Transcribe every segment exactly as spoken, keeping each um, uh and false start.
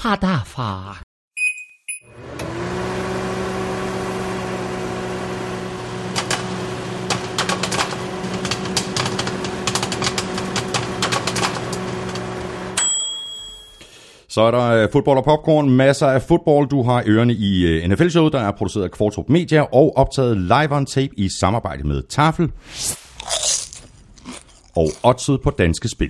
fra derfra. Så er der fodbold og popcorn, masser af fodbold. Du har ørerne i N F L-showet, der er produceret af Kvartrup Media og optaget live on tape i samarbejde med Tafel og Oddset på Danske Spil.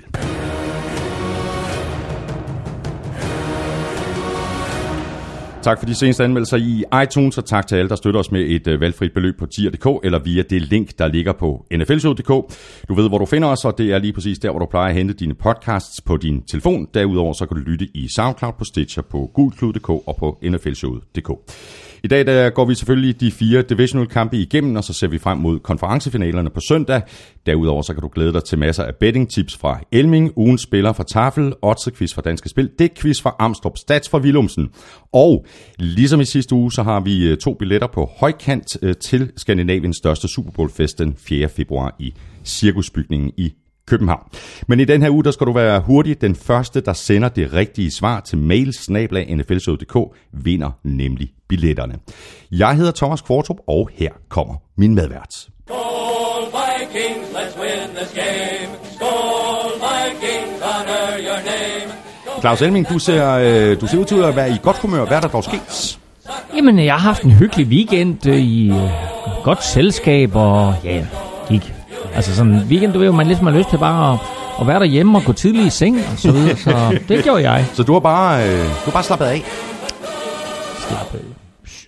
Tak for de seneste anmeldelser i iTunes, og tak til alle, der støtter os med et valgfrit beløb på tier punktum d k eller via det link, der ligger på N F L show punktum d k. Du ved, hvor du finder os, og det er lige præcis der, hvor du plejer at hente dine podcasts på din telefon. Derudover så kan du lytte i SoundCloud, på Stitcher, på gulklud punktum d k og på N F L show punktum d k. I dag der går vi selvfølgelig de fire divisional kampe igennem, og så ser vi frem mod konferencefinalerne på søndag. Derudover så kan du glæde dig til masser af betting tips fra Elming, ugens spiller fra Tafel, Oddset-quiz fra Danske Spil, det-quiz fra Amstrup, Stats fra Willumsen. Og ligesom i sidste uge, så har vi to billetter på højkant til Skandinaviens største Super Bowl-fest den fjerde februar i Cirkusbygningen i København. Men i den her uge, der skal du være hurtig. Den første, der sender det rigtige svar til mail snabel-a N F L show punktum d k, vinder nemlig billetterne. Jeg hedder Thomas Kvartrup, og her kommer min medvært. Skål Vikings, let's win this game. Skål Vikings, honor your name. Claus Elming, du ser, du ser ud til at være i godt humør. Hvad er der dog sket? Jamen, jeg har haft en hyggelig weekend i uh, godt selskab, og ja, gik. Altså sådan en weekend, du ved jo, man ligesom har lyst til bare at, at være derhjemme og gå tidligt i seng og så videre, så det gjorde jeg. Så du har bare, øh, du har bare slappet af? Slappet af.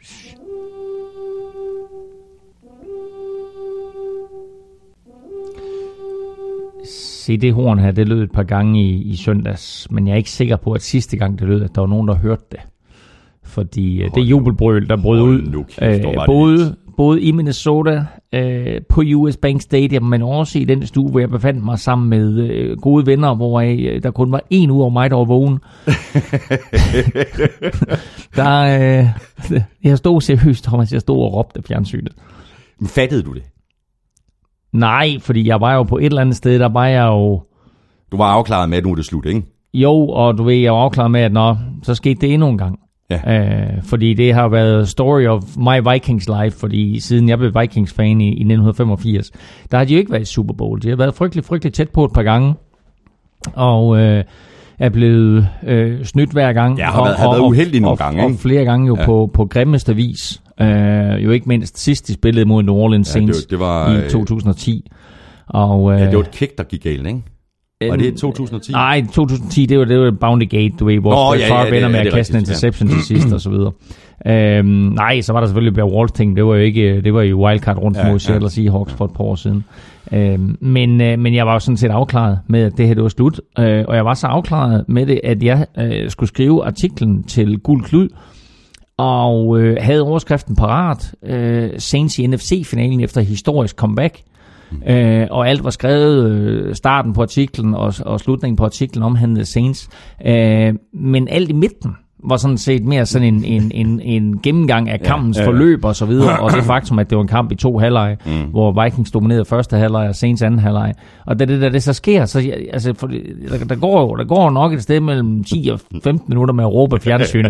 Se, det horn her, det lød et par gange i, i søndags, men jeg er ikke sikker på, at sidste gang det lød, at der var nogen, der hørte det. Fordi hold det jubelbrøl, der brød ud, nu, øh, både, både i Minnesota, øh, på U S Bank Stadium, men også i den stue, hvor jeg befandt mig sammen med øh, gode venner, hvor jeg, der kun var en ud over mig, der var vågen. der, øh, jeg stod seriøst, Thomas, jeg stod og råbte af fjernsynet. Men fattede du det? Nej, fordi jeg var jo på et eller andet sted, der var jeg jo... Du var afklaret med, at nu er det slut, ikke? Jo, og du ved, jeg var afklaret med, at nå, så skete det endnu en gang. Ja. Øh, fordi det har været story of my Vikings life, fordi siden jeg blev Vikings-fan i, i nitten femogfirs, der har de jo ikke været i Super Bowl. De har været frygtelig, frygtelig tæt på et par gange, og øh, er blevet øh, snydt hver gang. Ja, har været, og, har været uheldig nogle og, gange. Og, og flere gange jo ja. på, på grimmeste vis. Øh, jo ikke mindst sidst de spillede mod New Orleans ja, Saints det, det var, i to tusind og ti. Og, øh, ja, det var et kick, der gik galt, ikke? Var det to tusind og ti? Nej, to tusind og ti, det var, det var Bounty Gate, du ved, hvor oh, ja, Favre ja, vender med ja, at kaste en interception ja. til sidst og så videre. Øhm, nej, så var der selvfølgelig Bear Walsh ting, det var jo ikke, det var jo wildcard rundt ja, mod Seattle ja. Seahawks for et par år siden. Øhm, men, øh, men jeg var jo sådan set afklaret med, at det her det var slut, øh, og jeg var så afklaret med det, at jeg øh, skulle skrive artiklen til Guld Klud, og øh, havde overskriften parat, øh, Saints i N F C-finalen efter historisk comeback. Mm. Øh, og alt var skrevet, øh, starten på artiklen og, og slutningen på artiklen omhandlede Saints. Øh, men alt i midten var sådan set mere sådan en, en, en, en gennemgang af kampens ja, ja, ja. forløb og så videre. Og det faktum, at det var en kamp i to halvleje, mm. hvor Vikings dominerede første halvleje og Saints anden halvleje. Og da det, da det så sker, så altså, for, der, der, går jo der går nok et sted mellem ti og femten minutter med at råbe fjernsynet.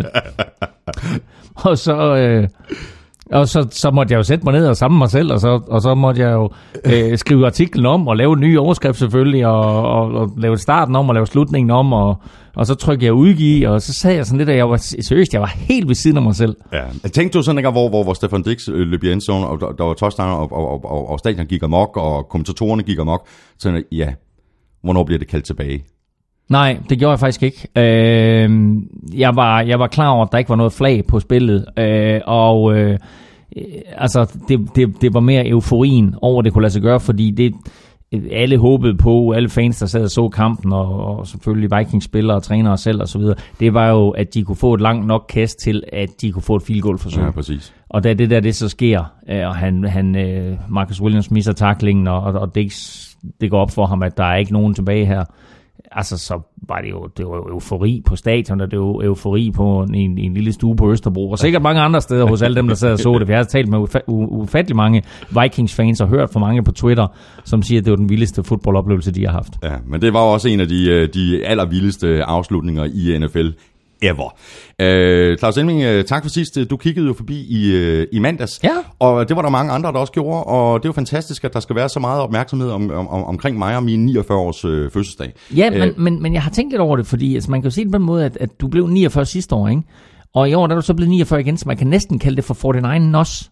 og så... Øh, Og så, så måtte jeg jo sætte mig ned og samle mig selv, og så, og så måtte jeg jo øh, skrive artiklen om, og lave en ny overskrift selvfølgelig, og, og, og lave starten om, og lave slutningen om, og, og så trykkede jeg udgive, og så sad jeg sådan lidt, og jeg var seriøst, jeg var helt ved siden af mig selv. Ja. Jeg tænkte du sådan ikke, hvor, hvor, hvor Stefan Dix løb i endzone, og der, der var touchdown, og, og, og, og stadion gik amok, og kommentatorerne gik amok, så ja, hvornår bliver det kaldt tilbage? Nej, det gjorde jeg faktisk ikke. Øh, jeg, var, jeg var klar over, at der ikke var noget flag på spillet, øh, og øh, altså, det, det, det var mere euforien over, det kunne lade sig gøre, fordi det, alle håbede på, alle fans, der sad og så kampen, og, og selvfølgelig Vikings-spillere og trænere selv og så videre, det var jo, at de kunne få et langt nok kast til, at de kunne få et field goal forsøg. Ja, præcis. Og da det der, det så sker, og han, han Marcus Williams misser tacklingen, og, og det, det går op for ham, at der er ikke nogen tilbage her, altså så var det jo, det var jo eufori på stadion, og det var jo eufori på en, en lille stue på Østerbro, og sikkert mange andre steder hos alle dem, der sad og så det. Vi har talt med ufa- ufattelig mange Vikings-fans og hørt fra mange på Twitter, som siger, at det var den vildeste fodboldoplevelse, de har haft. Ja, men det var også en af de, de allervildeste afslutninger i N F L ever. Øh, Claus Elming, tak for sidst. Du kiggede jo forbi i, i mandags, ja. Og det var der mange andre, der også gjorde, og det er jo fantastisk, at der skal være så meget opmærksomhed om, om, omkring mig og min niogfyrre års øh, fødselsdag. Ja, men, øh, men, men jeg har tænkt lidt over det, fordi altså, man kan jo se det på den måde, at, at du blev niogfyrre sidste år, ikke? Og i år der er du så blevet niogfyrre igen, så man kan næsten kalde det for forty-nine nos.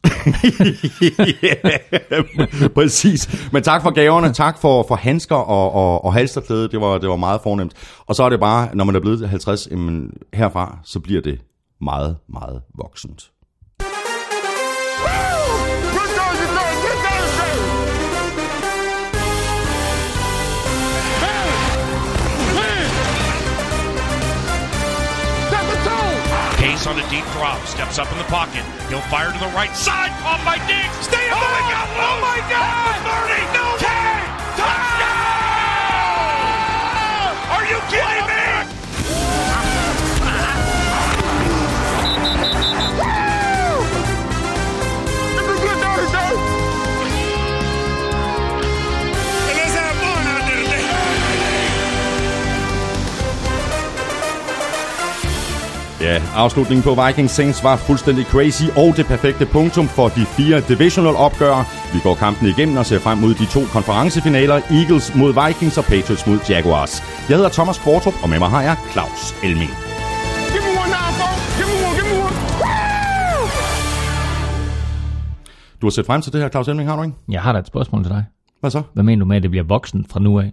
Yeah, præcis. Men tak for gaverne, tak for, for handsker og, og, og halsterklæde, det var, det var meget fornemt. Og så er det bare, når man er blevet halvtreds, jamen, herfra, så bliver det meget, meget voksent. On a deep drop, steps up in the pocket. He'll fire to the right side. Off by Diggs. Stay up. Oh, my God. Oh, my God. thirty. No. ten. Touchdown. Are you kidding me? This is good Thursday. And let's have fun out there today. Ja, afslutningen på Vikings Saints var fuldstændig crazy, og det perfekte punktum for de fire divisional opgør. Vi går kampen igennem og ser frem mod de to konferencefinaler, Eagles mod Vikings og Patriots mod Jaguars. Jeg hedder Thomas Kvartrup, og med mig har jeg Claus Elming. Du har set frem til det her, Claus Elming, har du ikke? Jeg har da et spørgsmål til dig. Hvad så? Hvad mener du med, at det bliver voksen fra nu af?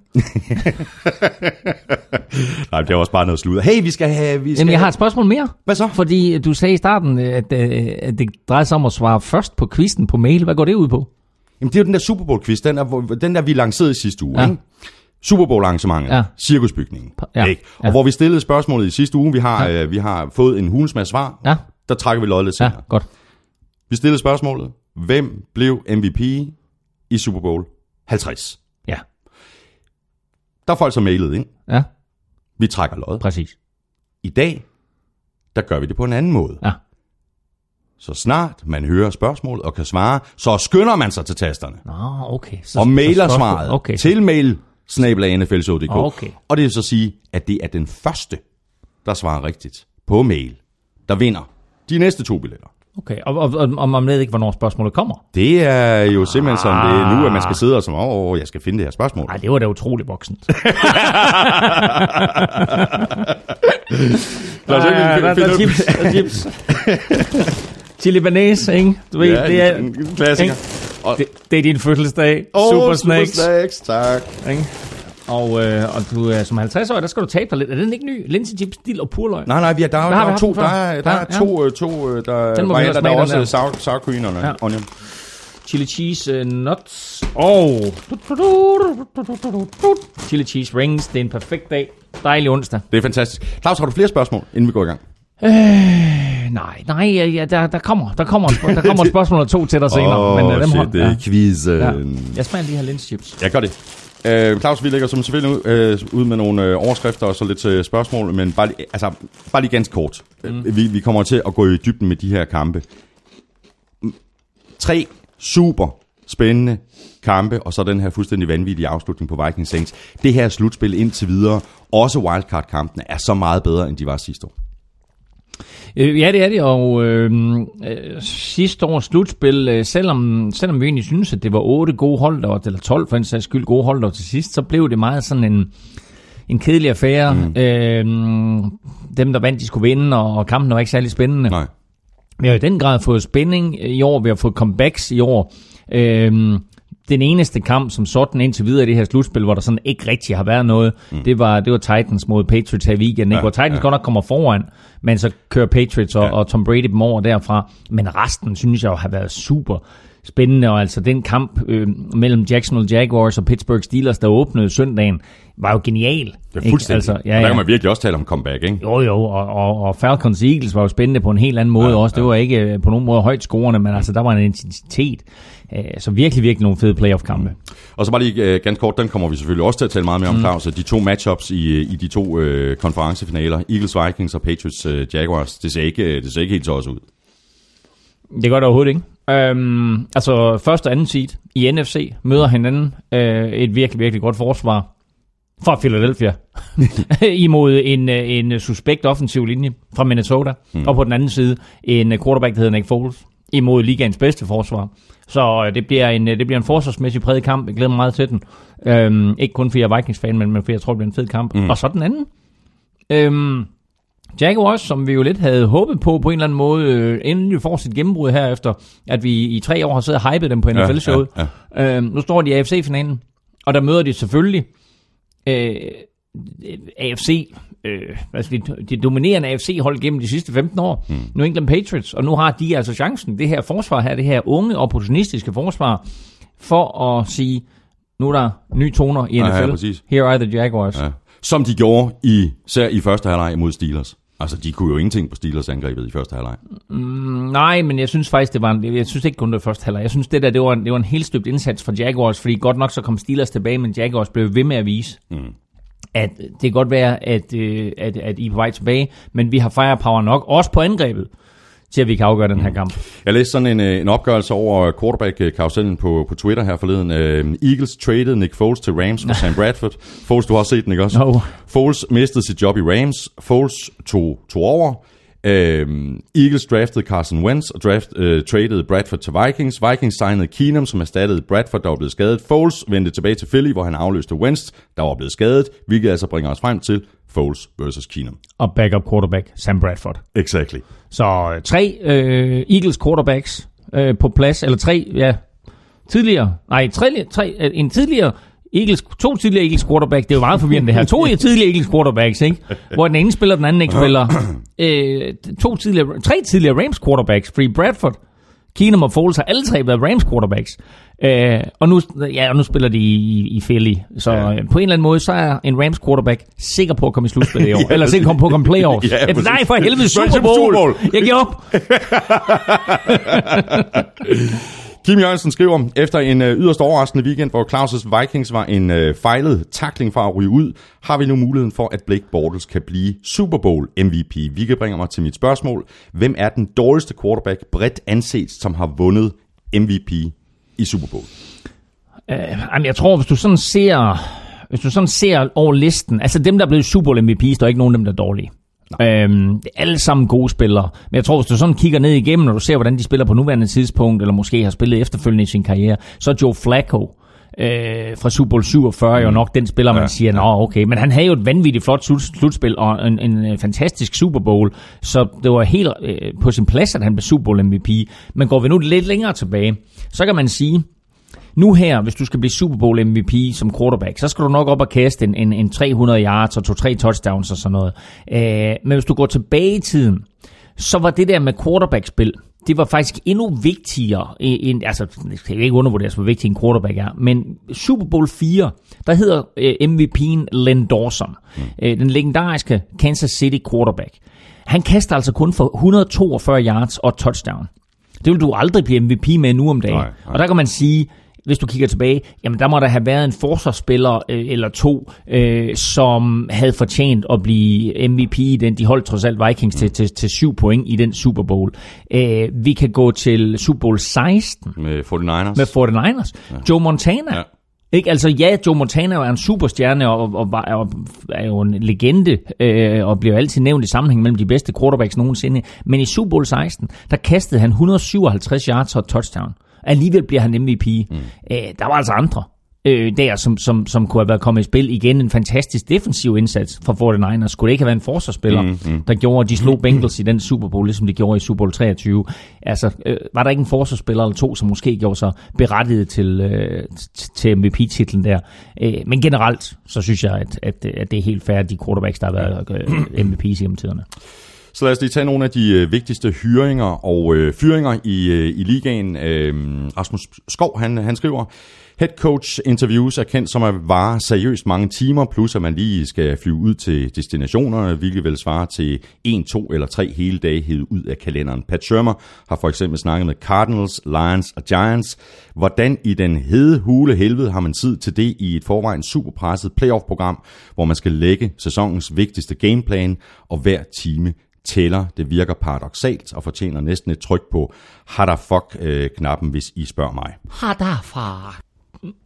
Nej, det er også bare noget sludder. Hey, vi skal have... Vi skal Jamen, jeg har et spørgsmål mere. Hvad så? Fordi du sagde i starten, at, at det drejer sig om at svare først på quizzen på mail. Hvad går det ud på? Jamen, det er jo den der Super Bowl-quiz. Den, er, den der, vi lancerede i sidste uge. Ja. Ikke? Super Bowl-arrangementet. Ja. Cirkusbygningen. Ja. Ikke? Og ja. Hvor vi stillede spørgsmålet i sidste uge. Vi har, ja. øh, vi har fået en hulens masse svar. Ja. Der trækker vi løjet lidt senere. Ja, godt. Vi stillede spørgsmålet. Hvem blev M V P i Super Bowl halvtreds? Ja. Der er folk, som mailede ind. Ja. Vi trækker løjet. Præcis. I dag, der gør vi det på en anden måde. Ja. Så snart man hører spørgsmålet og kan svare, så skynder man sig til tasterne. Nå, okay. Så, og mailer svaret okay. til mail snabel-a n f l show punktum d k. Okay. Og det vil så sige, at det er den første, der svarer rigtigt på mail, der vinder de næste to billetter. Okay, og, og, og, og man ved ikke, hvornår spørgsmålet kommer? Det er jo simpelthen som det er nu, at man skal sidde og som, åh, oh, jeg skal finde det her spørgsmål. Nej, det var da utroligt voksent. Lad os ikke finde der chips, der chips. Chili banase, ikke? Du ved, ja, det er en klassiker. Det, det er din fødselsdag. Oh, Super Snacks. Super Snacks, tak. Ikke? Og, øh, og du er som halvtreds-årig, der skal du tabe dig lidt. Er den ikke ny? Linse chips, dild og purløg? Nej, nej, vi er, der, der, der, er to, der, er, der er ja. to, to, der, den må der, der, der er også sour, sour cream og ja. onion. Chili cheese uh, nuts. Oh. Chili cheese rings. Det er en perfekt dag. Dejlig onsdag. Det er fantastisk. Claus, har du flere spørgsmål, inden vi går i gang? Øh, nej, nej, ja, der, der kommer, der kommer, der kommer et spørgsmål og to til dig senere. Åh, oh, men, shit, dem, det er ja. quizzen. Ja. Jeg smager de her linse chips. Jeg gør det. Uh, Claus, vi lægger som selvfølgelig ud, uh, ud med nogle uh, overskrifter og så lidt uh, spørgsmål, men bare, altså, bare lige ganske kort. Mm. Uh, vi, vi kommer til at gå i dybden med de her kampe. Tre super spændende kampe, og så den her fuldstændig vanvittige afslutning på Vikings Saints. Det her slutspil indtil videre, også wildcard-kampene, er så meget bedre, end de var sidste år. Øh, ja, det er det, og øh, øh, sidste års slutspil, øh, selvom, selvom vi egentlig synes, at det var otte gode hold, der, eller tolv for en sags skyld gode hold der til sidst, så blev det meget sådan en, en kedelig affære. Mm. Øh, dem, der vandt, de skulle vinde, og, og kampen var ikke særlig spændende. Nej. Vi har i den grad fået spænding i år, vi har fået comebacks i år. Øh, Den eneste kamp, som sådan indtil videre i det her slutspil, hvor der sådan ikke rigtig har været noget, mm. det, var, det var Titans mod Patriots her i weekenden, ja, hvor Titans ja. godt nok kommer foran, men så kører Patriots og, ja. og Tom Brady dem over derfra. Men resten, synes jeg jo, har været super spændende, og altså den kamp øh, mellem Jacksonville Jaguars og Pittsburgh Steelers, der åbnede søndagen, var jo genial. Det er fuldstændig. Altså, ja, ja. Og der kan man virkelig også tale om comeback, ikke? Jo, jo, og, og, og Falcons Eagles var jo spændende på en helt anden måde ja, også. Det ja. var ikke på nogen måde højt scorende, men altså der var en intensitet. Så virkelig, virkelig nogle fede playoff-kampe. Mm. Og så bare lige uh, ganske kort, den kommer vi selvfølgelig også til at tale meget mere om, mm. Claus. De to matchups i, i de to uh, konferencefinaler, Eagles Vikings og Patriots uh, Jaguars, det ser ikke, det ser ikke helt tosset ud. Det gør det overhovedet ikke. Um, altså første og anden seed i N F C møder hinanden. Uh, et virkelig, virkelig godt forsvar. fra Philadelphia imod en, en suspekt offensiv linje fra Minnesota, mm. og på den anden side en quarterback, der hedder Nick Foles, imod ligaens bedste forsvar. Så det bliver en, det bliver en forsvarsmæssig præget kamp. Jeg glæder mig meget til den. Øhm, ikke kun fordi jeg er Vikings-fan, men, men fordi jeg tror, det bliver en fed kamp. Mm. Og så den anden. Øhm, Jaguars, som vi jo lidt havde håbet på på en eller anden måde, øh, inden vi får sit gennembrud her efter, at vi i tre år har siddet og hypet dem på N F L-showet. Ja, ja, ja. Øhm, nu står de i A F C-finalen, og der møder de selvfølgelig øh, A F C, øh, altså de, de dominerende A F C-hold gennem de sidste femten år. Mm. New England Patriots, og nu har de altså chancen, det her forsvar her, det her unge, opportunistiske forsvar, for at sige, nu er der nye toner i N F L. Ja, ja, here are the Jaguars. Ja. Som de gjorde i, især i første halvleg mod Steelers. Altså, de kunne jo ingenting på Steelers angrebet i første halvleg. Mm, nej, men jeg synes faktisk, det var en, jeg synes ikke kun det var første halvleg. Jeg synes, det der, det var en, det var en helt støbt indsats for Jaguars, fordi godt nok så kom Steelers tilbage, men Jaguars blev ved med at vise, mm. at det kan godt være, at, at, at I er på vej tilbage, men vi har firepower nok, også på angrebet, til at vi kan afgøre den her kamp. Jeg læste sådan en, en opgørelse over quarterback-karusellen på, på Twitter her forleden. Uh, Eagles traded Nick Foles til Rams for Sam Bradford. Foles, du har set den, ikke også? No. Foles mistede sit job i Rams. Foles tog, tog over. Uh, Eagles draftede Carson Wentz og draft, uh, traded Bradford til Vikings. Vikings signede Keenum, som erstattede Bradford, der var blevet skadet. Foles vendte tilbage til Philly, hvor han afløste Wentz, der var blevet skadet, hvilket altså bringer os frem til Foles versus Keenum. Og backup quarterback Sam Bradford. Exactly. Så tre øh, Eagles quarterbacks øh, på plads, eller tre, ja, tidligere, nej, tre, tre, en tidligere Eagles, to tidligere Eagles quarterback, det er jo meget forvirrende det her. To tidligere Eagles quarterbacks, ikke? Hvor den ene spiller, den anden ikke spiller. Øh, to tidligere, tre tidligere Rams quarterbacks, fordi Bradford, Keenum og Foles har alle tre været Rams quarterbacks. Øh, og, nu, ja, og nu spiller de i, i Philly. Så ja. øh, på en eller anden måde, så er en Rams quarterback sikker på at komme i slutspil i år. ja, eller sikker på at komme i playoffs. ja, ja, nej, for helvede, Super Bowl. Super Bowl. Jeg giver op. Kim Jørgensen skriver, efter en øh, yderst overraskende weekend, hvor Claus' Vikings var en øh, fejlet tackling fra at ryge ud, har vi nu muligheden for, at Blake Bortles kan blive Super Bowl M V P. Hvilket bringer mig til mit spørgsmål. Hvem er den dårligste quarterback bredt anset, som har vundet M V P i Super Bowl? Uh, jeg tror, hvis du sådan ser, hvis du sådan ser over listen, altså dem, der er blevet Super Bowl M V P's, der er ikke nogen af dem, der er dårlige. Øhm, det er alle sammen gode spillere. Men jeg tror, hvis du sådan kigger ned igennem, når du ser, hvordan de spiller på nuværende tidspunkt, eller måske har spillet efterfølgende i sin karriere, så er Joe Flacco øh, fra Super Bowl syvogfyrre mm. jo nok den spiller, man ja, siger, nå okay, men han havde jo et vanvittigt flot slutspil og en, en fantastisk Super Bowl, så det var helt øh, på sin plads, at han blev Super Bowl M V P. Men går vi nu lidt længere tilbage, så kan man sige, nu her, hvis du skal blive Super Bowl M V P som quarterback, så skal du nok op og kaste en, en, en tre hundrede yards og to-tre touchdowns og sådan noget. Øh, men hvis du går tilbage i tiden, så var det der med quarterback-spil, det var faktisk endnu vigtigere. End, altså, det kan ikke undervurderes, hvor vigtig en quarterback er. Men Super Bowl fire, der hedder øh, M V P'en Len Dawson, mm. øh, den legendariske Kansas City quarterback. Han kaster altså kun for et hundrede og toogfyrre yards og touchdown. Det vil du aldrig blive M V P med nu om dagen. Nej, nej. Og der kan man sige, hvis du kigger tilbage, jamen der må der have været en forsvarsspiller øh, eller to, øh, som havde fortjent at blive M V P i den. De holdt trods alt Vikings mm. til, til, til syv point i den Super Bowl. Øh, vi kan gå til Super Bowl seksten. Med forty-niners. Med forty-niners. Ja. Joe Montana. Ja. Ikke? Altså ja, Joe Montana er en superstjerne og, og, og, og er jo en legende øh, og bliver altid nævnt i sammenhæng mellem de bedste quarterbacks nogensinde. Men i Super Bowl seksten, der kastede han et hundrede og syvoghalvtreds yards og touchdown. Alligevel bliver han M V P. Mm. Æ, der var altså andre øh, der, som, som, som kunne have været kommet i spil. Igen en fantastisk defensiv indsats fra forty-niners. Skulle det ikke have været en forsvarsspiller, mm, mm. der gjorde, at de slog Bengals i den Super Bowl, ligesom de gjorde i Super Bowl treogtyve. Altså, øh, var der ikke en forsvarsspiller eller to, som måske gjorde sig berettiget til, øh, til M V P-titlen der. Æ, men generelt, så synes jeg, at, at, at det er helt fair, at de quarterbacks, der har været øh, M V P's gennem tiderne. Så lad os lige tage nogle af de øh, vigtigste hyringer og øh, fyringer i, øh, i ligaen. Øh, Rasmus Skov, han, han skriver, head coach interviews er kendt som at vare seriøst mange timer, plus at man lige skal flyve ud til destinationerne, hvilket vil svare til en, to eller tre hele dage hævet ud af kalenderen. Pat Shurmur har for eksempel snakket med Cardinals, Lions og Giants. Hvordan i den hede hule helvede har man tid til det i et forvejen superpresset playoff-program, hvor man skal lægge sæsonens vigtigste gameplan, og hver time tæller. Det virker paradoksalt og fortjener næsten et tryk på har der fuck-knappen, hvis I spørger mig. Har der fuck.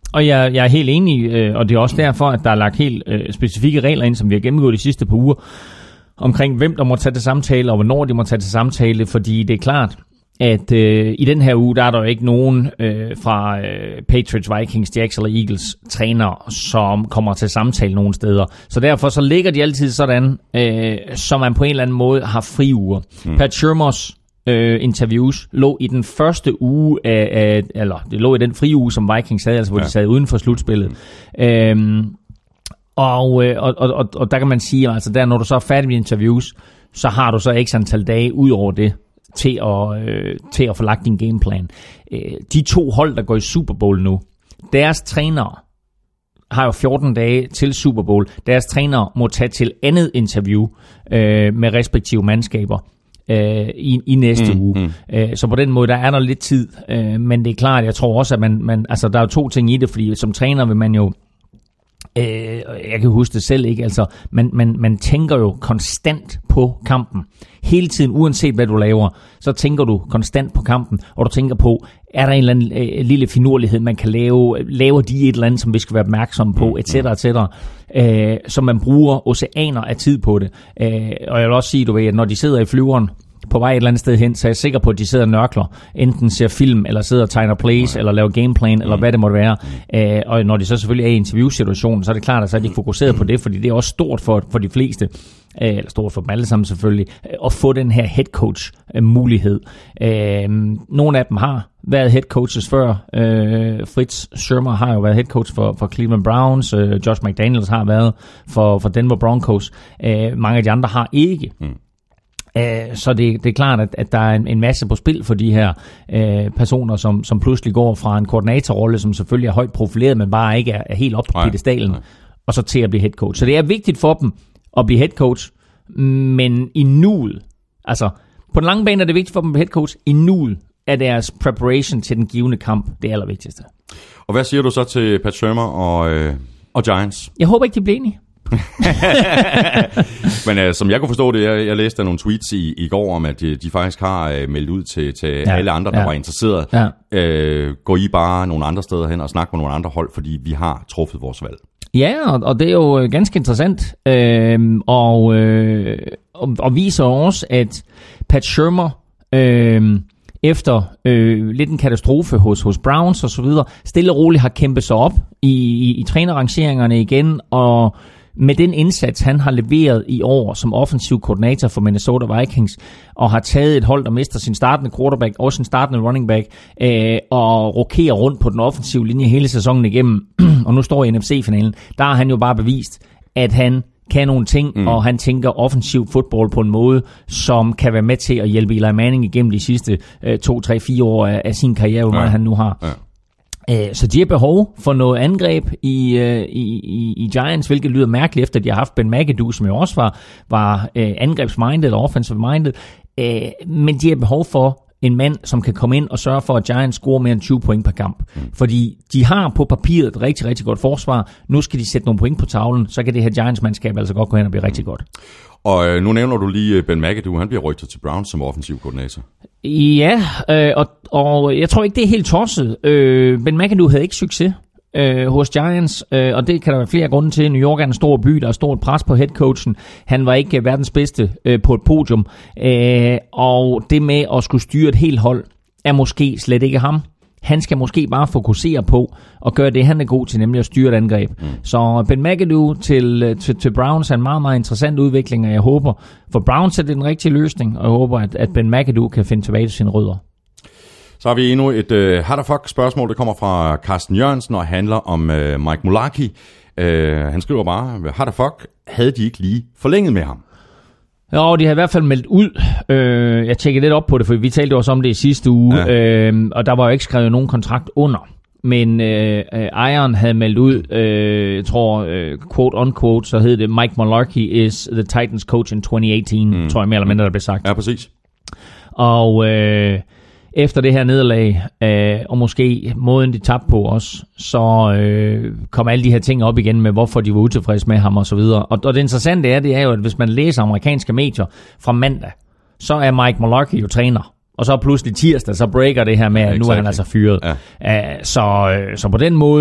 Og jeg, jeg er helt enig, øh, og det er også derfor, at der er lagt helt øh, specifikke regler ind, som vi har gennemgået de sidste par uger, omkring hvem der må tage til samtale, og hvornår de må tage til samtale, fordi det er klart, at øh, i den her uge, der er der jo ikke nogen øh, fra øh, Patriots, Vikings, Jacks eller Eagles træner, som kommer til samtale nogen steder. Så derfor så ligger de altid sådan, øh, så man på en eller anden måde har fri uger. Mm. Pat Shurmurs øh, interviews lå i den første uge af, af, eller det lå i den fri uge, som Vikings havde, altså hvor ja. de sad uden for slutspillet. Mm. Øhm, og, og, og, og, og der kan man sige, altså der når du så er færdig med interviews, så har du så x antal dage ud over det, til at, øh, til at få lagt din gameplan. Øh, de to hold, der går i Super Bowl nu, deres trænere har jo fjorten dage til Super Bowl. Deres trænere må tage til andet interview øh, med respektive mandskaber øh, i, i næste mm, uge. Mm. Øh, så på den måde, der er der lidt tid. Øh, men det er klart, jeg tror også, at man, man, altså, der er jo to ting i det, fordi som træner vil man jo Øh, jeg kan huske det selv, ikke? Altså, man, man, man tænker jo konstant på kampen. Hele tiden, uanset hvad du laver, så tænker du konstant på kampen, og du tænker på, er der en eller anden øh, lille finurlighed, man kan lave, laver de et eller andet, som vi skal være opmærksomme på, et cetera, et cetera. Øh, så man bruger oceaner af tid på det. Øh, og jeg vil også sige, du ved, at når de sidder i flyveren, på vej et eller andet sted hen, så er jeg sikker på, at de sidder og nørkler, enten ser film, eller sidder og tegner plays, ja. eller laver gameplan, eller hvad det måtte være. Mm. Øh, og når de så selvfølgelig er i interviewsituationen, så er det klart, at så er de fokuseret på det, fordi det er også stort for, for de fleste, øh, eller stort for dem alle sammen selvfølgelig, at få den her head coach mulighed. Øh, nogle af dem har været head coaches før. Øh, Fritz Shurmur har jo været head coach for, for Cleveland Browns. Øh, Josh McDaniels har været for, for Denver Broncos. Øh, mange af de andre har ikke. Mm. Så det, det er klart, at, at der er en, en masse på spil for de her øh, personer, som, som pludselig går fra en koordinatorrolle, som selvfølgelig er højt profileret, men bare ikke er, er helt op på piedestalen, og så til at blive head coach. Så det er vigtigt for dem at blive head coach, men i nuet, altså på den lange bane er det vigtigt for dem at blive head coach, i nuet er deres preparation til den givende kamp det allervigtigste. Og hvad siger du så til Pat Shurmur og, øh, og Giants? Jeg håber ikke, de bliver enige. Men uh, som jeg kunne forstå det, jeg, jeg læste nogle tweets i, i går om, at de, de faktisk har uh, meldt ud til, til ja, alle andre, der ja. var interesseret. Ja. Uh, gå I bare nogle andre steder hen og snakke med nogle andre hold, fordi vi har truffet vores valg. Ja, og, og det er jo ganske interessant, øh, og, øh, og, og viser også, at Pat Shurmur øh, efter øh, lidt en katastrofe hos, hos Browns og så videre, stille og roligt har kæmpet sig op i, i, i trænerrangeringerne igen, og med den indsats, han har leveret i år som offensiv koordinator for Minnesota Vikings, og har taget et hold, der mister sin startende quarterback og sin startende running back, øh, og rokerer rundt på den offensive linje hele sæsonen igennem, og nu står i N F C-finalen, der har han jo bare bevist, at han kan nogle ting, mm. og han tænker offensiv fodbold på en måde, som kan være med til at hjælpe Eli Manning igennem de sidste øh, to, tre, fire år af, af sin karriere, hvor meget ja. han nu har. Ja. Så de har behov for noget angreb i, i, i, i Giants, hvilket lyder mærkeligt, efter de har haft Ben McAdoo, som jo også var, var uh, angrebsminded eller offensive-minded. Uh, men de har behov for en mand, som kan komme ind og sørge for, at Giants scorer mere end tyve point per kamp. Mm. Fordi de har på papiret et rigtig, rigtig godt forsvar. Nu skal de sætte nogle point på tavlen, så kan det her Giants-mandskab altså godt gå hen og blive rigtig godt. Og øh, nu nævner du lige Ben McAdoo, han bliver rygtet til Browns som offensiv koordinator. Ja, øh, og, og jeg tror ikke, det er helt tosset. Øh, Ben McAdoo havde ikke succes øh, hos Giants, øh, og det kan der være flere grunde til. New York er en stor by, der er stort pres på headcoachen. Han var ikke verdens bedste øh, på et podium, øh, og det med at skulle styre et helt hold, er måske slet ikke ham. Han skal måske bare fokusere på at gøre det, han er god til, nemlig at styre et angreb. Mm. Så Ben McAdoo til, til, til Browns er en meget, meget interessant udvikling, og jeg håber, for Browns er det den rigtige løsning, og jeg håber, at, at Ben McAdoo kan finde tilbage til sine rødder. Så har vi endnu et uh, how the fuck spørgsmål, der kommer fra Carsten Jørgensen og handler om uh, Mike Mularkey. Uh, han skriver bare, how the fuck havde de ikke lige forlænget med ham? Ja, de har i hvert fald meldt ud. Øh, jeg tjekkede lidt op på det, for vi talte også om det i sidste uge, ja. øh, og der var jo ikke skrevet nogen kontrakt under. Men øh, ejeren havde meldt ud, øh, jeg tror, øh, quote unquote, så hed det, Mike Mularkey is the Titans coach in twenty eighteen, mm. tror jeg mere eller mindre, der blev sagt. Ja, præcis. Og øh, efter det her nederlag, øh, og måske måden de tabte på os, så øh, kom alle de her ting op igen med, hvorfor de var utilfredse med ham og så videre. Og, og det interessante er, det er jo, at hvis man læser amerikanske medier fra mandag, så er Mike Mularkey jo træner. Og så pludselig tirsdag, så breaker det her med, at nu er han altså fyret. Ja. Uh, så, så på den måde,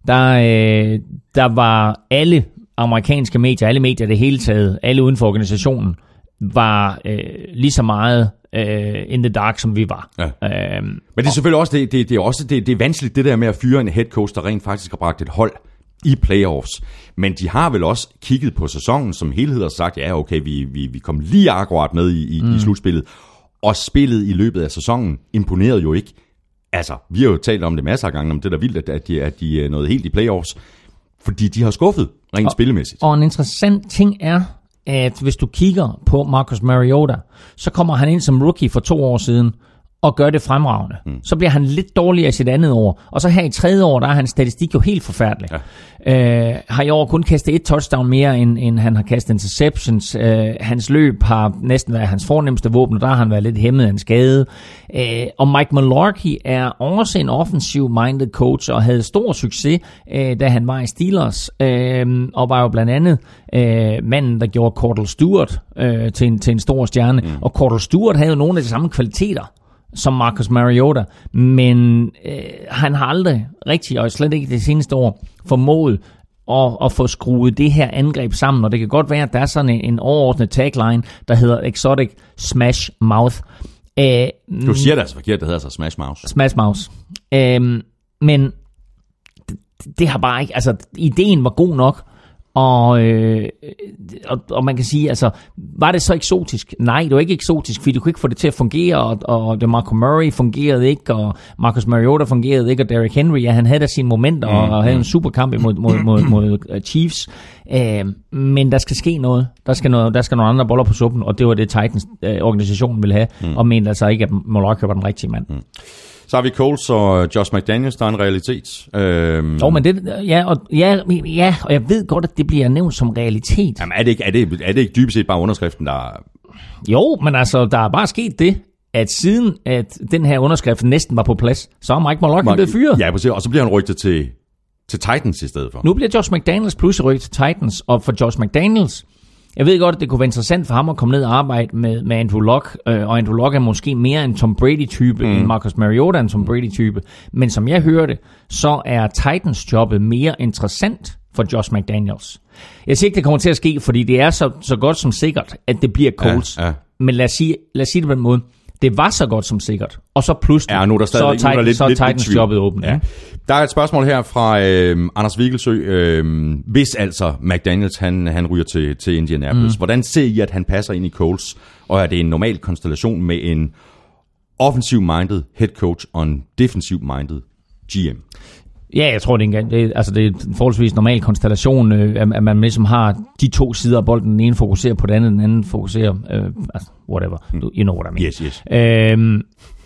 der, øh, der var alle amerikanske medier, alle medier det hele taget, alle uden for organisationen, var øh, lige så meget øh, in the dark, som vi var. Ja. Øhm, Men det er selvfølgelig også, det, det, det er også det, det er vanskeligt, det der med at fyre en head coach, der rent faktisk har bragt et hold i playoffs. Men de har vel også kigget på sæsonen som helhed og sagt, ja okay, vi, vi, vi kom lige akkurat med i, i, mm. i slutspillet. Og spillet i løbet af sæsonen imponerede jo ikke. Altså, vi har jo talt om det masser af gange, om det der vildt, at de, at de er nået helt i playoffs. Fordi de har skuffet rent og, spillemæssigt. Og en interessant ting er, at hvis du kigger på Marcus Mariota, så kommer han ind som rookie for to år siden, og gør det fremragende. Mm. Så bliver han lidt dårligere i sit andet år. Og så her i tredje år, der er hans statistik jo helt forfærdelig. Ja. Øh, har i år kun kastet et touchdown mere, end, end han har kastet interceptions. Øh, hans løb har næsten været hans fornemmeste våben, og der har han været lidt hæmmet af en skade. Øh, og Mike Mularkey er også en offensiv-minded coach, og havde stor succes, øh, da han var i Steelers. Øh, og var jo blandt andet øh, manden, der gjorde Cordell Stewart øh, til, en, til en stor stjerne. Mm. Og Cordell Stewart havde jo nogle af de samme kvaliteter som Marcus Mariota, men øh, han har aldrig rigtig, og slet ikke det seneste år, formået at, at få skruet det her angreb sammen, og det kan godt være, at der er sådan en, en overordnet tagline, der hedder Exotic Smash Mouth. Øh, du siger det altså forkert, det hedder så Smash Mouth. Smash Mouth. Øh, men det, det har bare ikke, altså ideen var god nok, Og, øh, og, og man kan sige, altså, var det så eksotisk? Nej, det var ikke eksotisk, fordi du kunne ikke få det til at fungere, og, og DeMarco Murray fungerede ikke, og Marcus Mariota fungerede ikke, og Derrick Henry, ja, han havde da sine momenter, og, og havde en superkamp mod, mod, mod, mod Chiefs, øh, men der skal ske noget. Der skal, noget, der skal nogle andre boller på suppen, og det var det Titans øh, organisationen ville have, mm. og mente altså ikke, at Mularkey var den rigtige mand. Mm. Så har vi Coles og Josh McDaniels, der er en realitet. Øhm. Jo, men det, ja, og, ja, ja, og jeg ved godt, at det bliver nævnt som realitet. Jamen, er det ikke, er det, er det ikke dybest set bare underskriften, der... Jo, men altså, der er bare sket det, at siden at den her underskrift næsten var på plads, så er Mike Mularkey blevet fyret. Ja, præcis, og så bliver han rygtet til, til Titans i stedet for. Nu bliver Josh McDaniels pludselig rygtet til Titans, og for Josh McDaniels... Jeg ved godt, at det kunne være interessant for ham at komme ned og arbejde med, med Andrew Luck, øh, og Andrew Luck er måske mere en Tom Brady-type, mm. end Marcus Mariota er en Tom Brady-type. Men som jeg hører det, så er Titans-jobbet mere interessant for Josh McDaniels. Jeg siger ikke, det kommer til at ske, fordi det er så, så godt som sikkert, at det bliver Colts. Ja, ja. Men lad os, sige, lad os sige det på den måde. Det var så godt som sikkert, og så pludselig, ja, nu er der stadig, så er, Titans, lidt, så er lidt, Titans lidt jobbet åbent. Ja. Der er et spørgsmål her fra øh, Anders Vigelsø. Øh, hvis altså McDaniels han, han ryger til, til Indianapolis, mm. hvordan ser I, at han passer ind i Colts? Og er det en normal konstellation med en offensiv-minded head coach og en defensiv-minded G M? Ja, jeg tror, det er en, det er, altså det er en forholdsvis normal konstellation, øh, at, at man ligesom har de to sider af bolden. Den ene fokuserer på det andet, den anden fokuserer, øh, altså whatever, mm. you know what I mean. Yes, yes. Øhm,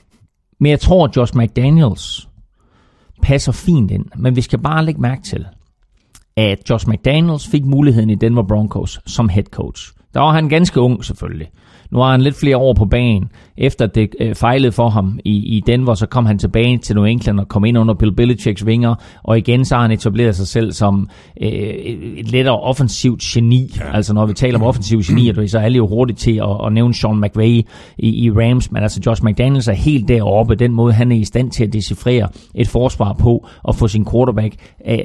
men jeg tror, at Josh McDaniels passer fint ind, men vi skal bare lægge mærke til, at Josh McDaniels fik muligheden i Denver Broncos som head coach. Der var han ganske ung selvfølgelig. Nu har han lidt flere år på banen. Efter det øh, fejlede for ham i, i Denver, så kom han tilbage til New England og kom ind under Bill Belichicks vinger. Og igen så har han etableret sig selv som øh, et lettere offensivt geni. Ja. Altså når vi taler om offensivt geni, så er alle jo hurtigt til at, at nævne Sean McVay i, i Rams. Men altså Josh McDaniels er helt deroppe. Den måde han er i stand til at decifrere et forsvar på og få sin quarterback øh,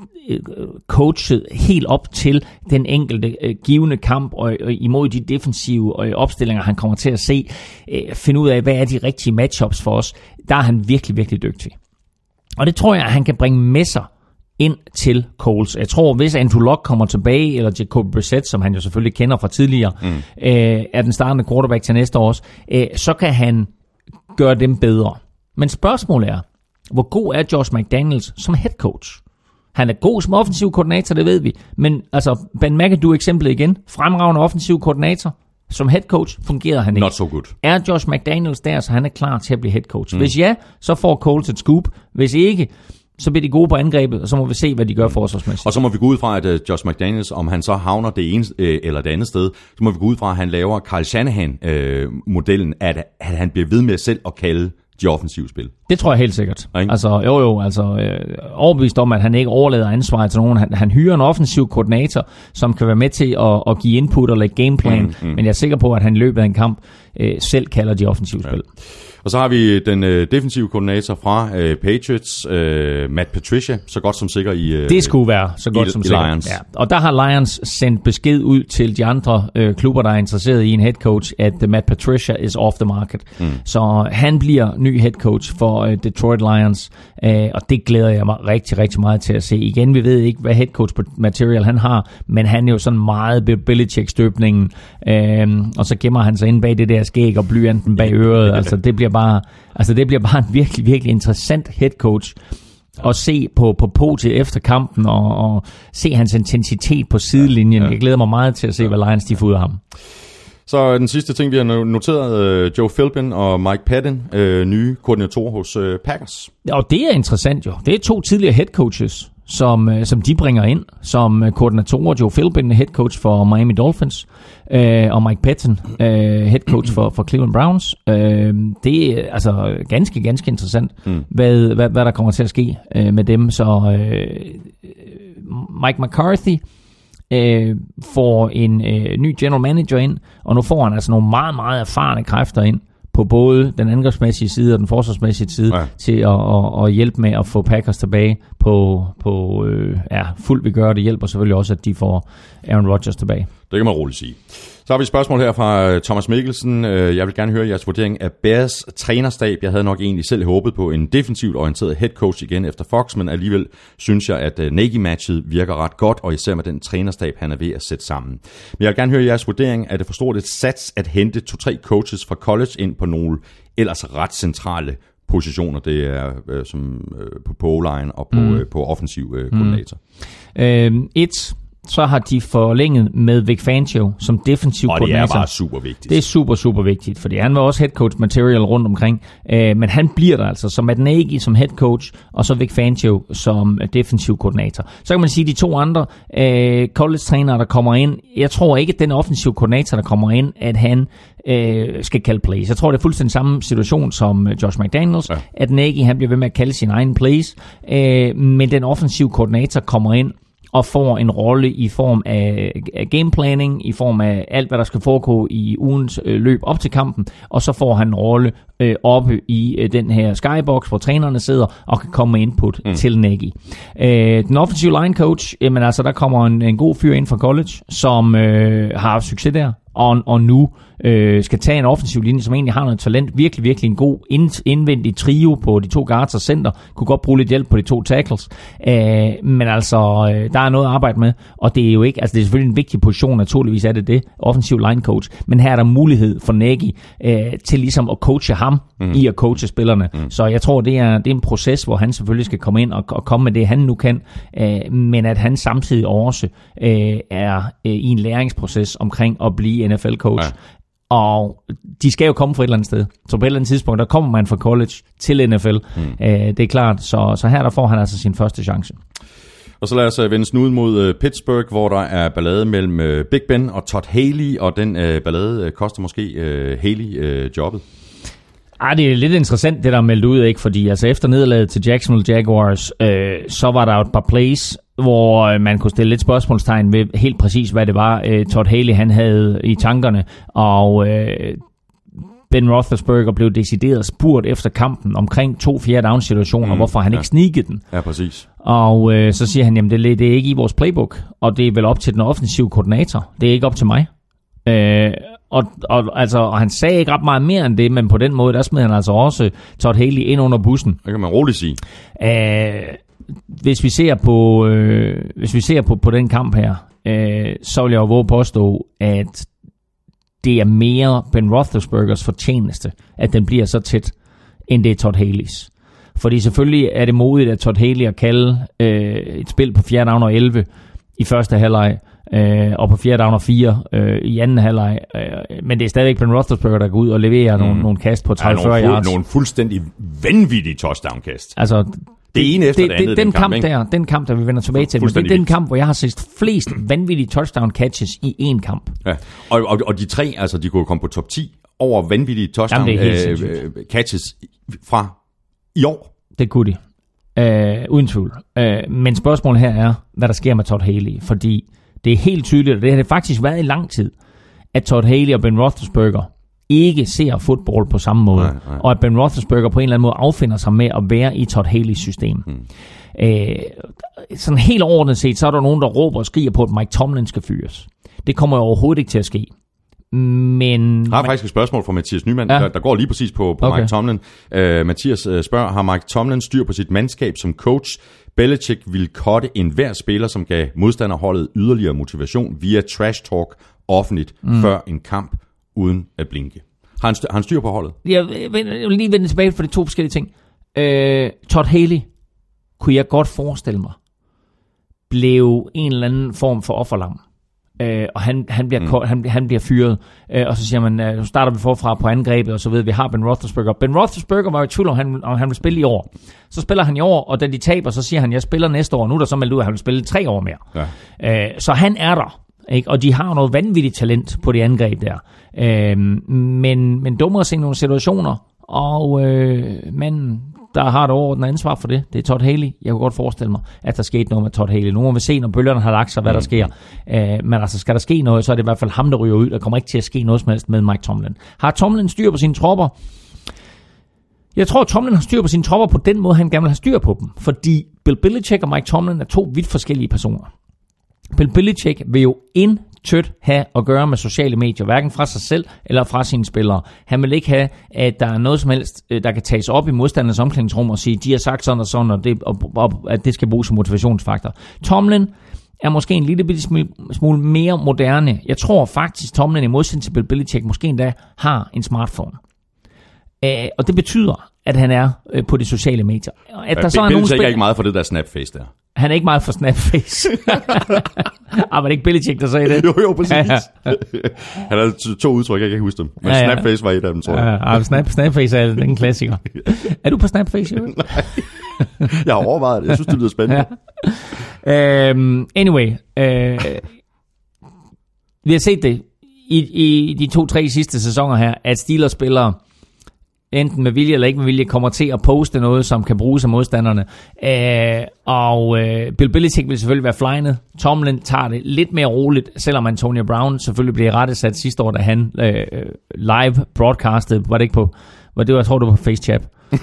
coachet helt op til den enkelte øh, givende kamp og, og imod de defensive øh, opstillinger, han kommer til at se, øh, finde ud af, hvad er de rigtige matchups for os. Der er han virkelig, virkelig dygtig. Og det tror jeg, at han kan bringe med sig ind til Colts. Jeg tror, hvis Andrew Luck kommer tilbage, eller Jacoby Brissett, som han jo selvfølgelig kender fra tidligere, mm. øh, er den startende quarterback til næste år, øh, så kan han gøre dem bedre. Men spørgsmålet er, hvor god er Josh McDaniels som head coach? Han er god som offensiv koordinator, det ved vi. Men altså, Ben McAdoo eksemplet igen. Fremragende offensiv koordinator. Som head coach fungerede han ikke. Not so good. Er Josh McDaniels der, så han er klar til at blive head coach? Mm. Hvis ja, så får Colts et scoop. Hvis ikke, så bliver de gode på angrebet, og så må vi se, hvad de gør forsvarsmæssigt. Og så må vi gå ud fra, at uh, Josh McDaniels, om han så havner det ene øh, eller det andet sted, så må vi gå ud fra, at han laver Kyle Shanahan-modellen, øh, at, at han bliver ved med selv at kalde de offensive spil. Det tror jeg helt sikkert. Okay. Altså, jo jo, altså øh, overbevist om, at han ikke overlader ansvaret til nogen. Han, han hyrer en offensiv koordinator, som kan være med til at, at give input og lægge gameplan, mm, mm. men jeg er sikker på, at han i løbet af en kamp øh, selv kalder de offensive spil. Ja. Og så har vi den øh, defensive koordinator fra øh, Patriots, øh, Matt Patricia, så godt som sikker i øh, det skulle være så godt i, som i sikker. Lions. Ja. Og der har Lions sendt besked ud til de andre øh, klubber, der er interesseret i en head coach, at uh, Matt Patricia is off the market. Mm. Så han bliver ny head coach for øh, Detroit Lions, øh, og det glæder jeg mig rigtig, rigtig meget til at se. Igen, vi ved ikke, hvad head coach material han har, men han er jo sådan meget Bill Belichick-støbningen, øh, og så gemmer han sig inde bag det der skæg og blyanten bag øret. Altså det bliver bare Altså det bliver bare en virkelig, virkelig interessant head coach at se på, på podiet efter kampen og, og se hans intensitet på sidelinjen. Ja, ja. Jeg glæder mig meget til at se, ja. hvad Lions de får ud af ham. Så den sidste ting, vi har noteret, Joe Philbin og Mike Patton, øh, nye koordinatorer hos øh, Packers. Og det er interessant jo. Det er to tidligere head coaches, som, som de bringer ind som koordinatorer. Joe Philbin, head coach for Miami Dolphins, øh, og Mike Patton, øh, head coach for, for Cleveland Browns. Øh, det er altså ganske, ganske interessant, mm. hvad, hvad, hvad der kommer til at ske øh, med dem. Så øh, Mike McCarthy øh, får en øh, ny general manager ind, og nu får han altså nogle meget, meget erfarne kræfter ind på både den angrebsmæssige side og den forsvarsmæssige side, ja. til at, at, at hjælpe med at få Packers tilbage på, på øh, ja, fuldt vi gør. Det hjælper selvfølgelig også, at de får Aaron Rodgers tilbage. Det kan man roligt sige. Så har vi et spørgsmål her fra Thomas Mikkelsen. Jeg vil gerne høre jeres vurdering af Bears trænerstab. Jeg havde nok egentlig selv håbet på en defensivt orienteret head coach igen efter Fox, men alligevel synes jeg, at Nagy-matchet virker ret godt, og især med den trænerstab, han er ved at sætte sammen. Men jeg vil gerne høre jeres vurdering. Er det for stort et sats at hente to-tre coaches fra college ind på nogle ellers ret centrale positioner? Det er øh, som øh, på O-line og på, mm. øh, på offensiv øh, koordinator. Mm. Øh, et så har de forlænget med Vic Fangio som defensiv koordinator. Og det er bare super vigtigt. Det er super, super vigtigt, fordi han var også head coach material rundt omkring, øh, men han bliver der altså som Matt Nagy som head coach, og så Vic Fangio som defensiv koordinator. Så kan man sige, at de to andre øh, college-trænere, der kommer ind, jeg tror ikke, at den offensiv koordinator, der kommer ind, at han øh, skal kalde plays. Jeg tror, det er fuldstændig samme situation som Josh McDaniels, ja. at Nagy, han bliver ved med at kalde sin egen plays, øh, men den offensiv koordinator kommer ind og får en rolle i form af, af gameplanning, i form af alt, hvad der skal foregå i ugens øh, løb op til kampen, og så får han en rolle øh, oppe i øh, den her skybox, hvor trænerne sidder, og kan komme med input mm. til Nagy. Øh, den offensive line coach, jamen altså, der kommer en, en god fyr ind fra college, som øh, har haft succes der, og, og nu øh, skal tage en offensiv linje, som egentlig har noget talent. Virkelig, virkelig en god ind, indvendig trio på de to guards og center. Kunne godt bruge lidt hjælp på de to tackles. Øh, men altså, øh, der er noget at arbejde med, og det er jo ikke, altså det er selvfølgelig en vigtig position, naturligvis er det det, offensiv line coach, men her er der mulighed for Nagy øh, til ligesom at coache ham mm. i at coache spillerne. Mm. Så jeg tror, det er, det er en proces, hvor han selvfølgelig skal komme ind og, og komme med det, han nu kan, øh, men at han samtidig også øh, er øh, i en læringsproces omkring at blive N F L-coach. Ja. Og de skal jo komme fra et eller andet sted. Så på et eller andet tidspunkt, der kommer man fra college til N F L. Mm. Øh, det er klart. Så, så her der får han altså sin første chance. Og så lad os vende snuden mod Pittsburgh, hvor der er ballade mellem Big Ben og Todd Haley, og den øh, ballade koster måske øh, Haley øh, jobbet. Ah, det er lidt interessant, det der er meldt ud, ikke? Fordi altså, efter nederlaget til Jacksonville Jaguars, øh, så var der jo et par plays, hvor man kunne stille lidt spørgsmålstegn ved helt præcis, hvad det var, øh, Todd Haley han havde i tankerne, og øh, Ben Roethlisberger blev decideret spurgt efter kampen omkring to fjerde down situationer, mm, hvorfor han ja. ikke sneakede den. Ja, præcis. Og øh, så siger han, jamen det, det er ikke i vores playbook, og det er vel op til den offensive koordinator. Det er ikke op til mig. Øh, og, og, altså, og han sagde ikke ret meget mere end det, men på den måde, der smed han altså også Todd Haley ind under bussen. Det kan man roligt sige. Øh, hvis vi ser på, øh, hvis vi ser på, på den kamp her, øh, så vil jeg jo våge påstå, at det er mere Ben Roethlisbergers fortjeneste, at den bliver så tæt, end det er Todd Haleys. Fordi selvfølgelig er det modigt af Todd Haley at kalde øh, et spil på fjerde down og elleve i første halvleg, øh, og på fjerde down og fire øh, i anden halvleg. Øh, men det er stadigvæk Ben Roethlisberger, der går ud og leverer mm. nogle, nogle kast på tredive til fyrre ja, yards. Nogle fuldstændig vanvittige touchdown-kast. Altså, det ene efter det, det andet. Den, den kamp, kamp der, den kamp, der vi vender tilbage til, det er den kamp, hvor jeg har set flest vanvittige touchdown-catches i én kamp. Ja. Og, og, og de tre, altså de kunne komme på top ti over vanvittige touchdown-catches fra i år. Det kunne de. Uh, uden tvivl. Uh, men spørgsmålet her er, hvad der sker med Todd Haley. Fordi det er helt tydeligt, og det har det faktisk været i lang tid, at Todd Haley og Ben Roethlisberger ikke ser fodbold på samme måde, nej, nej. og at Ben Roethlisberger på en eller anden måde affinder sig med at være i Todd Haley's system. Hmm. Øh, sådan helt overordnet set, så er der nogen, der råber og skriger på, at Mike Tomlin skal fyres. Det kommer jo overhovedet ikke til at ske. Men jeg har faktisk et spørgsmål fra Mathias Nyman, ja. der, der går lige præcis på, på okay. Mike Tomlin. Uh, Mathias uh, spørger, har Mike Tomlin styr på sit mandskab som coach? Belichick ville cutte enhver spiller, som gav modstanderholdet yderligere motivation via trash talk offentligt mm. før en kamp uden at blinke. Har han, styr, har han styr på holdet? Jeg vil, jeg vil lige vende tilbage for de to forskellige ting. Uh, Todd Haley, kunne jeg godt forestille mig, blev en eller anden form for offerlam. Uh, og han, han, bliver, mm. han, han bliver fyret, uh, og så siger man, uh, nu starter vi forfra på angrebet, og så ved vi, har Ben Roethlisberger. Ben Roethlisberger var jo i tvivl om, han, om han vil spille i år. Så spiller han i år, og da de taber, så siger han, jeg spiller næste år. Nu er der så meldt ud, at han vil spille tre år mere. Ja. Uh, så han er der, ikke? Og de har noget vanvittigt talent på det angreb der. Uh, men, men dumme at se nogle situationer, og uh, men der har et overordnet ansvar for det. Det er Todd Haley. Jeg kunne godt forestille mig, at der skete noget med Todd Haley. Nu må vi se, når bølgerne har lagt sig, hvad der sker. Uh, men altså, skal der ske noget, så er det i hvert fald ham, der ryger ud. Der kommer ikke til at ske noget som helst med Mike Tomlin. Har Tomlin styr på sine tropper? Jeg tror, at Tomlin har styr på sine tropper på den måde, han gerne vil have styr på dem. Fordi Bill Belichick og Mike Tomlin er to vidt forskellige personer. Bill Belichick vil jo intet have at gøre med sociale medier, hverken fra sig selv eller fra sine spillere. Han vil ikke have, at der er noget som helst, der kan tages op i modstandernes omklædningsrum og sige, de har sagt sådan og sådan, og, det, og, og at det skal bruges som motivationsfaktor. Tomlin er måske en lille bitte smule mere moderne. Jeg tror faktisk, Tomlin i modsætning til Bill Belichick måske endda har en smartphone. Uh, og det betyder, at han er uh, på de sociale medier. At der ja, så er Belichick er ikke meget for det der snapface der. Han er ikke meget for snapface. Ah, var det ikke Belichick, der sagde det? Jo, jo, præcis. Ja, ja. Han har to udtryk, jeg kan ikke huske dem. Men ja, ja. Snapface var et af dem, tror jeg. Ja, ja. Snap, snapface er en klassiker. Er du på Snapface, jo? Nej. Jeg har overvejet det. Jeg synes, det lyder spændende. Ja. Um, anyway. Uh, vi har set det i, i de to-tre sidste sæsoner her, at Steelers-spillere enten med vilje eller ikke med vilje, kommer til at poste noget, som kan bruges af modstanderne. Øh, og øh, Bill Belichick vil selvfølgelig være flyende. Tomlin tager det lidt mere roligt, selvom Antonio Brown selvfølgelig bliver rettesat sidste år, da han øh, live broadcastede, var det ikke på, var det, jeg tror, det var på FaceChat.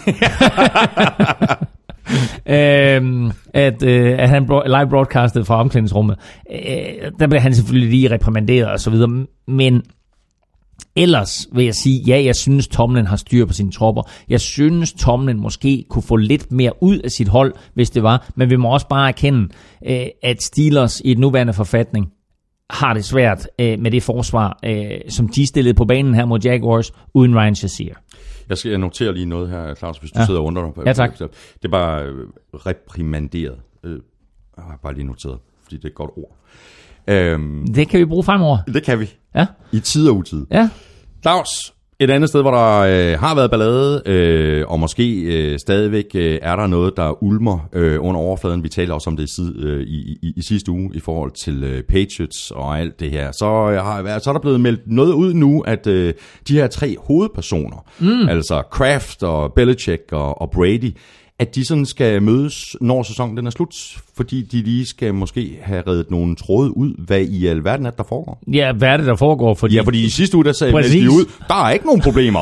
øhm, at, øh, at han live broadcastede fra omklædningsrummet. Øh, der blev han selvfølgelig lige reprimanderet og så videre, men ellers vil jeg sige, ja, jeg synes, Tomlin har styr på sine tropper. Jeg synes, Tomlin måske kunne få lidt mere ud af sit hold, hvis det var. Men vi må også bare erkende, at Steelers i et nuværende forfatning har det svært med det forsvar, som de stillede på banen her mod Jaguars, uden Ryan Shazier. Jeg skal notere lige noget her, Claus, hvis du ja. sidder og undrer dig. Ja, tak. Det er bare reprimanderet. Jeg har bare lige noteret, fordi det er et godt ord. Øhm, det kan vi bruge fremover. Det kan vi. Ja. I tid og utid. Ja. Claus, et andet sted, hvor der øh, har været ballade, øh, og måske øh, stadigvæk øh, er der noget, der ulmer øh, under overfladen. Vi talte også om det i, øh, i, i, i sidste uge i forhold til øh, Patriots og alt det her. Så, øh, har, så er der blevet meldt noget ud nu, at øh, de her tre hovedpersoner, mm. altså Kraft og Belichick og, og Brady, at de sådan skal mødes, når sæsonen den er slut, fordi de lige skal måske have reddet nogle tråde ud, hvad i alverden er, der foregår. Ja, hvad er det, der foregår? Fordi... Ja, fordi i sidste uge, der sagde de ud, der er ikke nogen problemer.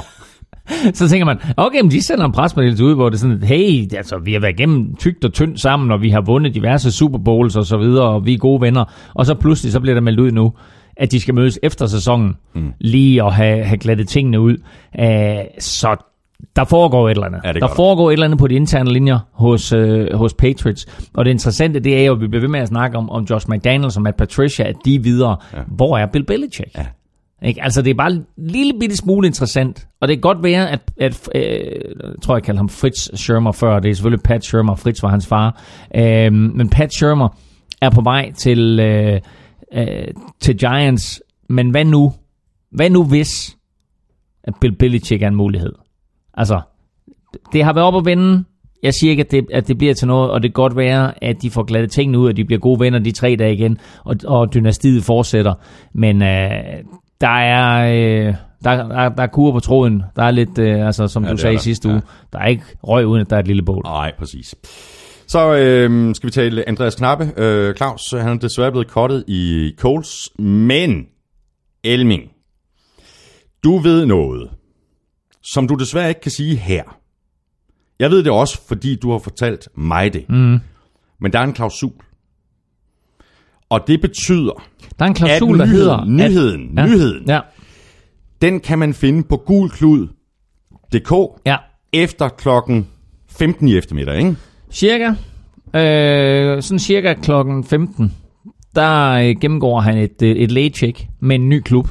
Så tænker man, okay, men de sender en presmeddelelse ud, hvor det er sådan, hey, altså, vi har været igennem tykt og tyndt sammen, og vi har vundet diverse Super Bowls og så videre, og vi er gode venner. Og så pludselig, så bliver der meldt ud nu, at de skal mødes efter sæsonen, mm. lige og have, have glattet tingene ud. Uh, så der foregår et eller andet. Ja, der foregår et eller andet på de interne linjer hos, øh, hos Patriots. Og det interessante, det er jo, at vi bliver ved med at snakke om, om Josh McDaniels og Matt Patricia, at de er videre. Ja. Hvor er Bill Belichick? Ja. Ikke? Altså, det er bare en lille bitte smule interessant. Og det kan godt være, at, at øh, jeg tror, jeg kaldte ham Fritz Shurmur før. Det er selvfølgelig Pat Shurmur. Fritz var hans far. Øh, men Pat Shurmur er på vej til, øh, øh, til Giants. Men hvad nu? Hvad nu hvis at Bill Belichick er en mulighed? Altså, det har været op at vende. Jeg siger ikke, at det, at det bliver til noget, og det kan godt være, at de får glattet tingene ud, og de bliver gode venner de tre dage igen, og, og dynastiet fortsætter. Men øh, der er øh, der, der, der er kur på tråden. Der er lidt, øh, altså, som ja, du sagde i sidste uge, ja. Der er ikke røg uden, at der er et lille bål. Nej, præcis. Så øh, skal vi tale Andreas Knappe. Øh, Claus, han er desværre blevet cuttet i Colts, men Elming, Du ved noget, som du desværre ikke kan sige her. Jeg ved det også, fordi du har fortalt mig det. Mm. Men der er en klausul. Og det betyder, der er en klausul, at der nyheden, hedder... nyheden, at, nyheden, ja. den kan man finde på gulklud punktum d k ja. efter klokken femten i eftermiddag, ikke? Cirka. Øh, sådan cirka klokken femten, der øh, gennemgår han et, et lægecheck med en ny klub.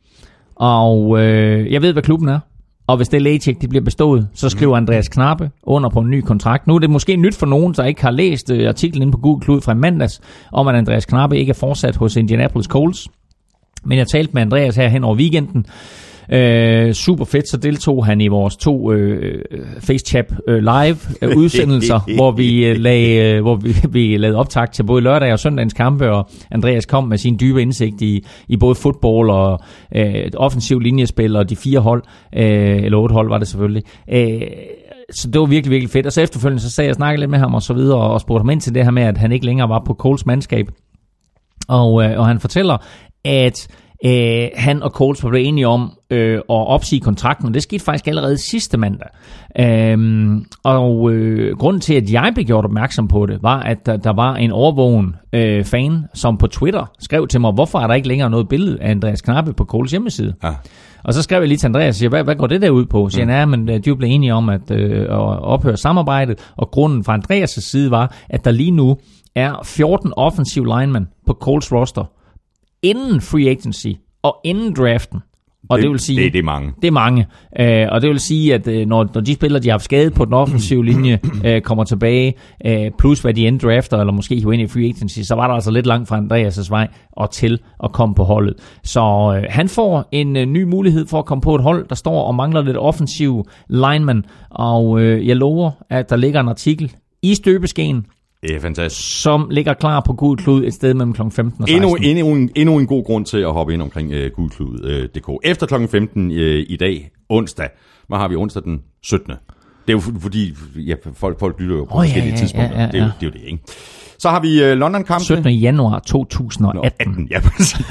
Og øh, jeg ved, hvad klubben er. Og hvis det lægecheck de bliver bestået, så skriver Andreas Knappe under på en ny kontrakt. Nu er det måske nyt for nogen, der ikke har læst øh, artiklen inde på Google Klud fra mandags, om at Andreas Knappe ikke er fortsat hos Indianapolis Colts. Men jeg talte med Andreas her hen over weekenden. Øh, super fedt, så deltog han i vores to øh, FaceChat øh, live øh, udsendelser, hvor vi øh, lag, øh, hvor vi, vi lavede optakt til både lørdag og søndagens kampe, og Andreas kom med sin dybe indsigt i, i både fodbold og øh, offensiv linjespil og de fire hold, øh, eller otte hold var det selvfølgelig. Øh, så det var virkelig, virkelig fedt. Og så efterfølgende så sagde jeg, snakkede lidt med ham og så videre, og spurgte ham ind til det her med, at han ikke længere var på Colts mandskab. Og, øh, og han fortæller, at Uh, han og Colts var blevet enige om uh, at opsige kontrakten, og det skete faktisk allerede sidste mandag. Uh, og uh, grunden til, at jeg blev gjort opmærksom på det, var, at der, der var en overvågen uh, fan, som på Twitter skrev til mig, hvorfor er der ikke længere noget billede af Andreas Knappe på Colts hjemmeside? Ja. Og så skrev jeg lige til Andreas og siger, hvad, hvad går det der ud på? Så siger han, mm. ja, men de er blevet enige om at, uh, at ophøre samarbejdet, og grunden fra Andreas' side var, at der lige nu er fjorten offensive linemen på Colts roster, inden free agency og inden draften. Og det, det vil sige, det, det er mange. Det er mange. Øh, og det vil sige, at øh, når, når de spillere, de har haft skade på den offensive linje, øh, kommer tilbage, øh, plus hvad de end drafter, eller måske hiver ind i free agency, så var der altså lidt langt fra Andreas' vej og til at komme på holdet. Så øh, han får en øh, ny mulighed for at komme på et hold, der står og mangler lidt offensiv lineman. Og øh, jeg lover, at der ligger en artikel i støbeskeen, det er fantastisk. Som ligger klar på Gul Klud et sted mellem klokken femten og seksten. Endnu, endnu, en, endnu en god grund til at hoppe ind omkring uh, gulklud punktum d k. Efter klokken femten uh, i dag, onsdag, hvad har vi onsdag den syttende? Det er jo fordi, ja, folk, folk lytter jo på oh, forskellige ja, ja, tidspunkter. Ja, ja, ja. Det, er jo, det er jo det, ikke? Så har vi uh, London-kampene. syttende januar to tusind og atten. atten, ja, præcis.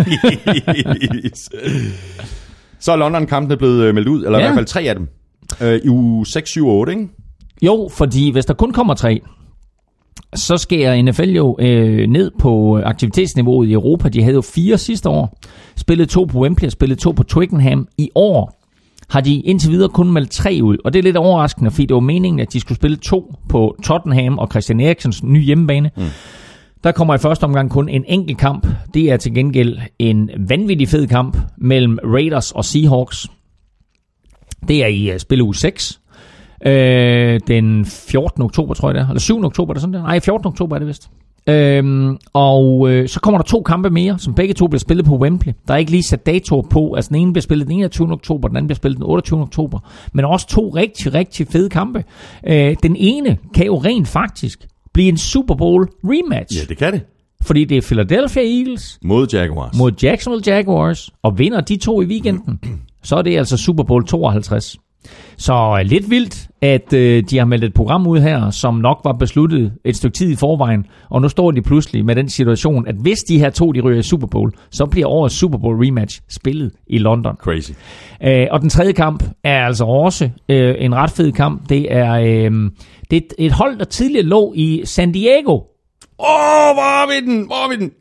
Så er London-kampene blevet uh, meldt ud, eller ja. I hvert fald tre af dem. Uh, I uge seks, syv og otte, ikke? Jo, fordi hvis der kun kommer tre, så skærer N F L jo øh, ned på aktivitetsniveauet i Europa. De havde jo fire sidste år. Spillet to på Wembley og spillet to på Twickenham. I år har de indtil videre kun meldt tre ud. Og det er lidt overraskende, fordi det var meningen, at de skulle spille to på Tottenham og Christian Eriksens nye hjemmebane. Mm. Der kommer i første omgang kun en enkelt kamp. Det er til gengæld en vanvittig fed kamp mellem Raiders og Seahawks. Det er i uh, spilleuge seks. Øh, den fjortende oktober, tror jeg det er. Eller syvende oktober, er det sådan der? Nej, fjortende oktober er det vist. Øhm, og øh, så kommer der to kampe mere, som begge to bliver spillet på Wembley. Der er ikke lige sat datoer på. Altså den ene bliver spillet den enogtyvende oktober, den anden bliver spillet den otteogtyvende oktober. Men også to rigtig, rigtig fede kampe. Øh, den ene kan jo rent faktisk blive en Super Bowl rematch. Ja, det kan det. Fordi det er Philadelphia Eagles mod Jaguars. Mod Jacksonville Jaguars. Og vinder de to i weekenden, så er det altså Super Bowl tooghalvtreds. Så lidt vildt, at øh, de har meldt et program ud her, som nok var besluttet et stykke tid i forvejen, og nu står de pludselig med den situation, at hvis de her to de ryger i Super Bowl, så bliver årets Super Bowl rematch spillet i London. Crazy. Øh, og den tredje kamp er altså også øh, en ret fed kamp. Det er, øh, det er et, et hold, der tidligere lå i San Diego. Åh, oh, hvor er vi den? Hvor er vi den?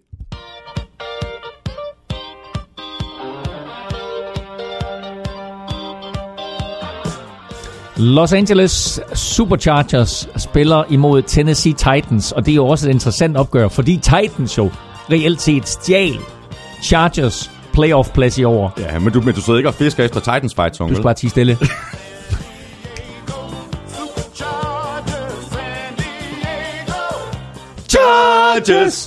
Los Angeles Superchargers spiller imod Tennessee Titans, og det er jo også et interessant opgør, fordi Titans jo reelt set stjal Chargers playoff-plads i år. Ja, men du, men du sidder ikke og fisker efter Titans fight song, du skal bare tie stille. Chargers!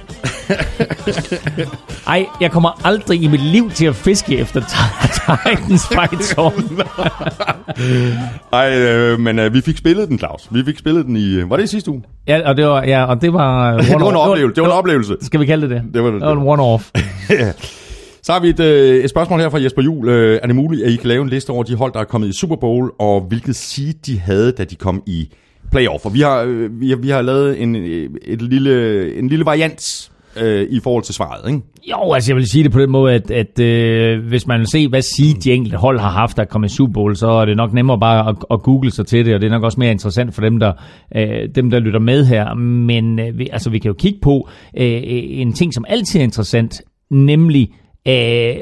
Ej, jeg kommer aldrig i mit liv til at fiske efter Titans fight song. Ej, øh, men øh, vi fik spillet den, Claus. Vi fik spillet den i... Var det i sidste uge? Ja, og det var, ja, og det var... det var en oplevelse. Det var en oplevelse. Skal vi kalde det det? Det var, det, det var en one-off. Så har vi et, øh, et spørgsmål her fra Jesper Juhl. Øh, er det muligt, at I kan lave en liste over de hold, der er kommet i Super Bowl, og hvilket seed de havde, da de kom i playoff? Og vi har, øh, vi har, vi har lavet en, et lille, en lille variant øh, i forhold til svaret, ikke? Jo, altså jeg vil sige det på den måde, at, at øh, hvis man vil se, hvad seed de enkelte hold har haft, der kommer i Super Bowl, så er det nok nemmere bare at, at google sig til det, og det er nok også mere interessant for dem, der, øh, dem, der lytter med her. Men øh, vi, altså, vi kan jo kigge på øh, en ting, som altid er interessant, nemlig øh,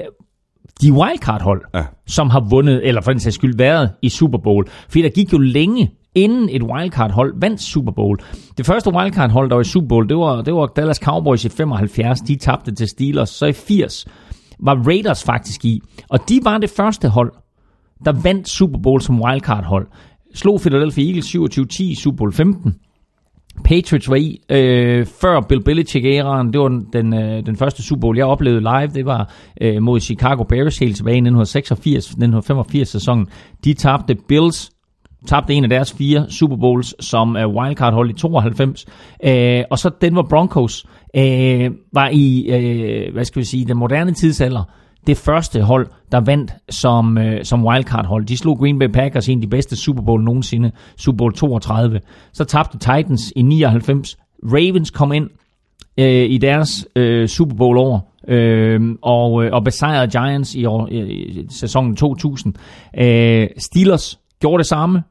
de wildcard-hold, ja. som har vundet, eller for den sags skyld været i Super Bowl. Fordi der gik jo længe, inden et wildcard-hold vandt Super Bowl. Det første wildcard-hold, der var i Super Bowl, det var, det var Dallas Cowboys i femoghalvfjerds. De tabte til Steelers. Så i firs var Raiders faktisk i. Og de var det første hold, der vandt Super Bowl som wildcard-hold. Slog Philadelphia Eagles syvogtyve ti i Super Bowl femten. Patriots var i øh, før Bill Belichick-æraen. Det var den, den, øh, den første Super Bowl, jeg oplevede live. Det var øh, mod Chicago Bears helt tilbage i nitten seksogfirs nitten femogfirs sæsonen. De tabte Bills. Tabte en af deres fire Super Bowls som uh, wildcard-hold i tooghalvfems. Uh, og så Denver Broncos uh, var i, uh, hvad skal vi sige, den moderne tidsalder, det første hold, der vandt som, uh, som wildcard-hold. De slog Green Bay Packers i en af de bedste Super Bowl nogensinde, Super Bowl toogtredive. Så tabte Titans i nioghalvfems. Ravens kom ind uh, i deres uh, Super Bowl år, uh, og, uh, og besejrede Giants i, år, i sæsonen to tusind. Uh, Steelers gjorde det samme.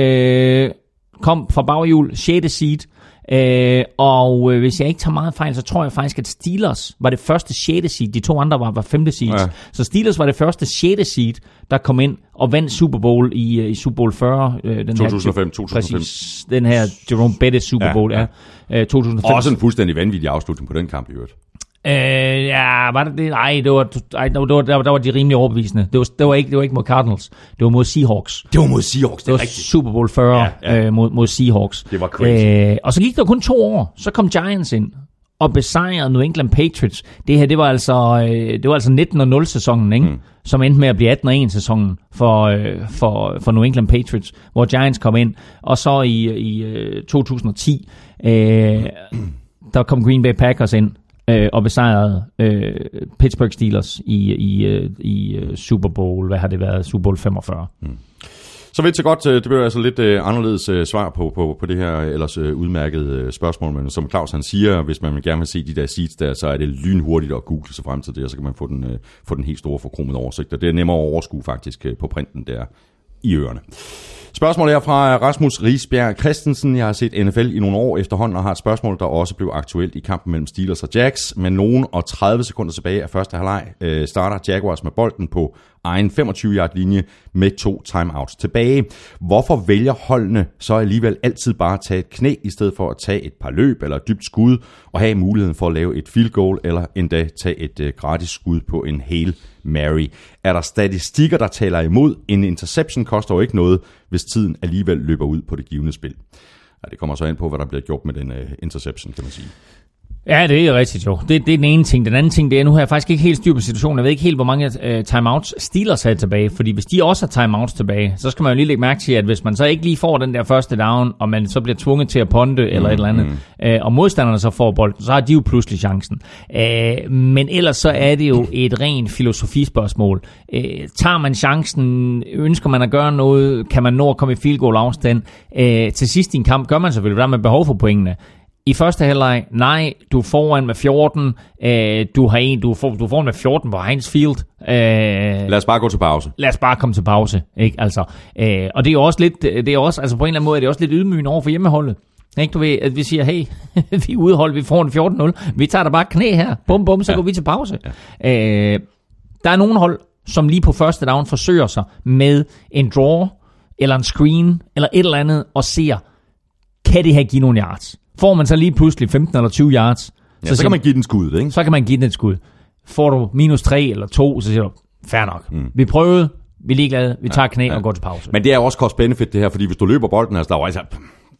Øh, kom fra baghjul, sjette seed, øh, og øh, hvis jeg ikke tager meget fejl, så tror jeg faktisk, at Steelers var det første sjette seed, de to andre var, var femte seed. Ja. Så Steelers var det første sjette seed, der kom ind og vandt Super Bowl i, i Super Bowl fyrre. Øh, den to tusind og fem, her, to tusind og fem. Præcis, den her Jerome Bettis Super Bowl, ja. ja. Øh, to tusind og fem. Også en fuldstændig vanvittig afslutning på den kamp i øvrigt. Øh, ja, var det det? Nej, det var, ej, der, var, der, der var de rimelig overbevisende. Det var, det, var ikke, det var ikke mod Cardinals. Det var mod Seahawks. Det var mod Seahawks, det, det var rigtigt. Super Bowl fyrre ja, ja. Øh, mod, mod Seahawks. Det var crazy. Øh, og så gik der kun to år. Så kom Giants ind og besejrede New England Patriots. Det her, det var altså, øh, det var altså nitten og nul sæsonen, ikke? Mm. Som endte med at blive atten og en sæsonen for, øh, for, for New England Patriots, hvor Giants kom ind. Og så i, i øh, to tusind og ti, øh, der kom Green Bay Packers ind og besejrede øh, Pittsburgh Steelers i, i, i Super Bowl, hvad har det været, Super Bowl femogfyrre. Mm. Så vidt så godt, det bliver altså lidt øh, anderledes øh, svar på, på, på det her ellers øh, udmærkede øh, spørgsmål, men som Claus han siger, hvis man gerne vil se de der seeds der, så er det lynhurtigt at google sig frem til det, og så kan man få den, øh, få den helt store forkromede oversigt, og det er nemmere at overskue faktisk øh, på printen der i ørerne. Spørgsmål er fra Rasmus Risbjerg Christensen. Jeg har set N F L i nogle år efterhånden og har et spørgsmål, der også blev aktuelt i kampen mellem Steelers og Jags. Med nogen og tredive sekunder tilbage af første halvleg øh, starter Jaguars med bolden på egen femogtyve-yard linje med to timeouts tilbage. Hvorfor vælger holdene så alligevel altid bare at tage et knæ, i stedet for at tage et par løb eller et dybt skud og have muligheden for at lave et field goal eller endda tage et øh, gratis skud på en Hail Mary? Er der statistikker, der taler imod? En interception koster jo ikke noget, hvis tiden alligevel løber ud på det givne spil. Ja, det kommer så ind på, hvad der bliver gjort med den uh, interception, kan man sige. Ja, det er rigtigt jo. Det, det er den ene ting. Den anden ting, det er, nu har jeg faktisk ikke helt styr på situationen. Jeg ved ikke helt, hvor mange uh, timeouts Steelers havde tilbage. Fordi hvis de også har timeouts tilbage, så skal man jo lige lægge mærke til, at hvis man så ikke lige får den der første down, og man så bliver tvunget til at ponte eller mm, et eller andet, mm. uh, og modstanderne så får bolden, så har de jo pludselig chancen. Uh, men ellers så er det jo et rent filosofispørgsmål. Uh, tager man chancen? Ønsker man at gøre noget? Kan man nå at komme i field goal afstand? Uh, til sidst i en kamp gør man selvfølgelig, der er man behov for pointene. I første halvleg, nej, du er foran med fjorten, øh, du har en, du er, for, du er foran med fjorten på Heinz Field. Øh, lad os bare gå til pause. Lad os bare komme til pause, ikke? Altså, øh, og det er jo også lidt, det er også, altså på en eller anden måde er det også lidt ydmygende over for hjemmeholdet. Ikke, du ved, at vi siger, hey, vi er udholdt, vi får en fjorten nul, vi tager da bare knæ her, bum bum, så ja. går vi til pause. Ja. Øh, der er nogle hold, som lige på første down forsøger sig med en draw, eller en screen, eller et eller andet, og ser, kan det her give nogle yards? Får man så lige pludselig femten eller tyve yards, ja, så, så kan man give den skud, ikke? Så kan man give den et skud. Får du minus tre eller to, så siger du, fair nok. Mm. Vi prøvede, vi er ligeglade, vi tager knæ ja, ja. og går til pause. Men det er jo også cost-benefit det her, fordi hvis du løber bolden, altså, der er altså,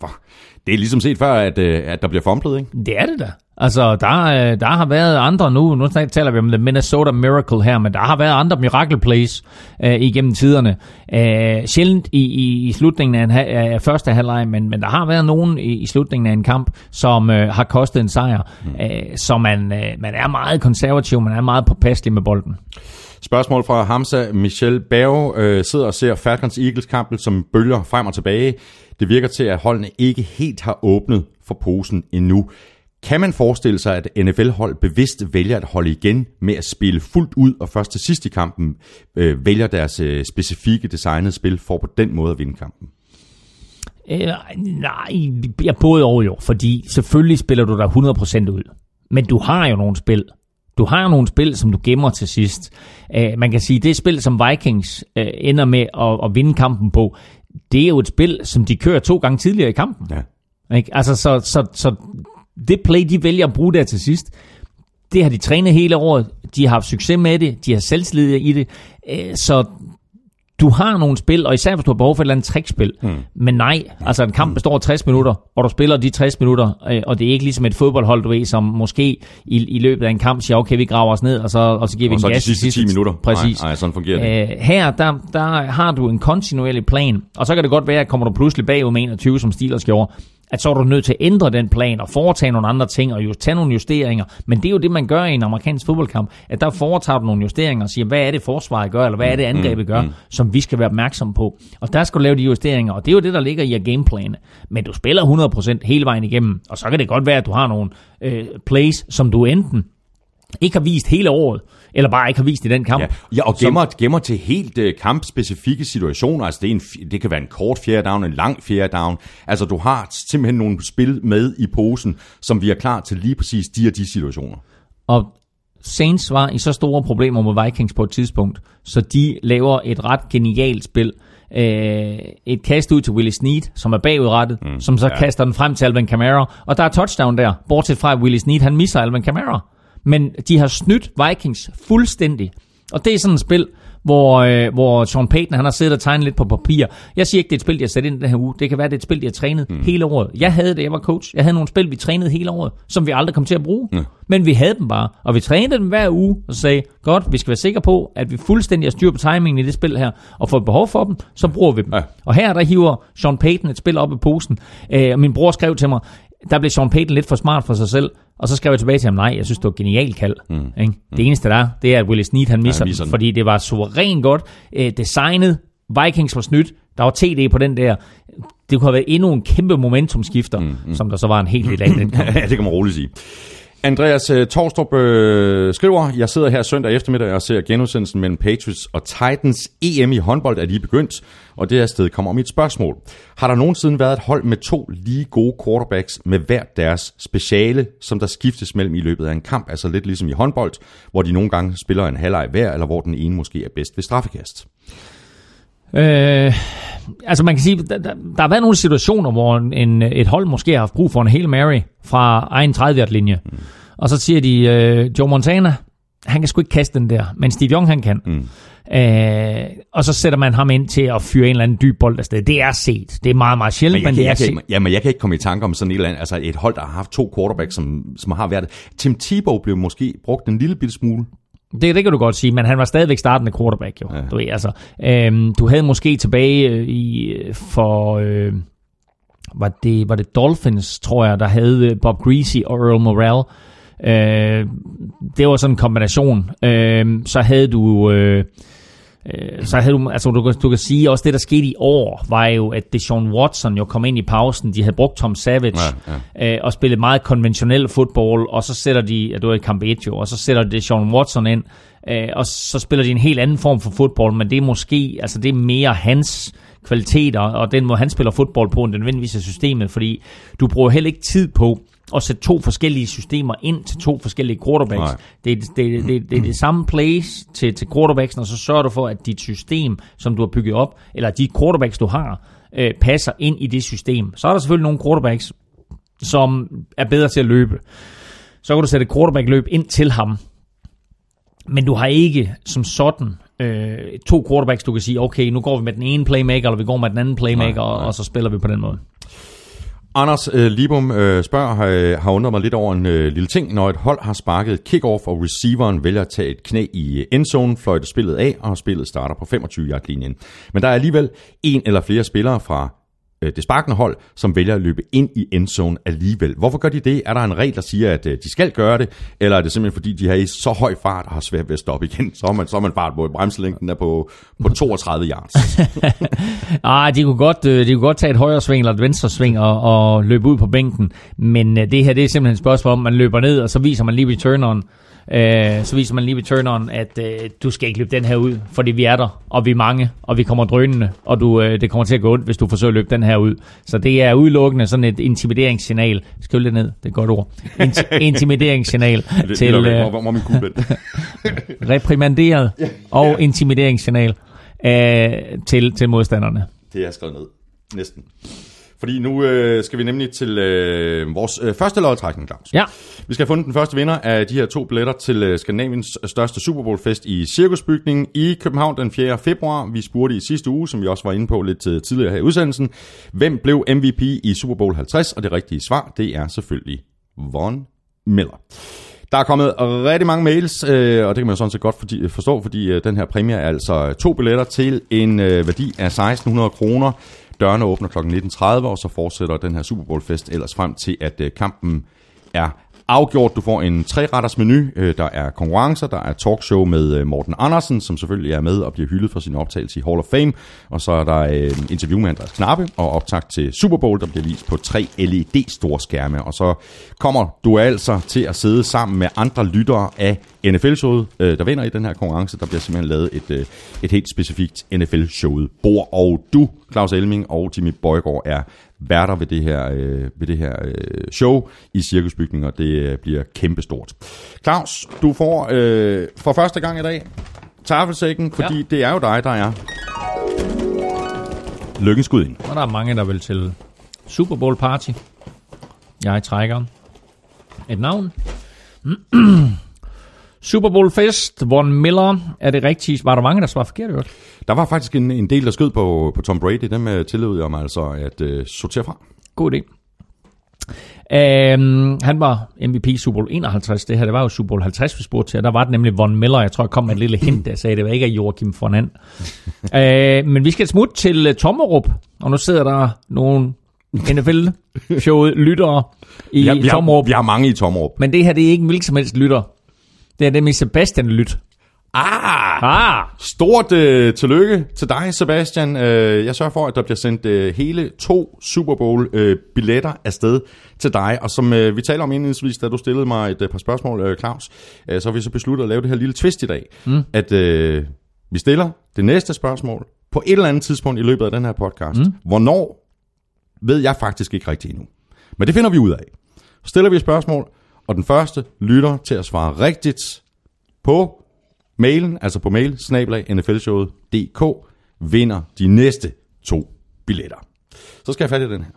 det er ligesom set før, at, at der bliver fumblet, ikke? Det er det da. Altså, der, der har været andre nu, nu taler vi om the Minnesota Miracle her, men der har været andre miracle plays øh, igennem tiderne. Øh, sjældent i, i, i slutningen af, en, af første halvleg, men, men der har været nogen i, i slutningen af en kamp, som øh, har kostet en sejr. Mm. Øh, så man, øh, man er meget konservativ, man er meget påpasselig med bolden. Spørgsmål fra Hamza Michel Berg øh, sidder og ser Falcons Eagles kampen som bølger frem og tilbage. Det virker til, at holdene ikke helt har åbnet for posen endnu. Kan man forestille sig, at N F L-hold bevidst vælger at holde igen med at spille fuldt ud, og først til sidst i kampen øh, vælger deres øh, specifikke designede spil for på den måde at vinde kampen? Øh, nej, jeg både over jo, fordi selvfølgelig spiller du der hundrede procent ud. Men du har jo nogle spil. Du har jo nogle spil, som du gemmer til sidst. Uh, man kan sige, det spil, som Vikings uh, ender med at, at vinde kampen på, det er jo et spil, som de kører to gange tidligere i kampen. Ja. Ikke? Altså, så, så, så det play, de vælger at bruge der til sidst, det har de trænet hele året. De har haft succes med det. De har selvslid i det. Uh, så du har nogle spil, og især hvis du har behov for et eller andet trickspil. Hmm. Men nej, altså en kamp består af tres minutter, og du spiller de tres minutter, og det er ikke ligesom et fodboldhold, du ved, som måske i, i løbet af en kamp siger, okay, vi graver os ned, og så, og så giver vi en gas. Og så de sidste ti minutter. Præcis. Nej, nej, sådan fungerer det. Æh, her, der, der har du en kontinuerlig plan, og så kan det godt være, at kommer du pludselig bagud med enogtyve, som Steelers gjorde, at så er du nødt til at ændre den plan og foretage nogle andre ting og just tage nogle justeringer. Men det er jo det, man gør i en amerikansk fodboldkamp, at der foretager du nogle justeringer og siger, hvad er det forsvaret gør, eller hvad er det angrebet gør, mm, mm. som vi skal være opmærksom på. Og der skal du lave de justeringer, og det er jo det, der ligger i at gameplane. Men du spiller hundrede procent hele vejen igennem, og så kan det godt være, at du har nogle øh, plays, som du enten ikke har vist hele året, eller bare ikke har vist i den kamp. Ja, ja og gemmer, som, gemmer til helt uh, kampspecifikke situationer. Altså det, er en, det kan være en kort fjerde down, en lang fjerde down. Altså du har simpelthen nogle spil med i posen, som vi er klar til lige præcis de og de situationer. Og Saints var i så store problemer med Vikings på et tidspunkt, så de laver et ret genialt spil. Øh, et kast ud til Willie Snead, som er bagudrettet, mm, som så ja. kaster den frem til Alvin Kamara, og der er touchdown der, bortset fra Willie Snead, han misser Alvin Kamara. Men de har snydt Vikings fuldstændig. Og det er sådan et spil, hvor, øh, hvor Sean Payton han har siddet og tegnet lidt på papir. Jeg siger ikke, det er et spil, de har sat ind den her uge. Det kan være, det er et spil, de har trænet mm. hele året. Jeg havde det, jeg var coach. Jeg havde nogle spil, vi trænede hele året, som vi aldrig kom til at bruge. Mm. Men vi havde dem bare. Og vi trænede dem hver uge og sagde, godt, vi skal være sikre på, at vi fuldstændig har styr på timingen i det spil her. Og får et behov for dem, så bruger vi dem. Ja. Og her der hiver Sean Payton et spil op i posen. Øh, og min bror skrev til mig, der blev Sean Payton lidt for smart for sig selv. Og så skrev jeg tilbage til ham, nej, jeg synes, det var genialt kald. Mm. Ikke? Det eneste der er, det er, at Willie Snead, han misser, ja, den, fordi det var suverænt godt øh, designet. Vikings var snydt. Der var T D på den der. Det kunne have været endnu en kæmpe momentumskifter, mm, mm. som der så var en helt del af den kamp. Ja, det kan man roligt sige. Andreas uh, Torstrup øh, skriver, jeg sidder her søndag eftermiddag og ser genudsendelsen mellem Patriots og Titans. E M i håndbold er lige begyndt, og det her sted kommer mit spørgsmål. Har der nogensinde været et hold med to lige gode quarterbacks med hver deres speciale, som der skiftes mellem i løbet af en kamp? Altså lidt ligesom i håndbold, hvor de nogle gange spiller en halvleg hver, eller hvor den ene måske er bedst ved straffekast. Øh, altså man kan sige, der, der, der har været nogle situationer, hvor en, et hold måske har haft brug for en Hail Mary fra egen tredive-yard-linje. Mm. Og så siger de, øh, Joe Montana, han kan sgu ikke kaste den der, men Steve Young, han kan. Mm. Øh, og så sætter man ham ind til at fyre en eller anden dyb bold afsted. Det er set. Det er meget, meget sjældent, men, men det er set. Ja, men jeg kan ikke komme i tanke om sådan et eller andet, altså et hold, der har haft to quarterbacks, som, som har været det. Tim Tebow blev måske brugt en lille bitte smule. Det, det kan du godt sige, men han var stadigvæk startende quarterback, jo. Ja. Du ved, altså, øhm, du havde måske tilbage i for øh, var det var det Dolphins, tror jeg, der havde Bob Greasy og Earl Morrell. Øh, det var sådan en kombination. Øh, så havde du øh, så havde du, altså du, du kan sige, også det der skete i år, var jo, at Deshaun Watson jo kom ind i pausen, de havde brugt Tom Savage, ja, ja. Øh, og spillet meget konventionel fodbold, og så sætter de, ja, det var i kamp et jo, og så sætter Deshaun Watson ind, øh, og så spiller de en helt anden form for fodbold, men det er måske, altså det er mere hans kvaliteter, og den måde han spiller fodbold på, end den nødvendigvis er systemet, fordi du bruger heller ikke tid på og sætte to forskellige systemer ind til to forskellige quarterbacks. Det er det, det, det, det, det samme plays til, til quarterbacksen, og så sørger du for, at dit system, som du har bygget op, eller de quarterbacks, du har, øh, passer ind i det system. Så er der selvfølgelig nogle quarterbacks, som er bedre til at løbe. Så kan du sætte et quarterback-løb ind til ham. Men du har ikke som sådan øh, to quarterbacks, du kan sige, okay, nu går vi med den ene playmaker, eller vi går med den anden playmaker, nej, nej. Og, og så spiller vi på den måde. Anders øh, Libum øh, spørger, har, har undret mig lidt over en øh, lille ting. Når et hold har sparket kick-off, og receiveren vælger at tage et knæ i endzone, fløjter spillet af, og spillet starter på femogtyve-yard-linjen. Men der er alligevel en eller flere spillere fra det sparkende hold, som vælger at løbe ind i endzone alligevel. Hvorfor gør de det? Er der en regel, der siger, at de skal gøre det, eller er det simpelthen fordi, de har i så høj fart og har svært ved at stoppe igen? Så er man, så er man fart på bremselængden er på, på toogtredive yards. ah, de kunne godt, de kunne godt tage et højre sving eller et venstre sving og, og løbe ud på bænken, men det her det er simpelthen et spørgsmål om, man løber ned, og så viser man lige returneren, øh, så viser man lige returneren, at øh, du skal ikke løbe den her ud, fordi vi er der, og vi er mange, og vi kommer drønende, og du, øh, det kommer til at gå ondt, hvis du forsøger at løbe den her ud. Så det er udelukkende sådan et intimideringssignal. Skriv det ned, det er et godt ord. Int- intimideringssignal det, til det hvor, hvor, hvor min kugel reprimanderet og intimideringssignal øh, til, til modstanderne. Det er jeg skrevet ned. Næsten. Fordi nu øh, skal vi nemlig til øh, vores øh, første lodtrækning, Claus. Ja. Vi skal have fundet den første vinder af de her to billetter til øh, Skandinaviens største Super Bowl-fest i Cirkusbygningen i København den fjerde februar. Vi spurgte i sidste uge, som vi også var inde på lidt tidligere her i udsendelsen, hvem blev M V P i Super Bowl halvtreds, og det rigtige svar, det er selvfølgelig Von Miller. Der er kommet rigtig mange mails, øh, og det kan man jo sådan set godt fordi, forstå, fordi øh, den her præmie er altså to billetter til en øh, værdi af seksten hundrede kroner. Dørene åbner klokken nitten tredive, og så fortsætter den her Super Bowl-fest ellers frem til, at øh, kampen er afgjort. Du får en tre-retters menu, øh, der er konkurrencer, der er talkshow med øh, Morten Andersen, som selvfølgelig er med og bliver hyldet for sin optagelse i Hall of Fame, og så er der øh, interview med Andreas Knappe og optakt til Super Bowl, der bliver vist på tre L E D-store skærme, og så kommer du altså til at sidde sammen med andre lyttere af N F L-showet, øh, der vinder i den her konkurrence. Der bliver simpelthen lavet et, øh, et helt specifikt N F L-showet bord, og du, Claus Elming og Jimmy Bøjgaard, er værter ved det her, øh, ved det her øh, show i Cirkusbygningen, og det øh, bliver kæmpestort. Claus, du får øh, for første gang i dag tafelsækken, fordi ja. Det er jo dig, der er lykkens skud ind. Og der er mange, der vil til Super Bowl party. Jeg trækker et navn. Super Bowl fest, Von Miller er det rigtige. Var der mange, der svarede forkert? Godt? Der var faktisk en, en del, der skød på, på Tom Brady. Dem uh, tillod jeg mig altså at uh, sortere fra. God idé. Um, han var M V P Super Bowl enoghalvtreds. Det her, det var jo Super Bowl halvtreds, vi spurgte til. Der var det nemlig Von Miller. Jeg tror, jeg kom med et lille hint, der sagde, det var ikke af Joachim von And. uh, men vi skal smutte til uh, Tommerup. Og nu sidder der nogle N F L-showet lyttere i ja, vi Tommerup. Har, vi har mange i Tommerup. Men det her, det er ikke en hvilken som helst lytter. Det er det med Sebastian Lyt. Ah! ah! Stort øh, tillykke til dig, Sebastian. Øh, jeg sørger for, at der bliver sendt øh, hele to Super Bowl-billetter øh, afsted til dig. Og som øh, vi taler om indledningsvis, da du stillede mig et øh, par spørgsmål, øh, Claus, øh, så har vi så besluttet at lave det her lille twist i dag. Mm. At øh, vi stiller det næste spørgsmål på et eller andet tidspunkt i løbet af den her podcast. Mm. Hvornår, ved jeg faktisk ikke rigtigt endnu. Men det finder vi ud af. Så stiller vi et spørgsmål, og den første lytter til at svare rigtigt på mailen, altså på mail, snabel-a n f l showet punktum d k, vinder de næste to billetter. Så skal jeg fat i den her.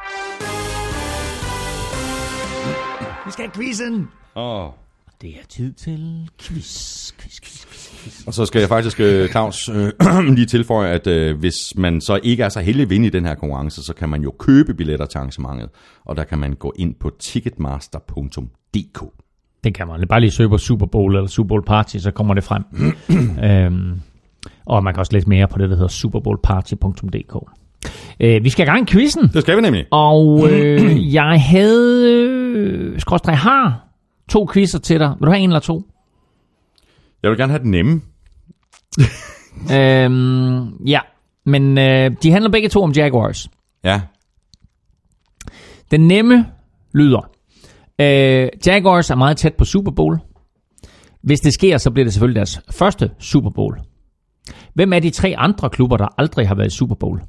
Vi skal have quizzen! Åh. Det er tid til quiz, quiz, quiz, quiz. Og så skal jeg faktisk, Claus, øh, lige tilføje, at øh, hvis man så ikke er så heldig at vinde i den her konkurrence, så kan man jo købe billetter til arrangementet, og der kan man gå ind på ticketmaster punktum d k. Det kan man. Bare lige søge på Super Bowl eller Super Bowl Party, så kommer det frem. øhm, og man kan også læse mere på det, der hedder super bowl party punktum d k. Øh, vi skal i gang i quizzen. Det skal vi nemlig. Og øh, jeg havde, øh, skråstreg har, to quizzer til dig. Vil du have en eller to? Jeg vil gerne have den nemme. øhm, ja, men øh, de handler begge to om Jaguars. Ja. Den nemme lyder: øh, Jaguars er meget tæt på Super Bowl. Hvis det sker, så bliver det selvfølgelig deres første Super Bowl. Hvem er de tre andre klubber, der aldrig har været i Super Bowl?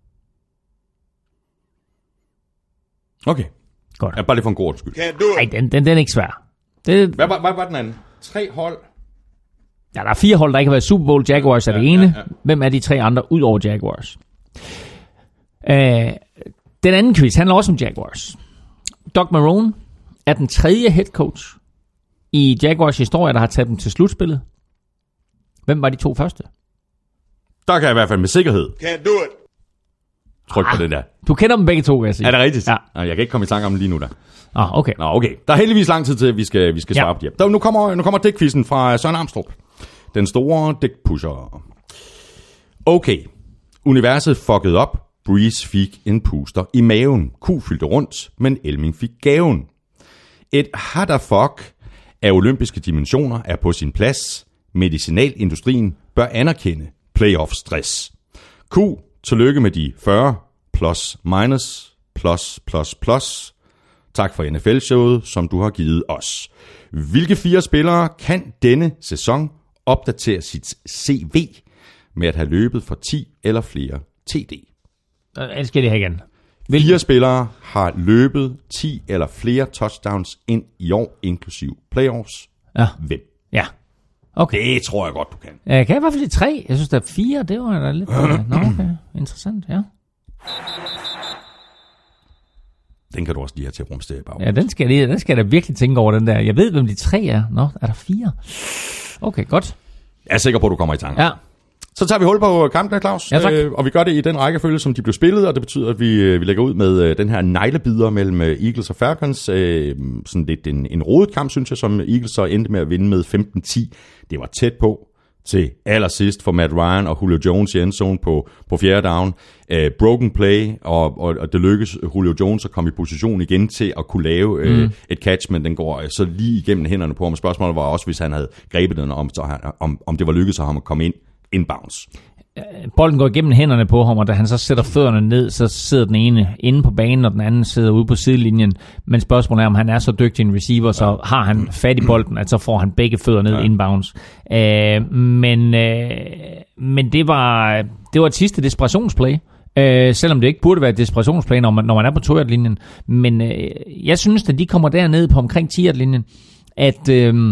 Okay. Godt. Ja, bare lige for en god skyld. Nej, den, den, den er ikke svær. Det, hvad, hvad, hvad var den anden? Tre hold? Ja, der er fire hold, der ikke har været i Super Bowl. Jaguars er det ja, ene. Ja, ja. Hvem er de tre andre ud over Jaguars? Uh, den anden quiz handler også om Jaguars. Doug Marrone er den tredje head coach i Jaguars historie, der har taget dem til slutspillet. Hvem var de to første? Der kan jeg i hvert fald med sikkerhed. Can't do it. Tryk ah, på det der. Du kender dem begge to, vil jeg sige. Er det rigtigt? Ja. Jeg kan ikke komme i tanke om dem lige nu der. Ah, okay. Nå, okay. Der er heldigvis lang tid til, at vi skal, vi skal svare ja. på det. Der, nu kommer, nu kommer dækquizzen fra Søren Amstrup. Den store dækpusher. Okay. Universet fucked op Breeze fik en puster i maven. Q fyldte rundt, men Elming fik gaven. Et hadderfuck af olympiske dimensioner er på sin plads. Medicinalindustrien bør anerkende playoff-stress. Q, tillykke med de fyrre plus minus plus plus plus. Tak for N F L-showet, som du har givet os. Hvilke fire spillere kan denne sæson opdatere sit C V med at have løbet for ti eller flere T D? Jeg skal det her igen. Hvilke? Fire spillere har løbet ti eller flere touchdowns ind i år, inklusiv playoffs. Ja. Hvem? Ja. Okay. Det tror jeg godt, du kan. Jeg kan i hvert fald tre. Jeg synes, der er fire. Det var da lidt... Nå, okay. Interessant, ja. Den kan du også lige have til at rumstere i baggrunden. Ja, den skal, jeg, den skal jeg da virkelig tænke over, den der. Jeg ved, hvem de tre er. Nå, er der fire? Okay, godt. Jeg er sikker på, at du kommer i tanke. Ja. Så tager vi hul på kampene, Claus. Ja, tak. Øh, og vi gør det i den rækkefølge, som de blev spillet, og det betyder, at vi, vi lægger ud med øh, den her neglebider mellem øh, Eagles og Falcons. Øh, sådan lidt en, en rodet kamp, synes jeg, som Eagles så endte med at vinde med femten ti. Det var tæt på til allersidst for Matt Ryan og Julio Jones i endzone på, på fjerde down. Øh, broken play, og, og, og det lykkes Julio Jones at komme i position igen til at kunne lave øh, mm. et catch, men den går så lige igennem hænderne på ham. Spørgsmålet var også, hvis han havde grebet den, om, så, om, om det var lykkedes ham at komme ind inbounds. Bolden går igennem hænderne på ham, og da han så sætter fødderne ned, så sidder den ene inde på banen, og den anden sidder ude på sidelinjen. Men spørgsmålet er, om han er så dygtig en receiver, så har han fat i bolden, at så får han begge fødder ned ja. inbounds. Øh, men øh, men det var det var et sidste desperationsplay, øh, selvom det ikke burde være et desperationsplay, når man, når man er på to-yard-linjen. Men øh, jeg synes, at de kommer derned på omkring ti-yard-linjen, at... Øh,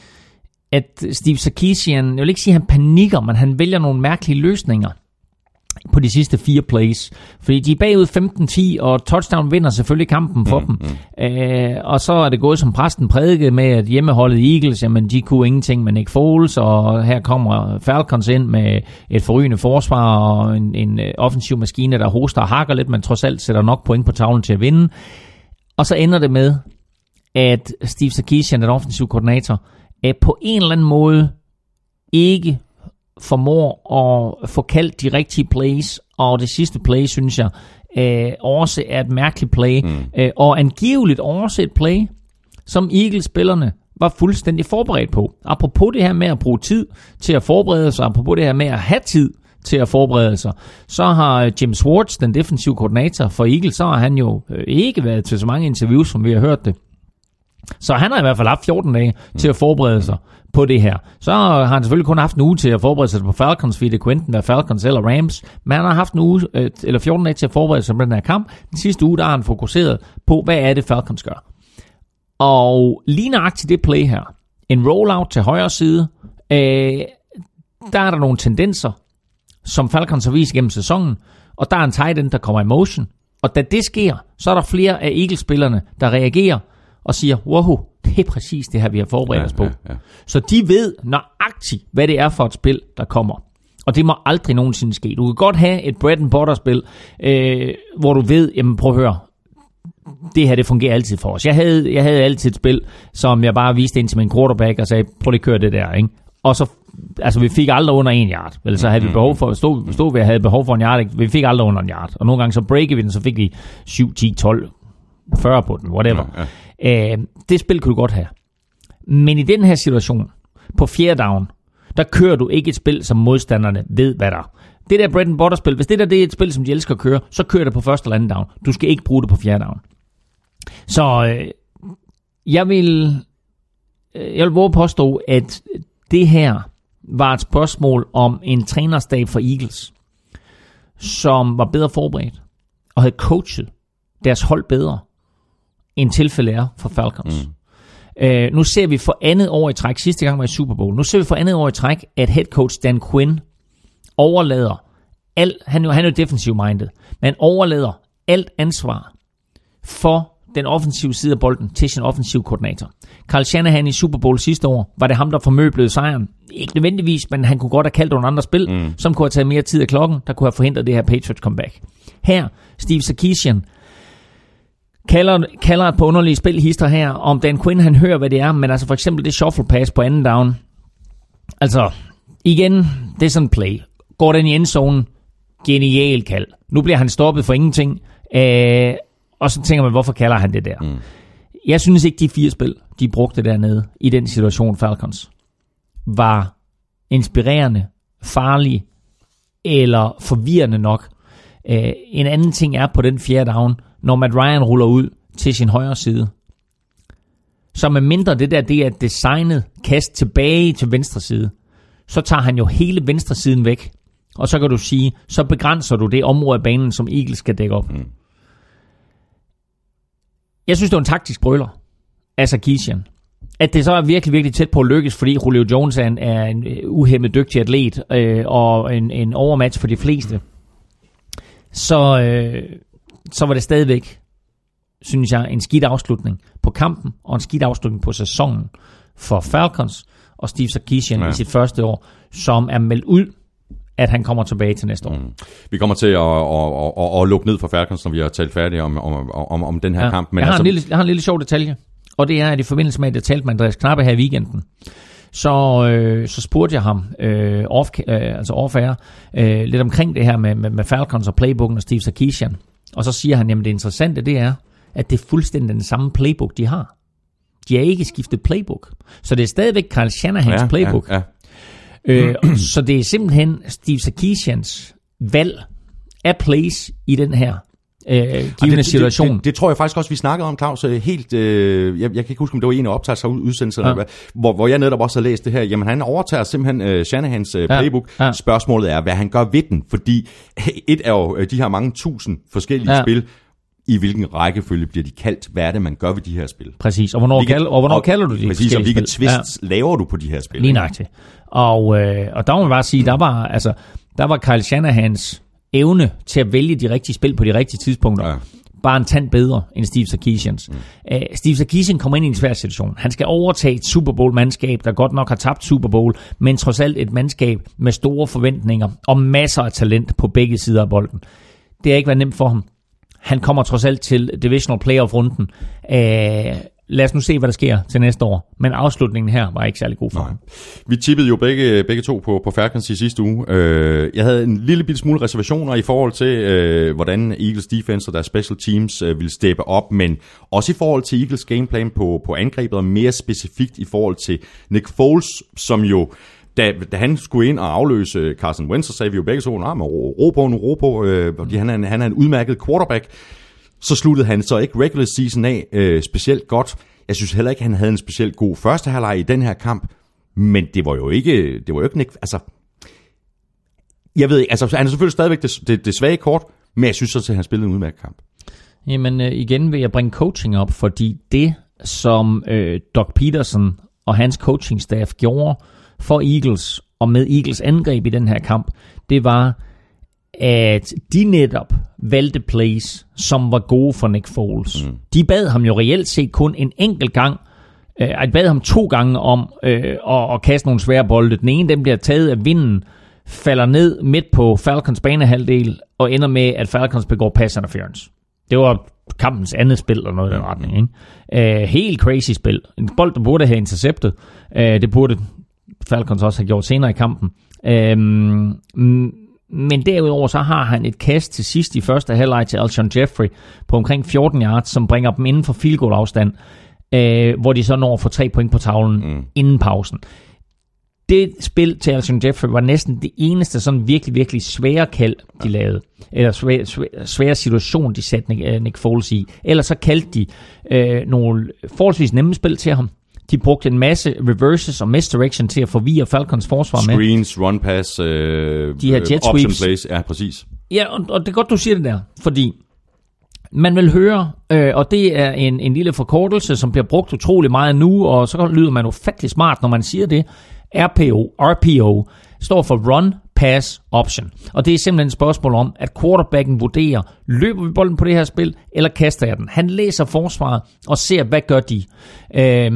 at Steve Sarkisian, jeg vil ikke sige, at han panikker, men han vælger nogle mærkelige løsninger på de sidste fire plays. Fordi de er bagud femten ti, og touchdown vinder selvfølgelig kampen for mm, dem. Mm. Øh, og så er det gået, som præsten prædikede med, at hjemmeholdet Eagles, jamen de kunne ingenting med Nick Foles, og her kommer Falcons ind med et forrygende forsvar og en, en offensiv maskine, der hoster og hakker lidt, men trods alt sætter nok point på tavlen til at vinde. Og så ender det med, at Steve Sarkisian, den offensive koordinator, på en eller anden måde ikke formår at få kaldt de rigtige plays, og det sidste play, synes jeg, øh, også er et mærkeligt play, mm. øh, og angiveligt også et play, som Eagles-spillerne var fuldstændig forberedt på. Apropos det her med at bruge tid til at forberede sig, apropos det her med at have tid til at forberede sig, så har Jim Schwartz, den defensive koordinator for Eagles, så har han jo ikke været til så mange interviews, som vi har hørt det. Så han har i hvert fald haft fjorten dage til at forberede sig på det her. Så har han selvfølgelig kun haft en uge til at forberede sig på Falcons, fordi det kunne enten være Falcons eller Rams, men han har haft en uge, eller fjorten dage til at forberede sig på den her kamp. Den sidste uge, der har han fokuseret på, hvad er det Falcons gør. Og lige nøjagtigt det play her, en rollout til højre side, øh, der er der nogle tendenser, som Falcons har vist gennem sæsonen, og der er en tight end, der kommer i motion, og da det sker, så er der flere af Eagles-spillerne, der reagerer, og siger, wow, det er præcis det her, vi har forberedt ja, os på. Ja, ja. Så de ved nøjagtigt, hvad det er for et spil, der kommer. Og det må aldrig nogensinde ske. Du kan godt have et bread and butter spil, øh, hvor du ved, jamen prøv at høre, det her, det fungerer altid for os. Jeg havde, jeg havde altid et spil, som jeg bare viste ind til min quarterback og sagde, prøv lige at køre det der, ikke? Og så, altså vi fik aldrig under en yard. Vel, så havde vi behov for, stod, stod vi og havde behov for en yard, ikke? Vi fik aldrig under en yard. Og nogle gange så breakede vi den, så fik vi syv, ti, tolv, fyrre på den, whatever. Ja, ja. Øh, det spil kunne du godt have. Men i den her situation, på fjerde down, der kører du ikke et spil, som modstanderne ved, hvad der er. Det der bread and butter spil, hvis det der det er et spil, som de elsker at køre, så kører det på første eller anden down. Du skal ikke bruge det på fjerde down. Så øh, jeg vil øh, jeg vil våge påstå, at det her var et spørgsmål om en trænerstab for Eagles, som var bedre forberedt og havde coachet deres hold bedre, end tilfældet er for Falcons. Mm. Uh, nu ser vi for andet år i træk, sidste gang var i Super Bowl, nu ser vi for andet år i træk, at head coach Dan Quinn overlader alt, han, han er jo defensive minded, men overlader alt ansvar for den offensive side af bolden til sin offensive koordinator. Kyle Shanahan i Super Bowl sidste år, var det ham, der formøblede sejren? Ikke nødvendigvis, men han kunne godt have kaldt nogle andre spil, mm. som kunne have taget mere tid af klokken, der kunne have forhindret det her Patriots comeback. Her, Steve Sarkisian, kalder, kalder et på underlige spilhister her, om Dan Quinn, han hører, hvad det er, men altså for eksempel det shuffle pass på anden down. Altså, igen, det er sådan en play. Går den i endzonen, genial kald. Nu bliver han stoppet for ingenting. Øh, og så tænker man, hvorfor kalder han det der? Mm. Jeg synes ikke, de fire spil, de brugte dernede i den situation, Falcons, var inspirerende, farlige eller forvirrende nok. Øh, en anden ting er på den fjerde down, når Matt Ryan ruller ud til sin højre side. Så med mindre det der, det er designet kast tilbage til venstre side, så tager han jo hele venstre siden væk. Og så kan du sige, så begrænser du det område af banen, som Eagles skal dække op. Mm. Jeg synes, det var en taktisk brøler af Sarkisian. At det så er virkelig, virkelig tæt på at lykkes, fordi Julio Jones er en, er en uhæmmet dygtig atlet, øh, og en, en overmatch for de fleste. Så, øh, så var det stadigvæk, synes jeg, en skidt afslutning på kampen, og en skidt afslutning på sæsonen for Falcons og Steve Sarkisian ja. i sit første år, som er meldt ud, at han kommer tilbage til næste år. Mm. Vi kommer til at, at, at, at, at lukke ned for Falcons, når vi har talt færdigt om, om, om, om den her ja. kamp. Men jeg, har altså... en lille, jeg har en lille sjov detalje, og det er, at i forbindelse med, at jeg talte med Andreas Knappe her i weekenden, så, øh, så spurgte jeg ham øh, off, øh, altså off-air, øh, lidt omkring det her med, med, med Falcons og playbooken og Steve Sarkisian. Og så siger han, jamen det interessante det er, at det er fuldstændig den samme playbook, de har. De har ikke skiftet playbook. Så det er stadigvæk Kyle Shanahans ja, playbook. Ja, ja. Øh, så det er simpelthen Steve Sarkisians valg af plays i den her øh, givende det, situation. Det, det, det tror jeg faktisk også, vi snakkede om, Claus, helt, øh, jeg, jeg kan ikke huske, om det var en af optagelser af udsendelserne, ja. hvor, hvor jeg netop også har læst det her. Jamen han overtager simpelthen øh, Shanahans øh, playbook. Ja, ja. Spørgsmålet er, hvad han gør ved den, fordi et er jo de her mange tusind forskellige ja. spil, i hvilken rækkefølge bliver de kaldt, hvad er det, man gør ved de her spil. Præcis, og hvornår, kan, kalder, og hvornår og, kalder du de præcis, og hvilke twists ja. laver du på de her spil? Lige nøjagtigt. Og, øh, og der må man bare sige, der var, altså, der var Kyle Shanahans evne til at vælge de rigtige spil på de rigtige tidspunkter, ja. bare en tand bedre end Steve Sarkisians. Mm. Uh, Steve Sarkisian kommer ind i en svær situation. Han skal overtage et Super Bowl-mandskab, der godt nok har tabt Super Bowl, men trods alt et mandskab med store forventninger og masser af talent på begge sider af bolden. Det har ikke været nemt for ham. Han kommer trods alt til Divisional Playoff-runden. Uh, lad os nu se, hvad der sker til næste år. Men afslutningen her var ikke særlig god for Nej. ham. Vi tippede jo begge, begge to på, på Falcons i sidste uge. Uh, jeg havde en lille bitte smule reservationer i forhold til, uh, hvordan Eagles defense og deres special teams uh, ville steppe op, men også i forhold til Eagles gameplan på, på angrebet, og mere specifikt i forhold til Nick Foles, som jo... Da, da han skulle ind og afløse Carson Wentz, så sagde vi jo begge to, nej, men ro, ro på nu, ro på, øh, fordi han er, en, han er en udmærket quarterback. Så sluttede han så ikke regular season af øh, specielt godt. Jeg synes heller ikke, han havde en specielt god første halvleg i den her kamp, men det var jo ikke, det var jo ikke Nick, altså, jeg ved ikke, altså han er selvfølgelig stadigvæk det, det, det svage kort, men jeg synes så, at han spillede en udmærket kamp. Jamen øh, igen vil jeg bringe coaching op, fordi det, som øh, Doug Peterson og hans coachingstaff gjorde for Eagles, og med Eagles angreb i den her kamp, det var, at de netop valgte plays, som var gode for Nick Foles. Mm. De bad ham jo reelt set kun en enkelt gang, øh, de bad ham to gange om øh, at, at kaste nogle svære bolde. Den ene, den bliver taget af vinden, falder ned midt på Falcons banehalvdel, og ender med, at Falcons begår pass interference. Det var kampens andet spil, eller noget i den retning. Ikke? Øh, helt crazy spil. En bold, der burde have interceptet. Øh, det burde Falcons også har gjort senere i kampen. Øhm, men derudover så har han et kast til sidst i første halvleg til Alshon Jeffrey på omkring fjorten yards, som bringer dem inden for field goal afstand, øh, hvor de så når at få tre point på tavlen mm. inden pausen. Det spil til Alshon Jeffrey var næsten det eneste sådan virkelig, virkelig svære kald, de lavede. Eller svære, svære, svære situation, de satte Nick, Nick Foles i. Ellers så kaldte de øh, nogle forholdsvis nemme spil til ham. De brugte en masse reverses og misdirection til at forvirre Falcons forsvar med. Screens, run pass, øh, de her jet option sweeps. plays. Ja, præcis. Ja, og, og det er godt, du siger det der, fordi man vil høre, øh, og det er en, en lille forkortelse, som bliver brugt utrolig meget nu, og så lyder man ufattelig smart, når man siger det. R P O, R P O, står for Run Pass Option. Og det er simpelthen et spørgsmål om, at quarterbacken vurderer, løber vi bolden på det her spil, eller kaster jeg den? Han læser forsvaret og ser, hvad gør de? Øh,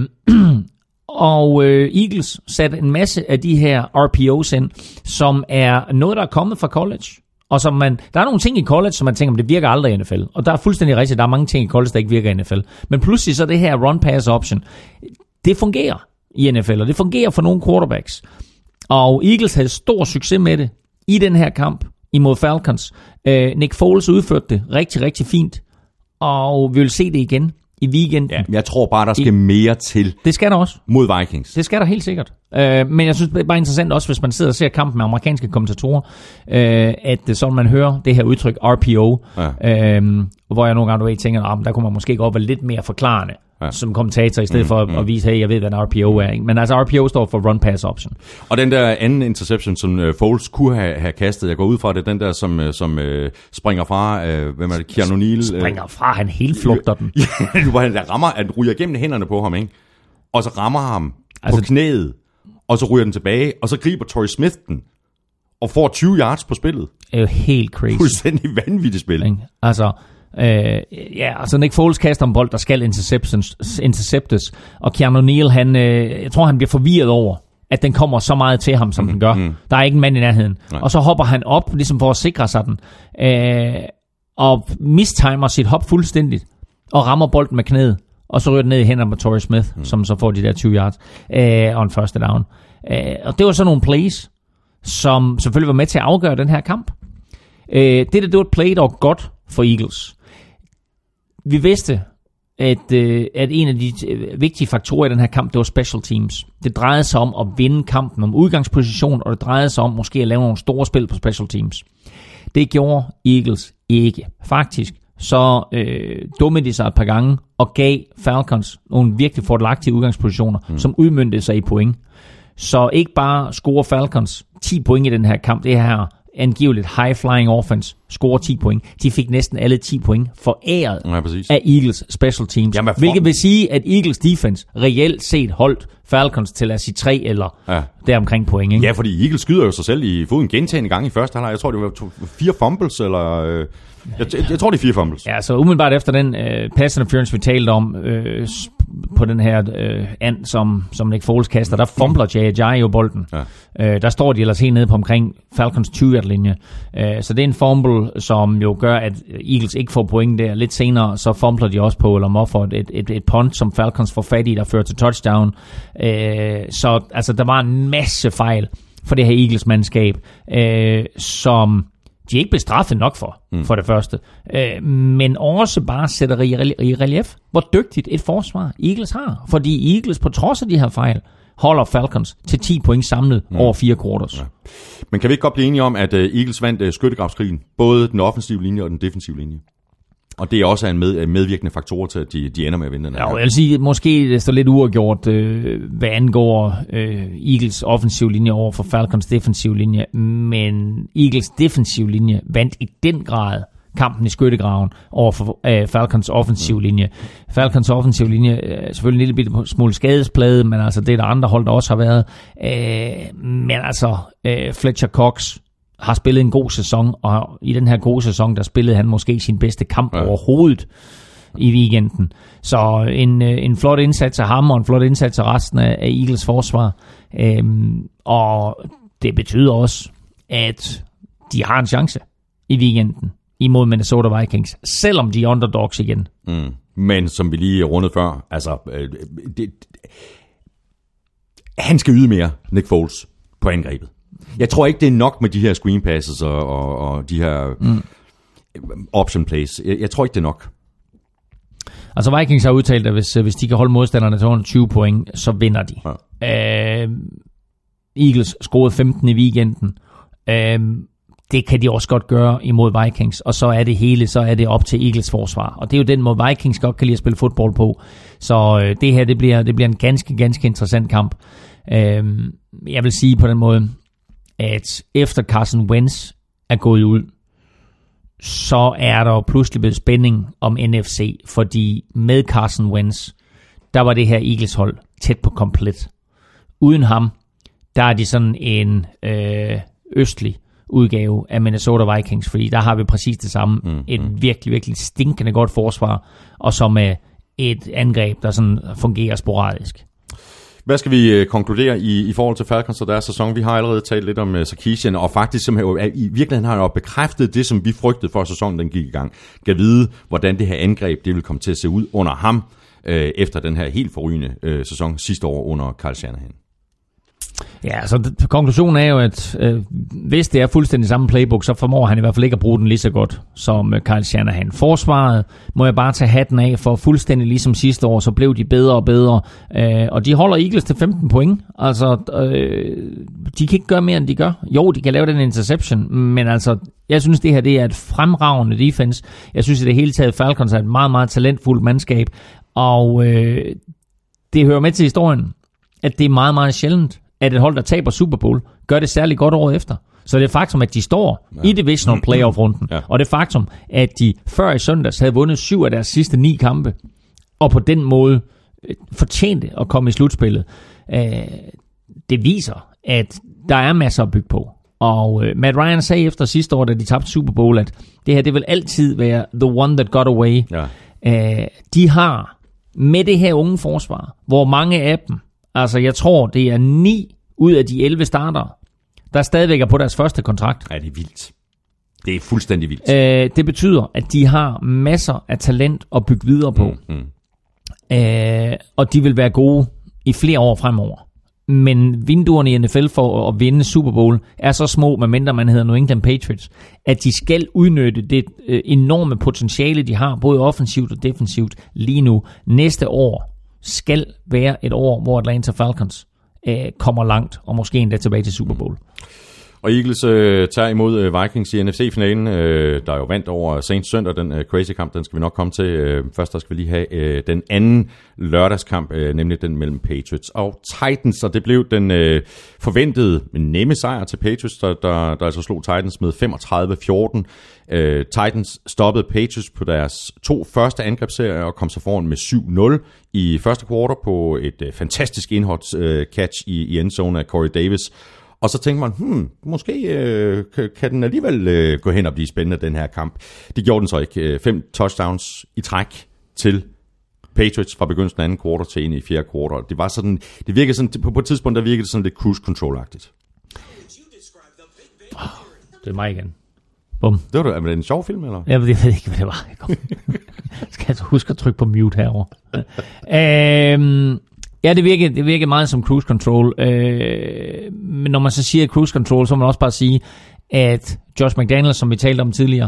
og øh, Eagles satte en masse af de her R P O's ind, som er noget, der er kommet fra college. Og som man, der er nogle ting i college, som man tænker, men det virker aldrig i N F L. Og der er fuldstændig rigtigt, der er mange ting i college, der ikke virker i N F L. Men pludselig så det her Run Pass Option, det fungerer i N F L, og det fungerer for nogle quarterbacks. Og Eagles havde stor succes med det i den her kamp imod Falcons. Øh, Nick Foles udførte det rigtig, rigtig fint, og vi vil se det igen i weekenden. Ja, jeg tror bare, der skal I, mere til. Det skal der også. Mod Vikings. Det skal der helt sikkert. Øh, men jeg synes, det er bare interessant også, hvis man sidder og ser kampen med amerikanske kommentatorer, øh, at så man hører det her udtryk R P O, ja. øh, hvor jeg nogle gange du ved, tænker, at der kunne man måske godt være lidt mere forklarende. Ja. Som kommentator, i stedet for mm, at, mm. at vise, hey, jeg ved, hvad en R P O er. Ikke? Men altså, R P O står for Run Pass Option. Og den der anden interception, som uh, Foles kunne have, have kastet, jeg går ud fra det, den der, som, uh, som uh, springer fra, uh, hvem er det, Keanu Neal? Springer uh, fra, han helt flugter den. Ja, du han der rammer, at ryger gennem hænderne på ham, ikke? Og så rammer ham altså, på knæet, og så ryger den tilbage, og så griber Torrey Smith den, og får tyve yards på spillet. Det er jo helt crazy. Fuldstændig vanvittigt spil. Ikke? Altså... Øh, ja, altså Nick Foles kaster en bold, der skal interceptes, og Keanu Neal, han, øh, jeg tror, han bliver forvirret over, at den kommer så meget til ham, som mm, den gør. Mm. Der er ikke en mand i nærheden. Nej. Og så hopper han op, ligesom for at sikre sig den, øh, og mistimer sit hop fuldstændigt, og rammer bolden med knæet, og så ryger den ned i hænderne på Torrey Smith, mm. som så får de der tyve yards, øh, og en første down. Øh, og det var sådan nogle plays, som selvfølgelig var med til at afgøre den her kamp. Øh, det der, det var et play, der var godt for Eagles. Vi vidste, at, øh, at en af de øh, vigtige faktorer i den her kamp, det var special teams. Det drejede sig om at vinde kampen om udgangsposition, og det drejede sig om måske at lave nogle store spil på special teams. Det gjorde Eagles ikke. Faktisk så øh, dummede de sig et par gange og gav Falcons nogle virkelig fordelagtige udgangspositioner, mm. som udmøntede sig i point. Så ikke bare score Falcons ti point i den her kamp, det her angiveligt high-flying offense, score ti point. De fik næsten alle ti point foræret ja, af Eagles special teams. Jamen, hvilket vil sige, at Eagles defense reelt set holdt Falcons til at sige tre eller ja. deromkring point. Ikke? Ja, fordi Eagles skyder jo sig selv i foden gentagende gange i første halvleg. Jeg tror, det var to, fire fumbles, eller... Øh, jeg, jeg, jeg tror, det er fire fumbles. Ja, så umiddelbart efter den øh, pass interference, vi talte om øh, på den her øh, and, som, som Nick Foles kaster, der fumbler Jay Ajayi jo bolden. Ja. Øh, der står de ellers helt nede på omkring Falcons tyve-yard-linje. Øh, så det er en fumble, som jo gør, at Eagles ikke får point der. Lidt senere, så fumbler de også på, eller moffer et, et, et punt, som Falcons får fat i, der fører til touchdown. Øh, så altså, der var en masse fejl for det her Eagles-mandskab, øh, som... de er ikke bestraffet nok for, mm. for det første. Øh, men også bare sætter i relief, hvor dygtigt et forsvar Eagles har. Fordi Eagles, på trods af de her fejl, holder Falcons til ti point samlet mm. over fire quarters. Ja. Men kan vi ikke godt blive enige om, at uh, Eagles vandt uh, skyttegravskrigen, både den offensive linje og den defensive linje? Og det er også en med, medvirkende faktor til, at de, de ender med at vinde den her. Ja, jeg vil sige, måske det står lidt uafgjort, øh, hvad angår øh, Eagles offensiv linje over for Falcons defensiv linje, men Eagles defensiv linje vandt i den grad kampen i skyttegraven over for øh, Falcons offensiv linje. Falcons offensiv linje er selvfølgelig en lille smule skadesplade, men altså det er der andre hold, der også har været. Øh, men altså, øh, Fletcher Cox har spillet en god sæson, og i den her gode sæson, der spillede han måske sin bedste kamp ja. overhovedet i weekenden. Så en, en flot indsats af ham, og en flot indsats af resten af Eagles forsvar. Øhm, og det betyder også, at de har en chance i weekenden imod Minnesota Vikings, selvom de er underdogs igen. Mm. Men som vi lige rundede før, altså, øh, det, han skal yde mere, Nick Foles, på angrebet. Jeg tror ikke, det er nok med de her screen passes og, og, og de her mm. option plays. Jeg, jeg tror ikke, det er nok. Altså Vikings har udtalt, at hvis, hvis de kan holde modstanderne til tyve point, så vinder de. Ja. Uh, Eagles scorede femten i weekenden. Uh, det kan de også godt gøre imod Vikings. Og så er det hele, så er det op til Eagles forsvar. Og det er jo den måde, Vikings godt kan lide at spille fodbold på. Så uh, det her, det bliver, det bliver en ganske, ganske interessant kamp. Uh, jeg vil sige på den måde, at efter Carson Wentz er gået ud, så er der jo pludselig blevet spænding om N F C, fordi med Carson Wentz, der var det her Eagles hold tæt på komplet. Uden ham, der er de sådan en øh, østlig udgave af Minnesota Vikings, fordi der har vi præcis det samme. Mm, et mm. virkelig, virkelig stinkende godt forsvar, og så med et angreb, der sådan fungerer sporadisk. Hvad skal vi øh, konkludere i, i forhold til Falcons og deres sæson? Vi har allerede talt lidt om uh, Sarkisian, og faktisk som, uh, i virkeligheden har han jo bekræftet det, som vi frygtede for sæsonen, den gik i gang. Kan vide, hvordan det her angreb, det vil komme til at se ud under ham, øh, efter den her helt forrygende øh, sæson sidste år under Kyle Shanahan. Ja, altså konklusionen er jo, at øh, hvis det er fuldstændig samme playbook, så formår han i hvert fald ikke at bruge den lige så godt som øh, Kyle Shanahan. Forsvaret må jeg bare tage hatten af, for fuldstændig ligesom sidste år, så blev de bedre og bedre. Øh, og de holder Eagles til femten point. Altså, øh, de kan ikke gøre mere, end de gør. Jo, de kan lave den interception, men altså, jeg synes, det her det er et fremragende defense. Jeg synes, at det hele taget Falcons er et meget, meget talentfuldt mandskab. Og øh, det hører med til historien, at det er meget, meget sjældent, at et hold, der taber Super Bowl, gør det særlig godt året efter. Så det er faktum, at de står ja. i divisional playoff-runden, ja. og det er faktum, at de før i søndags havde vundet syv af deres sidste ni kampe, og på den måde fortjente at komme i slutspillet. Det viser, at der er masser at bygge på. Og Matt Ryan sagde efter sidste år, da de tabte Super Bowl, at det her det vil altid være the one that got away. Ja. De har med det her unge forsvar, hvor mange af dem, altså, jeg tror, det er ni ud af de elleve startere, der stadigvæk er på deres første kontrakt. Ja, det er vildt. Det er fuldstændig vildt. Øh, det betyder, at de har masser af talent at bygge videre på. Mm, mm. Øh, og de vil være gode i flere år fremover. Men vinduerne i N F L for at vinde Super Bowl er så små, medmindre man hedder New England Patriots, at de skal udnytte det øh, enorme potentiale, de har, både offensivt og defensivt lige nu. Næste år skal være et år, hvor Atlanta Falcons øh, kommer langt, og måske endda tilbage til Super Bowl. Og Eagles øh, tager imod øh, Vikings i N F C-finalen, øh, der er jo vandt over Saints søndag, den øh, crazy kamp, den skal vi nok komme til. Øh, først der skal vi lige have øh, den anden lørdagskamp, øh, nemlig den mellem Patriots og Titans, og det blev den øh, forventede nemme sejr til Patriots, der, der, der altså slog Titans med femogtredive fjorten. Øh, Titans stoppede Patriots på deres to første angrebsserier og kom så foran med syv nul i første kvartal på et øh, fantastisk indholds øh, catch i, i endzone af Corey Davis. Og så tænkte man, hmm, måske øh, kan den alligevel øh, gå hen og blive spændende, den her kamp. Det gjorde den så ikke. Fem touchdowns i træk til Patriots fra begyndelsen af anden kvartal til ind i fjerde kvartal. Det var sådan, det virkede sådan, på, på et tidspunkt, der virkede det sådan lidt cruise control-agtigt. Oh, det er mig igen. Bum. Det var det, er det en sjov film, eller? Jeg ved, jeg ved ikke, hvad det var. Skal jeg huske at trykke på mute herovre. øhm... Ja, det virker, det virker meget som cruise control. Øh, men når man så siger cruise control, så må man også bare sige, at Josh McDaniels, som vi talte om tidligere,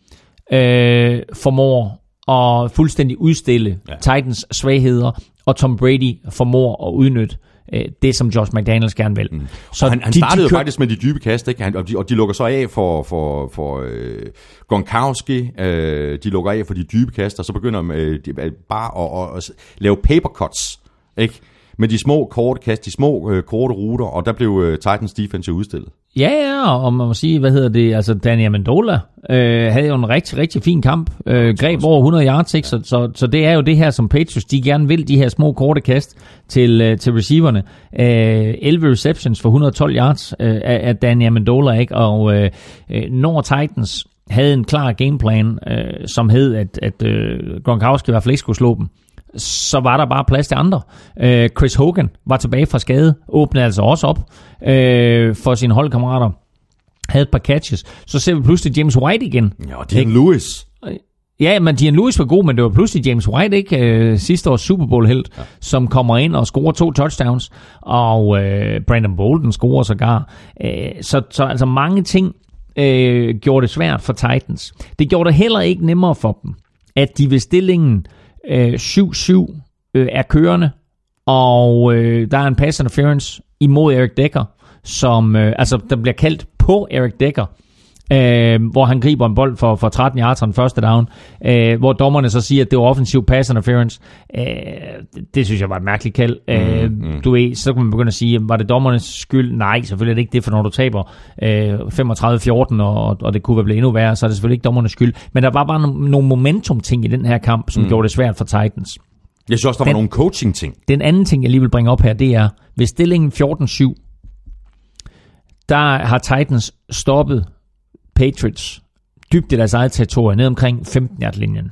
øh, formår at fuldstændig udstille ja. Titans svagheder, og Tom Brady formår at udnytte øh, det, som Josh McDaniels gerne vil. Mm. Så han, han de, startede de kø- faktisk med de dybe kast, ikke? Han, og, de, og de lukker så af for, for, for øh, Gronkowski, øh, de lukker af for de dybe kast, og så begynder øh, de bare at, at, at lave paper cuts, ikke? Med de små korte kast, de små øh, korte ruter, og der blev øh, Titans defense udstillet. Ja, ja, og man må sige, hvad hedder det, altså Danny Amendola øh, havde jo en rigtig, rigtig fin kamp, øh, greb over hundrede yards, ikke? Så, så, så det er jo det her, som Patriots, de gerne vil, de her små korte kast til, øh, til receiverne. Øh, elleve receptions for et hundrede og tolv yards øh, af, af Danny Amendola, ikke? Og øh, når Titans havde en klar gameplan, øh, som hed, at, at øh, Gronkowski i hvert fald ikke skulle slå dem, så var der bare plads til andre. Øh, Chris Hogan var tilbage fra skade, åbnede altså også op øh, for sine holdkammerater, havde et par catches. Så ser vi pludselig James White igen. Ja, og Dean Lewis. Ja, men Dean Lewis var god, men det var pludselig James White, ikke? Øh, sidste års Super Bowl-helt, ja. Som kommer ind og scorer to touchdowns, og øh, Brandon Bolden scorer sågar. Øh, så, så altså mange ting øh, gjorde det svært for Titans. Det gjorde det heller ikke nemmere for dem, at de ved stillingen Øh, syv syv øh, er kørende, og øh, der er en pass interference imod Eric Decker, som øh, altså der bliver kaldt på Eric Decker, øh, hvor han griber en bold for, for tretten yards og en første down, øh, hvor dommerne så siger, at det var offensiv pass interference. Øh, det, det synes jeg var et mærkeligt kald. Øh, mm, mm. Du ved, så kan man begynde at sige, var det dommernes skyld? Nej, selvfølgelig er det ikke det, for når du taber øh, femogtredive fjorten, og, og det kunne være blevet endnu værre, så er det selvfølgelig ikke dommernes skyld. Men der var bare no- nogle momentum-ting i den her kamp, som mm. gjorde det svært for Titans. Jeg synes også, der den, var nogle coaching-ting. Den anden ting, jeg lige vil bringe op her, det er, ved stillingen fjorten syv, der har Titans stoppet Patriots dybt i deres eget territorie, ned omkring femten-yard-linjen.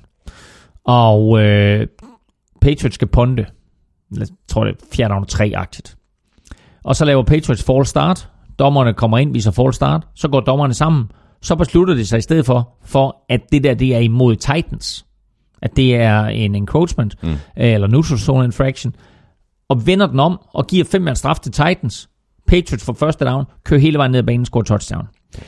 Og øh, Patriots skal ponte, jeg tror det er fjerde down tre-agtigt. Og så laver Patriots false start. Dommerne kommer ind, viser false start. Så går dommerne sammen. Så beslutter de sig i stedet for, for at det der, det er imod Titans. At det er en encroachment, mm. eller neutral zone infraction. Og vender den om, og giver fem-yard straf til Titans. Patriots for første down, kører hele vejen ned ad banen, scorer touchdown.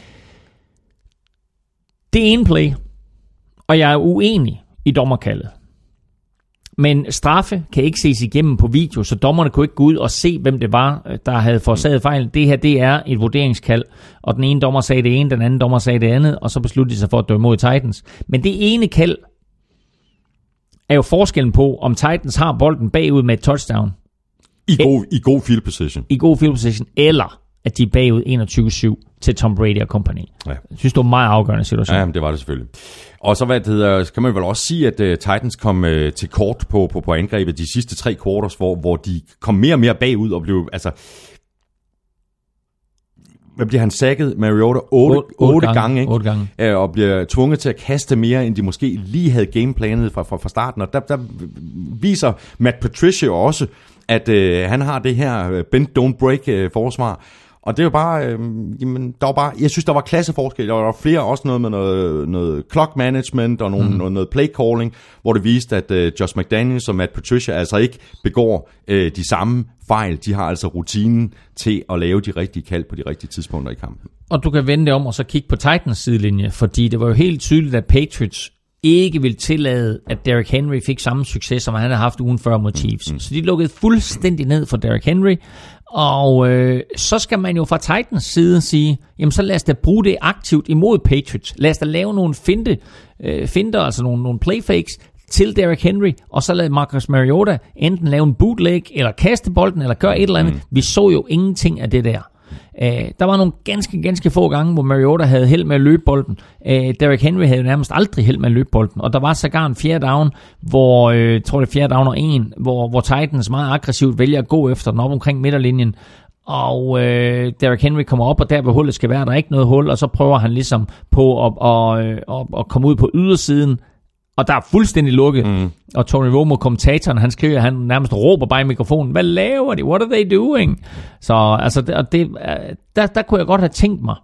Det er en play, og jeg er uenig i dommerkaldet. Men straffe kan ikke ses igennem på video, så dommerne kunne ikke gå ud og se, hvem det var, der havde forårsaget fejl. Det her, det er et vurderingskald, og den ene dommer sagde det ene, den anden dommer sagde det andet, og så besluttede de sig for at dømme mod Titans. Men det ene kald er jo forskellen på, om Titans har bolden bagud med et touchdown. I god, i god field position. I god field position, eller at de er bagud enogtyve syv til Tom Brady og company. Ja. Jeg synes, det var en meget afgørende situation. Ja, men det var det selvfølgelig. Og så hvad det hedder, kan man vel også sige, at uh, Titans kom uh, til kort på, på, på angrebet de sidste tre quarters, hvor, hvor de kom mere og mere bagud og blev, altså... Hvad bliver han sækket? Mariota otte, otte, otte gange, gange, ikke? otte gange. Uh, og bliver tvunget til at kaste mere, end de måske lige havde gameplanet fra, fra, fra starten. Og der, der viser Matt Patricia også, at uh, han har det her bend don't break uh, forsvar. Og det er jo bare, øh, jamen, der var bare, jeg synes, der var klasseforskel. Der var flere, også noget med noget, noget clock management og nogle, mm. noget, noget play calling, hvor det viste, at øh, Josh McDaniels og Matt Patricia altså ikke begår øh, de samme fejl. De har altså rutinen til at lave de rigtige kald på de rigtige tidspunkter i kampen. Og du kan vende det om og så kigge på Titans sidelinje, fordi det var jo helt tydeligt, at Patriots ikke ville tillade, at Derrick Henry fik samme succes, som han havde haft ugen før mod Chiefs. Mm. Så de lukkede fuldstændig ned for Derrick Henry. Og øh, så skal man jo fra Titans side sige, jamen så lad os da bruge det aktivt imod Patriots. Lad os da lave nogle finte, øh, finter, altså nogle, nogle playfakes til Derrick Henry, og så lad Marcus Mariota enten lave en bootleg, eller kaste bolden, eller gøre et eller andet. Mm. Vi så jo ingenting af det der. Uh, der var nogle ganske, ganske få gange, hvor Mariota havde held med at løbe bolden. Uh, Derrick Henry havde nærmest aldrig held med at løbe bolden. Og der var sågar en fjerde down, hvor, uh, jeg tror det er fjerde down og en, hvor, hvor Titans meget aggressivt vælger at gå efter den op omkring midterlinjen. Og uh, Derrick Henry kommer op, og der hvor hullet skal være, der er ikke noget hul, og så prøver han ligesom på at, at, at, at komme ud på ydersiden. Og der er fuldstændig lukket. Mm. Og Tony Romo, kommentatoren, han skriver, han nærmest råber bare i mikrofonen, hvad laver de? What are they doing? Så altså, det, det, der, der kunne jeg godt have tænkt mig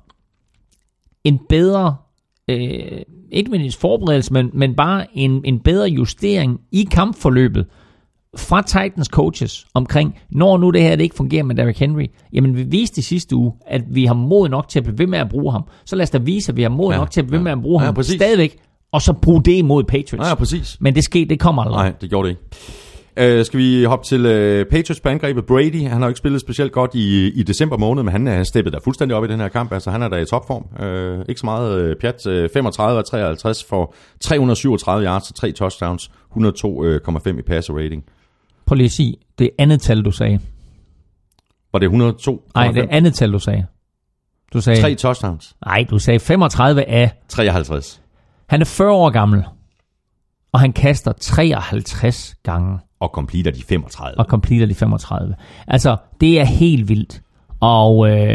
en bedre, øh, ikke mindst forberedelse, men, men bare en, en bedre justering i kampforløbet fra Titans coaches omkring, når nu det her det ikke fungerer med Derrick Henry, jamen vi viste i sidste uge, at vi har mod nok til at blive ved med at bruge ham. Så lad os da vise, at vi har mod ja, nok til at blive ved med at bruge ja, ham præcis. Stadigvæk. Og så bruge det imod Patriots. Ja, præcis. Men det skete, det kommer aldrig. Nej, det gjorde det ikke. Uh, skal vi hoppe til uh, Patriots på angrebet? Brady, han har jo ikke spillet specielt godt i, i december måned, men han er steppet der fuldstændig op i den her kamp. Altså, han er der i topform. Uh, ikke så meget uh, pjat. Uh, femogtredive af treoghalvtreds for tre hundrede syvogtredive yards og tre touchdowns. et hundrede og to komma fem i passer rating. Prøv lige at sige, det andet tal, du sagde. Var det et hundrede og to? Nej, det andet tal, du sagde. Du sagde... Tre touchdowns. Nej, du sagde femogtredive af... treoghalvtreds. Han er fyrre år gammel, og han kaster treoghalvtreds gange. Og completer de femogtredive. Og completer de femogtredive. Altså, det er helt vildt. Og øh,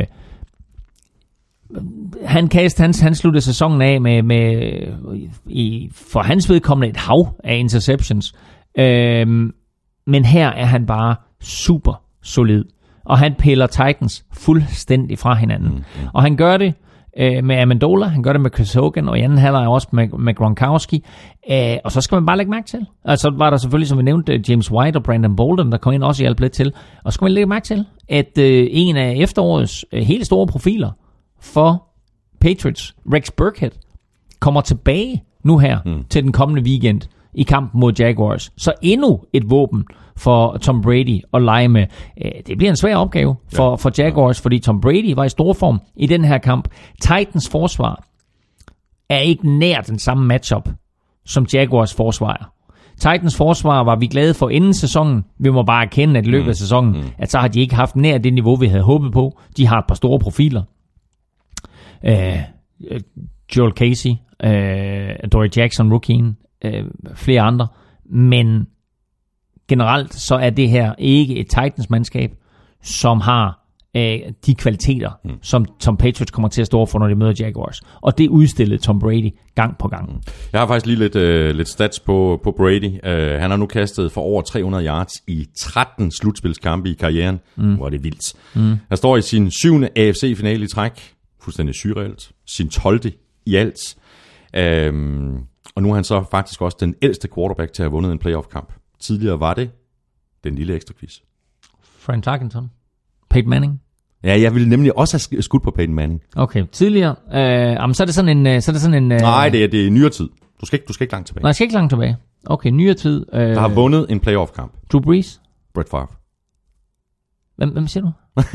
han, kast, han, han sluttede sæsonen af med, med i, for hans vedkommende et hav af interceptions. Øh, men her er han bare super solid. Og han piller Titans fuldstændig fra hinanden. Mm-hmm. Og han gør det med Amendola, han gør det med Chris Hogan, og i anden halvleg også med, med Gronkowski. Øh, og så skal man bare lægge mærke til. Altså var der selvfølgelig, som vi nævnte, James White og Brandon Bolden, der kom ind også i alt lidt til. Og så skal man lægge mærke til, at øh, en af efterårets øh, helt store profiler for Patriots, Rex Burkhead, kommer tilbage nu her mm. til den kommende weekend i kampen mod Jaguars. Så endnu et våben for Tom Brady at lege med. Det bliver en svær opgave for, ja. for Jaguars, fordi Tom Brady var i stor form i den her kamp. Titans forsvar er ikke nær den samme matchup, som Jaguars forsvar er. Titans forsvar var vi glade for inden sæsonen. Vi må bare erkende, at i løbet af sæsonen, mm. at så har de ikke haft nær det niveau, vi havde håbet på. De har et par store profiler. Uh, Joel Casey, uh, Dory Jackson, rookien, uh, flere andre. Men generelt så er det her ikke et Titans-mandskab, som har øh, de kvaliteter, mm. som Tom Patriots kommer til at stå for, når de møder Jaguars. Og det udstillede Tom Brady gang på gang. Jeg har faktisk lige lidt, øh, lidt stats på, på Brady. Uh, han har nu kastet for over tre hundrede yards i tretten slutspilskampe i karrieren, mm. hvor det er vildt. Mm. Han står i sin syvende A F C-finale i træk. Fuldstændig surrealt. Sin tolvte i alt. Um, og nu er han så faktisk også den ældste quarterback til at have vundet en playoff-kamp. Tidligere var det den lille ekstra quiz. Frank Tarkenton. Peyton Manning. Ja, jeg ville nemlig også have skudt på Peyton Manning. Okay, tidligere. Øh, jamen, så er det sådan en... Så er det sådan en øh... Nej, det er, det er nyere tid. Du skal, ikke, du skal ikke langt tilbage. Nej, jeg skal ikke langt tilbage. Okay, nyere tid. Øh... Der har vundet en playoff-kamp. Drew Brees? Brett Favre. Hvem, hvem siger du?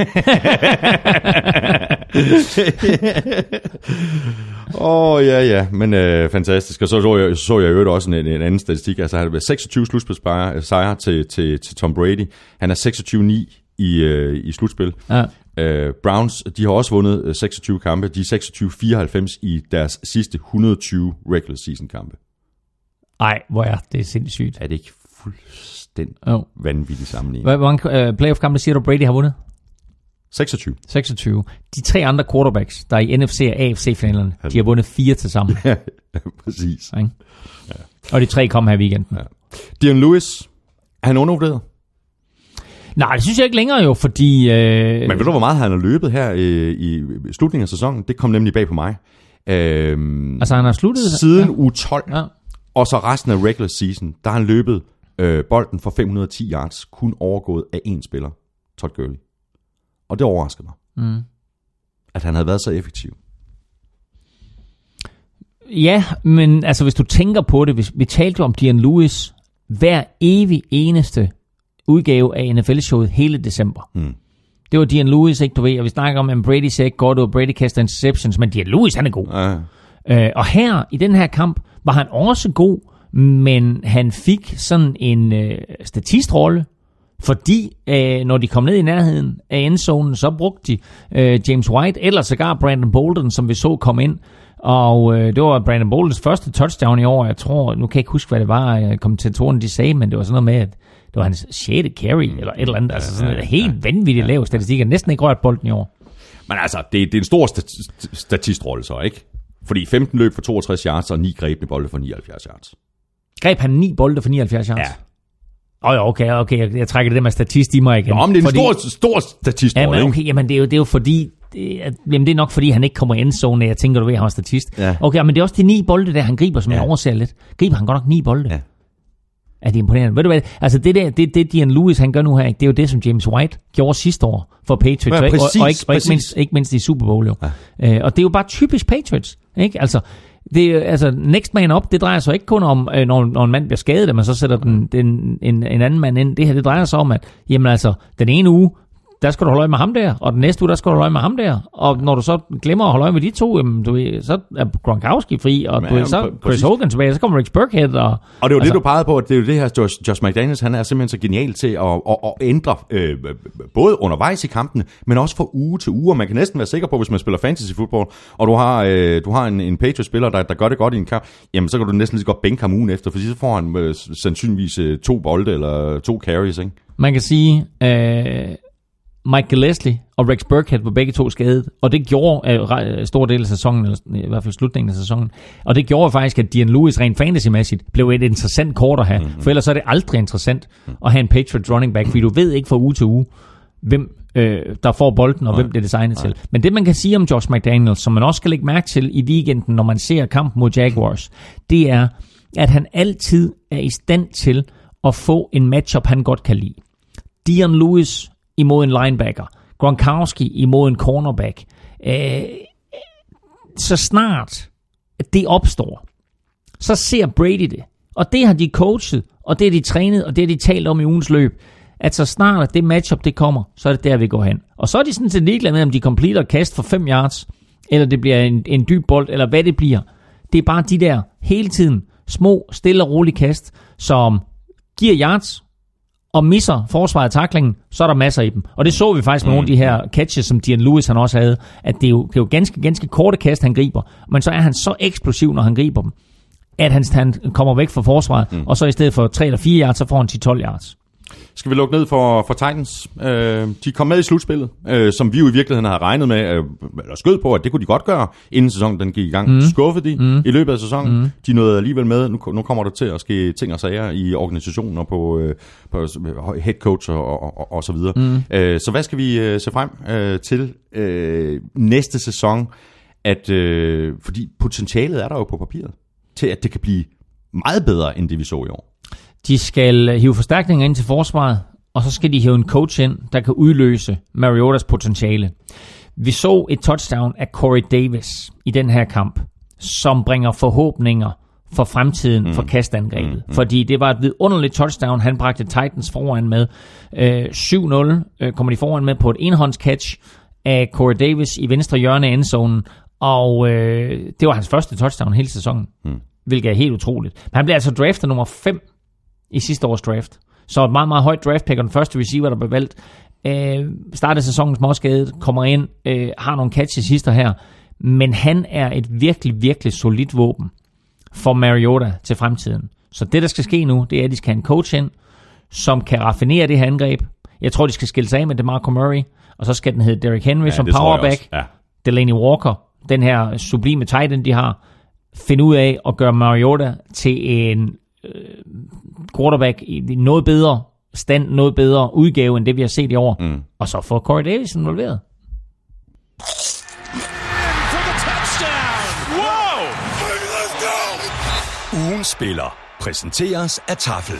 Åh, oh, ja, ja, men øh, fantastisk. Og så så jeg, så jeg jo også en, en anden statistik. Altså, han har været seksogtyve slutspilsejre til, til, til Tom Brady. Han er seksogtyve ni i, øh, i slutspil. Ja. Øh, Browns, de har også vundet seksogtyve kampe. De er seksogtyve fireoghalvfems i deres sidste et hundrede og tyve regular season kampe. Ej, hvor er det sindssygt. Er det ikke fuldstændig oh. vanvittigt sammenligning? Hvor mange uh, playoff-kampe siger du, Brady har vundet? seksogtyve. seksogtyve. De tre andre quarterbacks, der er i N F C og A F C-finalerne, de har vundet fire til sammen. Ja, præcis. Ja. Og de tre kom her i weekenden. Ja. Dion Lewis, er han undervurderet? Nej, det synes jeg ikke længere jo, fordi... Øh... Men ved du, hvor meget han har løbet her i, i slutningen af sæsonen? Det kom nemlig bag på mig. Øhm, altså han har sluttet... Siden ja. uge tolv, ja. Og så resten af regular season, der har han løbet øh, bolden for fem hundrede og ti yards, kun overgået af én spiller, Todd Gurley. Og det overrasker mig, mm. at han havde været så effektiv. Ja, men altså hvis du tænker på det, hvis vi talte om Dion Lewis hver evig eneste udgave af N F L-showet hele december. Mm. Det var Dion Lewis, ikke du ved, og vi snakker om, at Brady ser ikke godt ud, og Brady kaster interceptions, men Dion Lewis, han er god. Ja. Øh, og her, i den her kamp, var han også god, men han fik sådan en øh, statistrolle, fordi øh, når de kom ned i nærheden af endzonen, så brugte de øh, James White, eller sågar Brandon Bolden, som vi så komme ind. Og øh, det var Brandon Boldens første touchdown i år. Jeg tror, nu kan jeg ikke huske, hvad det var, kommentatorerne de sagde, men det var sådan noget med, at det var hans sjette carry, eller et eller andet. Altså sådan en helt vanvittigt lav statistik. Jeg har næsten ikke rørt bolden i år. Men altså, det, det er en stor stat- statistrolle så, ikke? Fordi femten løb for toogtres yards, og ni grebne bolde for nioghalvfjerds yards. Greb han ni bolde for nioghalvfjerds yards? Ja. Åh oh, okay, okay, jeg, jeg trækker det med statist i mig igen. Nå, men det er en fordi, stor, stor statistrolle, jamen, okay, jamen det er jo, det er jo fordi, det er, jamen det er nok fordi, han ikke kommer i endzone, jeg tænker, du ved, han er statist. Ja. Okay, men det er også de ni bolde, der han griber, som ja. jeg overser lidt. Griber han godt nok ni bolde? Ja. Er det imponerende? Ved du hvad, altså det der, det, det Dion Lewis, han gør nu her, det er jo det, som James White gjorde sidste år for Patriots, ja, præcis, og, og, ikke, og ikke, mindst, ikke mindst i Super Bowl, jo. Ja. Øh, og det er jo bare typisk Patriots, ikke? Altså, det, altså, next man up, det drejer sig ikke kun om, øh, når, når en mand bliver skadet, at man så sætter den, den, en, en anden mand ind. Det her, det drejer sig om, at jamen altså, den ene uge, der skal du holde øje med ham der, og den næste uge, der skal du holde øje med ham der. Og når du så glemmer at holde øje med de to, jamen, du ved, så er Gronkowski fri, og du ved, så Chris Hogan tilbage, så kommer Rex Burkhead. Og, og det er jo altså, det, du pegede på, at det er jo det her, Josh, Josh McDaniels, han er simpelthen så genial til at, at, at ændre, øh, både undervejs i kampene, men også fra uge til uge, og man kan næsten være sikker på, hvis man spiller fantasy football, og du har, øh, du har en, en Patriots-spiller, der, der gør det godt i en kamp, jamen så kan du næsten lige så godt bænke ham ugen efter, for så får han øh, sandsynligvis øh, to bolde, eller to carries, ikke? Man kan sige... Øh Mike Gillespie og Rex Burkhead var begge to skadet, og det gjorde uh, stor del af sæsonen, eller i hvert fald slutningen af sæsonen, og det gjorde faktisk, at Dion Lewis rent fantasy-mæssigt blev et interessant kort at have, mm-hmm. for ellers er det aldrig interessant at have en Patriots running back, fordi du ved ikke fra uge til uge, hvem øh, der får bolden, og nej, hvem det er designet nej. til. Men det man kan sige om Josh McDaniels, som man også skal lægge mærke til i weekenden, når man ser kampen mod Jaguars, det er, at han altid er i stand til at få en matchup, han godt kan lide. Dion Lewis imod en linebacker, Gronkowski imod en cornerback. Øh, så snart det opstår, så ser Brady det. Og det har de coachet, og det har de trænet, og det har de talt om i ugens løb. At så snart at det matchup det kommer, så er det der, vi går hen. Og så er de sådan set ligeglade med, om de completer kast for fem yards, eller det bliver en, en dyb bold, eller hvad det bliver. Det er bare de der hele tiden små, stille og rolige kast, som giver yards, og misser forsvaret af tacklingen, så er der masser i dem. Og det så vi faktisk med mm. nogle af de her catches, som Dion Lewis han også havde, at det er jo, det er jo ganske, ganske korte kast, han griber, men så er han så eksplosiv, når han griber dem, at han, han kommer væk fra forsvaret, mm. og så i stedet for tre eller fire yards, så får han ti til tolv yards. Skal vi lukke ned for, for Titans? Øh, de kom med i slutspillet, øh, som vi jo i virkeligheden har regnet med, øh, eller skød på, at det kunne de godt gøre, inden sæsonen den gik i gang. Mm. Skuffede de mm. i løbet af sæsonen. Mm. De nåede alligevel med. Nu, nu kommer der til at ske ting og sager i organisationen og på, øh, på head coach og, og, og så videre. Mm. Øh, så hvad skal vi øh, se frem øh, til øh, næste sæson? At, øh, fordi potentialet er der jo på papiret, til at det kan blive meget bedre, end det vi så i år. De skal hive forstærkninger ind til forsvaret, og så skal de hæve en coach ind, der kan udløse Mariotas potentiale. Vi så et touchdown af Corey Davis i den her kamp, som bringer forhåbninger for fremtiden mm. for kastangrebet. Mm. Mm. Fordi det var et vidunderligt touchdown, han bragte Titans foran med. Øh, syv nul øh, kommer de foran med på et enhåndscatch af Corey Davis i venstre hjørne af endzonen, og øh, det var hans første touchdown hele sæsonen, mm. hvilket er helt utroligt. Men han blev altså draftet nummer fem i sidste års draft. Så et meget, meget højt draft pick, og den første receiver, der blev valgt. Øh, startede sæsonen småskadet, kommer ind, øh, har nogle catches sidste her, men han er et virkelig, virkelig solidt våben for Mariota til fremtiden. Så det, der skal ske nu, det er, at de skal have en coach ind, som kan raffinere det her angreb. Jeg tror, de skal skille sig af med DeMarco Murray, og så skal den hedde Derrick Henry ja, som powerback. Ja. Delaney Walker, den her sublime tight end, de har, finde ud af at gøre Mariota til en øh, quarterback i noget bedre stand, noget bedre udgave, end det vi har set i år. Mm. Og så få Corey Davis involveret. Ugens spiller præsenteres af Tafel.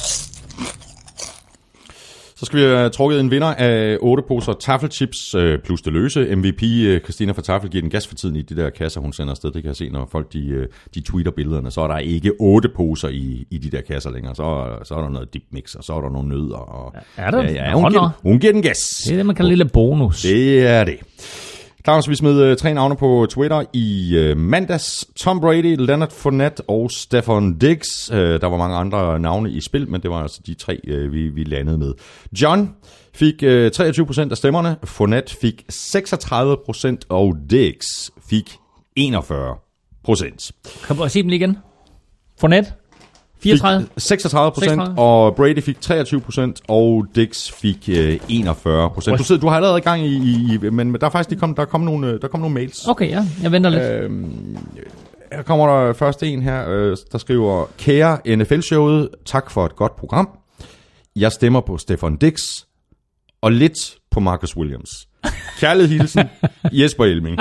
Så skal vi have trukket en vinder af otte poser Taffelchips plus det løse. M V P Christina fra Tafel giver den gas for tiden i de der kasser, hun sender afsted. Det kan jeg se, når folk de, de tweeter billederne. Så er der ikke otte poser i, i de der kasser længere. Så, så er der noget dip mix, og så er der nogle nødder. Og, er der? Ja, ja, hun, giver, hun giver den gas. Det er det, man kalder en lille bonus. Det er det. Claus, vi smed uh, tre navne på Twitter i uh, mandags. Tom Brady, Leonard Fournette og Stefon Diggs. Uh, der var mange andre navne i spil, men det var altså de tre, uh, vi, vi landede med. John fik uh, treogtyve procent af stemmerne. Fournette fik seksogtredive procent, og Diggs fik enogfyrre procent. Kan du sige dem lige igen? Fournette? fireogtredive? seksogtredive procent, og Brady fik treogtyve procent, og Diggs fik øh, enogfyrre procent. Du, sidder, du har allerede gang i, i, i men der er faktisk kom, der kom nogle, der kom nogle mails. Okay, ja, jeg venter lidt. Øhm, her kommer der først en her, øh, der skriver: Kære N F L-showet, tak for et godt program. Jeg stemmer på Stefon Diggs, og lidt på Marcus Williams. Kærlighed hilsen, Jesper Elming.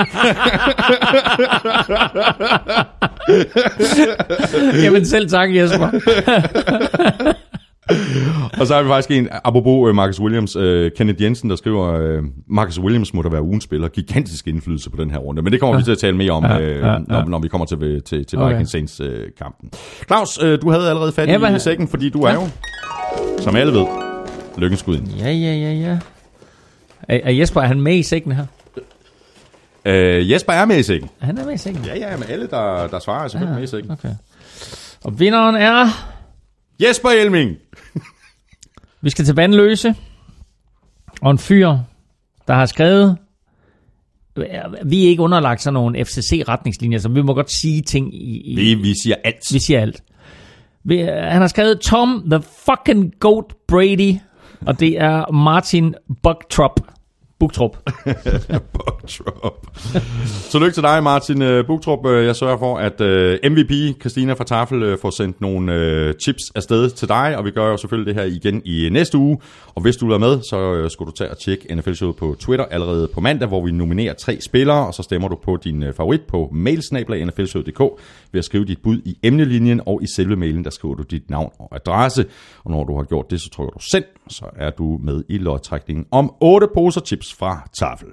Jamen selv tak, Jesper. Og så har vi faktisk en, apropos uh, Marcus Williams, uh, Kenneth Jensen, der skriver, uh, Marcus Williams må da være ugens spiller. Gigantisk indflydelse på den her runde. Men det kommer ja. vi til at tale mere om, ja, ja, ja. Uh, når, når vi kommer til, til, til okay. Vikings Saints-kampen. Uh, Claus, uh, du havde allerede fat ja, i sækken, fordi du ja. er jo, som alle ved, lykkens skud ind. Ja, ja, ja, ja. Er, er Jesper, er han med i sækken her? Uh, Jesper er med i sækken. Han er med i sækken? Ja, ja, men alle, der, der svarer, er selvfølgelig ja, med i sækken. Okay. Og vinderen er... Jesper Elming! Vi skal til Vandløse. Og en fyr, der har skrevet... Vi er ikke underlagt sådan nogle F C C-retningslinjer, så vi må godt sige ting i... i vi, vi siger alt. Vi siger alt. Vi, han har skrevet Tom the fucking Goat Brady... Og det er Martin Buchtrup. Buchtrup. Buchtrup. Så lykke til dig, Martin Buchtrup. Jeg sørger for, at M V P Christina fra Tafel får sendt nogle chips afsted til dig, og vi gør jo selvfølgelig det her igen i næste uge. Og hvis du er med, så skal du tage og tjekke N F L-showet på Twitter allerede på mandag, hvor vi nominerer tre spillere, og så stemmer du på din favorit på mailsnabel-a n f l showet punktum d k ved at skrive dit bud i emnelinjen, og i selve mailen, der skriver du dit navn og adresse. Og når du har gjort det, så trykker du send, så er du med i lodtrækningen om otte poser chips fra Tafel.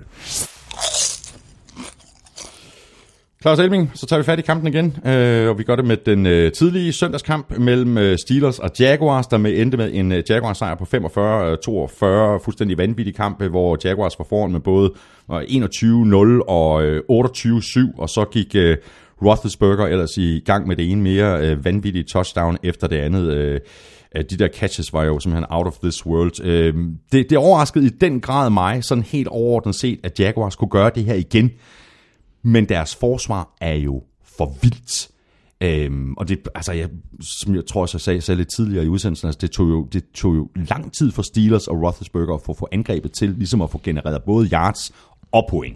Claus Elming, så tager vi fat i kampen igen, øh, og vi gør det med den øh, tidlige søndagskamp mellem øh, Steelers og Jaguars, der med endte med en øh, Jaguars-sejr på femogfyrre toogfyrre, fuldstændig vanvittig kamp, hvor Jaguars var foran med både øh, enogtyve nul og øh, otteogtyve syv, og så gik øh, Roethlisberger ellers i gang med det ene mere øh, vanvittige touchdown efter det andet. Øh, de der catches var jo simpelthen out of this world. Øh, det, det overraskede i den grad mig, sådan helt overordnet set, at Jaguars kunne gøre det her igen. Men deres forsvar er jo for vildt. Øhm, og det, altså, jeg, som jeg tror, jeg sagde, sagde lidt tidligere i udsendelsen, altså, det, tog jo, det tog jo lang tid for Steelers og Roethlisberger for at få angrebet til, ligesom at få genereret både yards og point.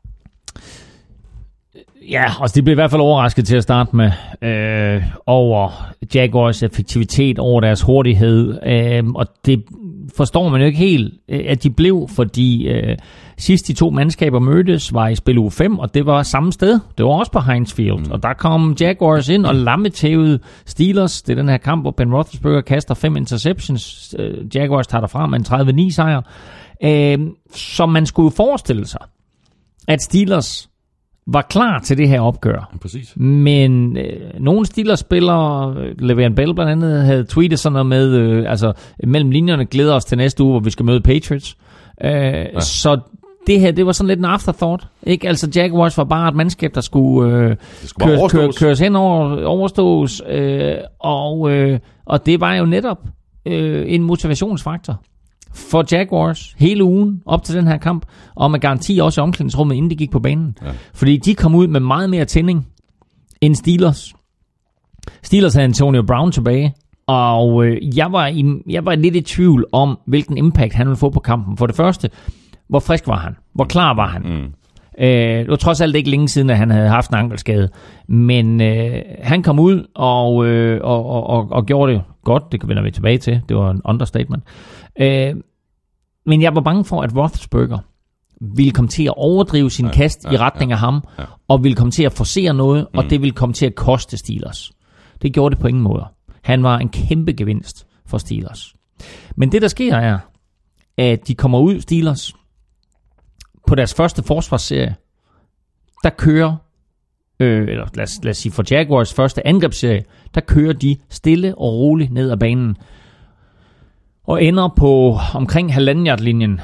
Ja, altså de blev i hvert fald overrasket til at starte med øh, over Jaguars effektivitet, over deres hurtighed, øh, og det forstår man jo ikke helt, at de blev, fordi øh, sidst de to mandskaber mødtes, var i spil uge fem, og det var samme sted. Det var også på Heinz Field, mm. og der kom Jaguars ind og lammetævede Steelers. Det er den her kamp, hvor Ben Roethlisberger kaster fem interceptions. Øh, Jaguars tager derfra med en tredive ni sejr. Øh, så man skulle forestille sig, at Steelers var klar til det her opgør. Præcis. Men øh, nogle Steelers-spillere, Le'Veon Bell blandt andet, havde tweetet sådan noget med, øh, altså mellem linjerne glæder os til næste uge, hvor vi skal møde Patriots. Øh, ja. Så det her, det var sådan lidt en afterthought. Ikke? Altså Jaguars var bare et mandskab, der skulle, øh, skulle køres, køres, køres hen over, overstås, øh, og, øh, og det var jo netop øh, en motivationsfaktor for Jaguars hele ugen op til den her kamp, og med garanti også i omklædningsrummet, inden de gik på banen. Ja. Fordi de kom ud med meget mere tænding end Steelers. Steelers havde Antonio Brown tilbage, og øh, jeg, var i, jeg var lidt i tvivl om, hvilken impact han ville få på kampen. For det første, hvor frisk var han? Hvor klar var han? Mm. Øh, det var trods alt ikke længe siden, at han havde haft en ankelskade. Men øh, han kom ud og, øh, og, og, og, og gjorde det godt. Det vender vi tilbage til. Det var en understatement. Øh, men jeg var bange for, at Roethlisberger ville komme til at overdrive sin ja, kast ja, i retning ja, af ham, ja. og ville komme til at forcere noget, mm. og det ville komme til at koste Steelers. Det gjorde det på ingen måde. Han var en kæmpe gevinst for Steelers. Men det, der sker, er, at de kommer ud, Steelers, på deres første forsvarsserie, der kører, øh, eller lad os, lad os sige for Jaguars første angrebsserie, der kører de stille og roligt ned ad banen, og ender på omkring halvanden yard linjen,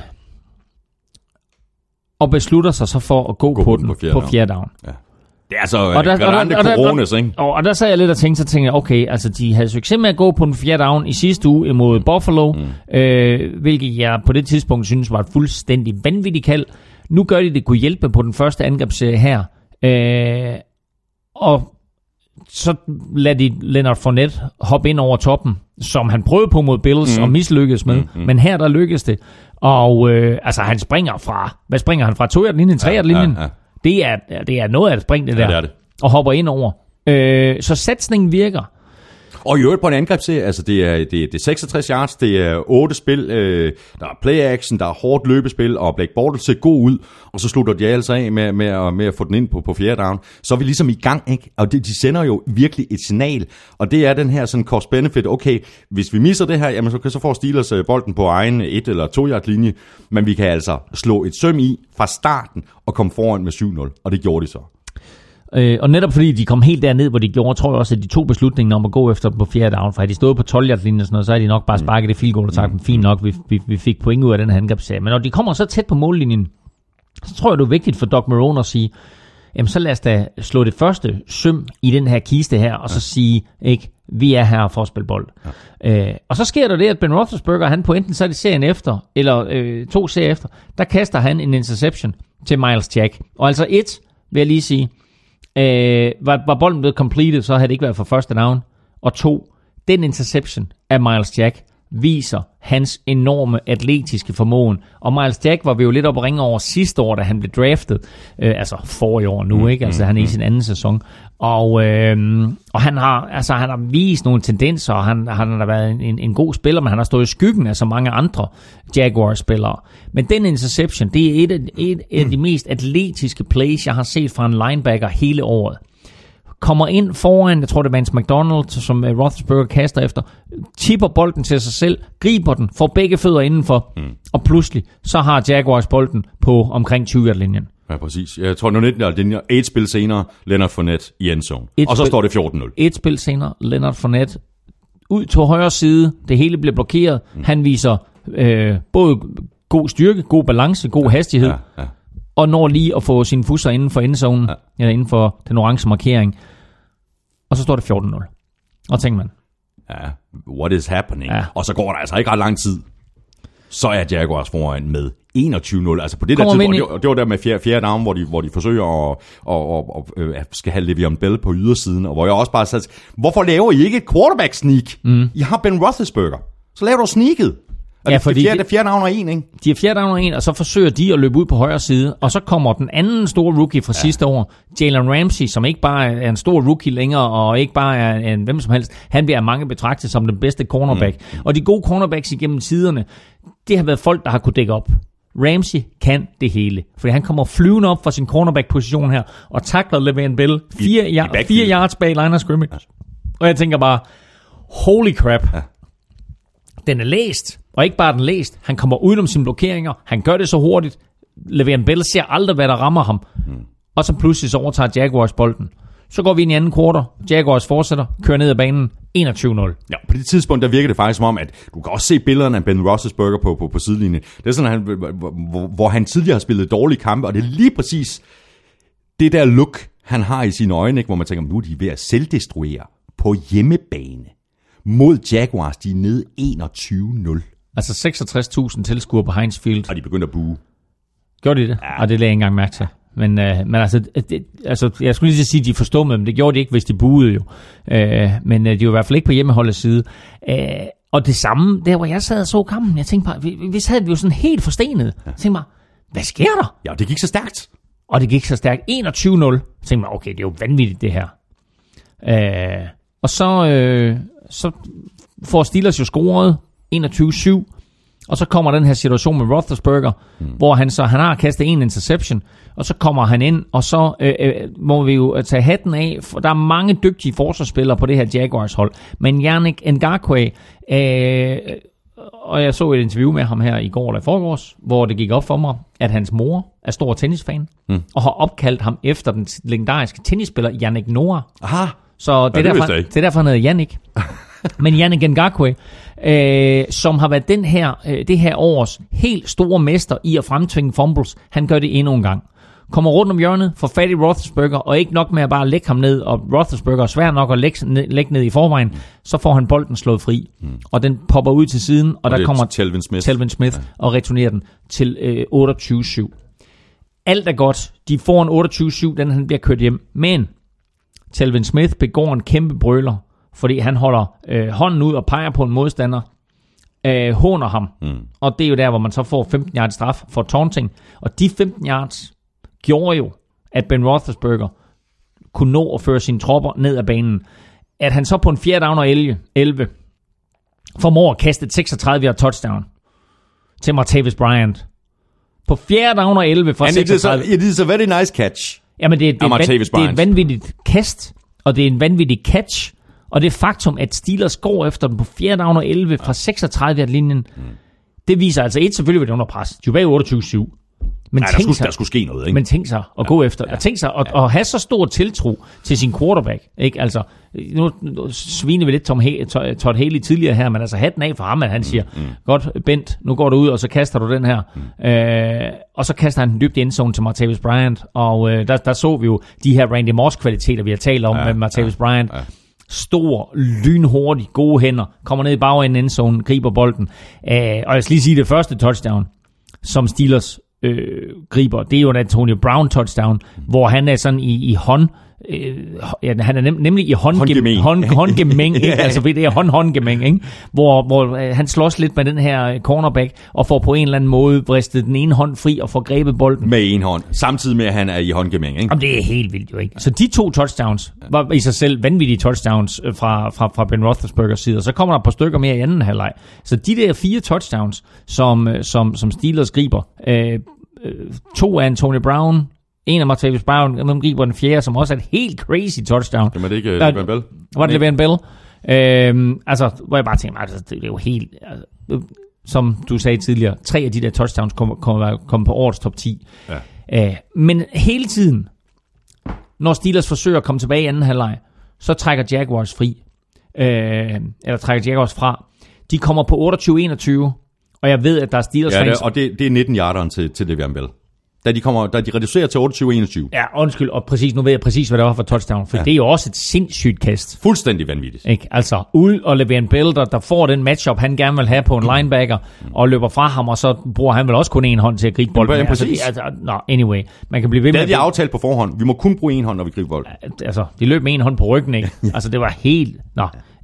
og beslutter sig så for at gå, gå på den på fjerde, på fjerde down. Ja. Det er altså og der, grande coronas, ikke? Og, og der sad jeg lidt og tænkte, så tænkte jeg, okay, altså de havde succes med at gå på den fjerde down i sidste uge imod Buffalo, mm. øh, hvilket jeg på det tidspunkt synes var et fuldstændig vanvittigt kald. Nu gør de det kunne hjælpe på den første angrebsserie her. Øh, og så lader de Leonard Fournette hoppe ind over toppen, som han prøvede på mod Bills mm. og mislykkedes med. Mm-hmm. Men her der lykkedes det. Og øh, altså han springer fra, hvad springer han fra? to yard linjen, tre yard linjen? Ja, ja, ja. Det er, det er noget af et spring, det der. Ja, det er det. Og hopper ind over. Øh, så satsningen virker. Og i øvrigt på en angrebsserie, altså det er, det, er, det er seksogtres yards, det er otte spil, øh, der er play-action, der er hårdt løbespil, og Blake Bortles ser god ud, og så slutter de altså af med, med, at, med at få den ind på, på fjerde down. Så er vi ligesom i gang, ikke? Og det, de sender jo virkelig et signal, og det er den her sådan cost-benefit. Okay, hvis vi misser det her, jamen så, så får Steelers bolden på egen et- eller to-yard linje, men vi kan altså slå et søm i fra starten og komme foran med syv nul, og det gjorde de så. Øh, og netop fordi de kom helt derned, hvor de gjorde, tror jeg også, at de tog beslutningen om at gå efter dem på fjerde down, for havde de stået på tolv yard linjen og sådan noget, så havde de nok bare sparket det field goal og sagt dem, fint nok, vi, vi, vi fik point ud af den her angrebsserie. Men når de kommer så tæt på mållinjen, så tror jeg, det er vigtigt for Doug Marrone at sige, jamen så lad os da slå det første søm i den her kiste her, og så sige, ikke, vi er her for at spille bold. Ja. Øh, og så sker der det, at Ben Roethlisberger, han på enten så er det serien efter, eller øh, to serier efter, der kaster han en interception til Miles Jack. Og altså et, vil jeg lige sige, Øh, var, var bolden blevet completed, så havde det ikke været for første down. Og to, den interception af Miles Jack viser hans enorme atletiske formåen. Og Miles Jack var vi jo lidt op at ringe over sidste år, da han blev draftet. Øh, altså for i år nu, mm, ikke? Altså han er i sin anden sæson. Og, øh, og han har altså han har vist nogle tendenser, og han, han har været en, en god spiller, men han har stået i skyggen af så mange andre Jaguars-spillere. Men den interception, det er et af, et af de mest atletiske plays, jeg har set fra en linebacker hele året. Kommer ind foran, jeg tror det er Vance McDonald, som Roethlisberger kaster efter, tipper bolden til sig selv, griber den, får begge fødder indenfor, mm. og pludselig så har Jaguars bolden på omkring tyve yard linjen. Ja, præcis. Jeg tror, nu nitten yard linjer, et spil senere, Leonard Fournette i endzone. Et og så spil, står det fjorten nul. Et spil senere, Leonard Fournette ud til højre side, det hele bliver blokeret, mm. han viser øh, både god styrke, god balance, god ja, hastighed, ja, ja. og når lige at få sine fusser inden for endzonen, ja. eller inden for den orange markering. Og så står det fjorten nul. Og tænker man, ja, what is happening? Ja. Og så går der altså ikke ret lang tid. Så er Jaguars foran med enogtyve nul. Altså på det Kommer der tidspunkt, det, det var der med fjerde, fjerde down, hvor de, hvor de forsøger at og, og, og, øh, skal have Le'Veon Bell på ydersiden, og hvor jeg også bare sagde, hvorfor laver I ikke et quarterback sneak? Mm. I har Ben Roethlisberger. Så laver du sneaket. Og ja, det, fordi det, fjerde, det fjerde down og en, ikke? De er fjerde down og en, og så forsøger de at løbe ud på højre side, og så kommer den anden store rookie fra ja. sidste år, Jalen Ramsey, som ikke bare er en stor rookie længere, og ikke bare er en hvem som helst. Han bliver mange betragtet som den bedste cornerback. Mm. Og de gode cornerbacks igennem tiderne, det har været folk, der har kunne dække op. Ramsey kan det hele, fordi han kommer flyvende op fra sin cornerback-position her, og takler Le'Veon Bell fire, I, yard, fire yards bag line of scrimmage. Ja. Og jeg tænker bare, holy crap, ja. Den er læst, og ikke bare den læst, han kommer udenom sine blokeringer, han gør det så hurtigt, Le'Veon Bell ser aldrig, hvad der rammer ham, mm. og så pludselig så overtager Jaguars bolden. Så går vi ind i anden kvartal, Jaguars fortsætter, kører ned ad banen, enogtyve nul. Ja, på det tidspunkt, der virker det faktisk som om, at du kan også se billederne af Ben Roethlisberger på, på, på sidelinjen. Det er sådan, han, hvor, hvor han tidligere har spillet dårlige kampe, og det er lige præcis det der look, han har i sine øjne, ikke, hvor man tænker, nu er de ved at selvdestruere på hjemmebane mod Jaguars, de er nede enogtyve nul. Altså seksogtres tusind tilskuere på Heinz Field. Og de begynder at buge. Gjorde de det? Ja. Og det lagde jeg ikke engang mærke til. Men, øh, men altså, det, altså, jeg skulle lige sige, at de forstummede, men det gjorde de ikke, hvis de buede jo. Øh, men øh, de var i hvert fald ikke på hjemmeholdets side. Øh, og det samme, der hvor jeg sad og så kampen, jeg tænkte bare, vi sad vi jo sådan helt forstenet. Jeg tænkte bare, hvad sker der? Ja, det gik så stærkt. Og det gik så stærkt. enogtyve nul. Jeg tænkte mig, okay, det er jo vanvittigt det her. Øh, og så, øh, så får Steelers jo scoret enogtyve syv. Og så kommer den her situation med Roethlisberger, mm. hvor han så han har kastet en interception, og så kommer han ind, og så øh, øh, må vi jo tage hatten af, for der er mange dygtige forsvarsspillere på det her Jaguars hold. Men Yannick Ngakoue, øh, og jeg så et interview med ham her i går eller i forgårs, hvor det gik op for mig, at hans mor er stor tennisfan, mm. og har opkaldt ham efter den legendariske tennisspiller Yannick Noah. Aha. Så det, ja, er derfor, det er derfor, han hedder Yannick. Men Yannick Ngakoue, øh, som har været den her, øh, det her års helt store mester i at fremtvinge fumbles, han gør det endnu en gang. Kommer rundt om hjørnet, får fat i Roethlisberger, og ikke nok med at bare lægge ham ned, og Roethlisberger er svær nok at lægge ned, lægge ned i forvejen, så får han bolden slået fri, mm. og den popper ud til siden, og, og der kommer Telvin Smith, Telvin Smith ja. og returnerer den til øh, otteogtyve syv. Alt er godt. De får en otteogtyve syv, den han bliver kørt hjem. Men Telvin Smith begår en kæmpe brøler, fordi han holder øh, hånden ud og peger på en modstander, øh, håner ham. Mm. Og det er jo der, hvor man så får femten yards straf for taunting. Og de femten yards gjorde jo, at Ben Roethlisberger kunne nå at føre sine tropper ned ad banen. At han så på en fjerde down og elleve formår at kaste et seksogtredive yard touchdown til Martavis Bryant. På fjerde down og elleve fra seksogtredive. It is a very nice catch. Jamen, det er, det, er van, det er et vanvittigt kast, og det er en vanvittig catch. Og det faktum, at Steelers går efter den på fjerde down og elleve fra seksogtredive yard linjen, mm. det viser altså et, selvfølgelig vil det under pres. De var jo otteogtyve syv. Men ja, der, skulle, sig, der skulle ske noget, ikke? Men tænk sig at ja, gå efter. Ja, og tænk sig at, ja. at have så stor tiltro til sin quarterback. Ikke? Altså, nu, nu sviner vi lidt Tom He, Todd Haley tidligere her, men altså hatten af for ham, at han siger, mm, mm. godt, Bent, nu går du ud, og så kaster du den her. Mm. Øh, og så kaster han den dybt i endzone til Martavis Bryant. Og øh, der, der så vi jo de her Randy Moss-kvaliteter, vi har talt om ja, med Martavis ja, Bryant. Ja. Stor, lynhurtig, gode hænder, kommer ned i bagenden i endzone, griber bolden. Øh, og jeg skal lige sige, det første touchdown, som Steelers øh, griber, det er jo en Antonio Brown touchdown, hvor han er sådan i, i hånd, øh, ja, han er nem, nemlig i håndgemæng, hånd, håndgemæng ikke? Altså det er hånd-håndgemæng, ikke? Hvor, hvor øh, han slås lidt med den her cornerback, og får på en eller anden måde vristet den ene hånd fri, og får grebet bolden. Med en hånd, samtidig med at han er i håndgemæng, ikke? Jamen, det er helt vildt jo, ikke? Så de to touchdowns var i sig selv vanvittige touchdowns fra, fra, fra Ben Roethlisbergers side, og så kommer der et par stykker mere i anden halvleg. Så de der fire touchdowns, som, som, som Steelers griber, øh, to af Antonio Brown, en af Martavis Brown, og de griber den fjerde, som også er et helt crazy touchdown. Det var det ikke uh, Le'Veon Bell? Var det Le'Veon Bell? Øhm, altså, hvor jeg bare tænkte, altså, det er jo helt, altså, som du sagde tidligere, tre af de der touchdowns kommer kom, kom på årets top ti. Ja. Øh, men hele tiden, når Steelers forsøger at komme tilbage i anden halvleg, så trækker Jaguars fri. Øh, eller trækker Jaguars fra. De kommer på otteogtyve enogtyve, og jeg ved, at der er Steelers ja, fans. Og det, det er nitten yarderen til, til Le'Veon Bell. Da de, kommer, da de reducerer til otteogtyve enogtyve. Ja, undskyld, og præcis, nu ved jeg præcis, hvad det var for touchdown, for ja. det er jo også et sindssygt kast. Fuldstændig vanvittigt. Ikke? Altså, ud og Le'Veon Bell, der, der får den matchup, han gerne vil have på en linebacker, mm. og løber fra ham, og så bruger han vel også kun en hånd til at gribe bolden. Ja, altså, altså, no, anyway, man kan blive ved med... Det er de aftalt på forhånd. Vi må kun bruge en hånd, når vi griber bolden. Altså, de løb med en hånd på ryggen, ikke? Altså, det var helt... Nå,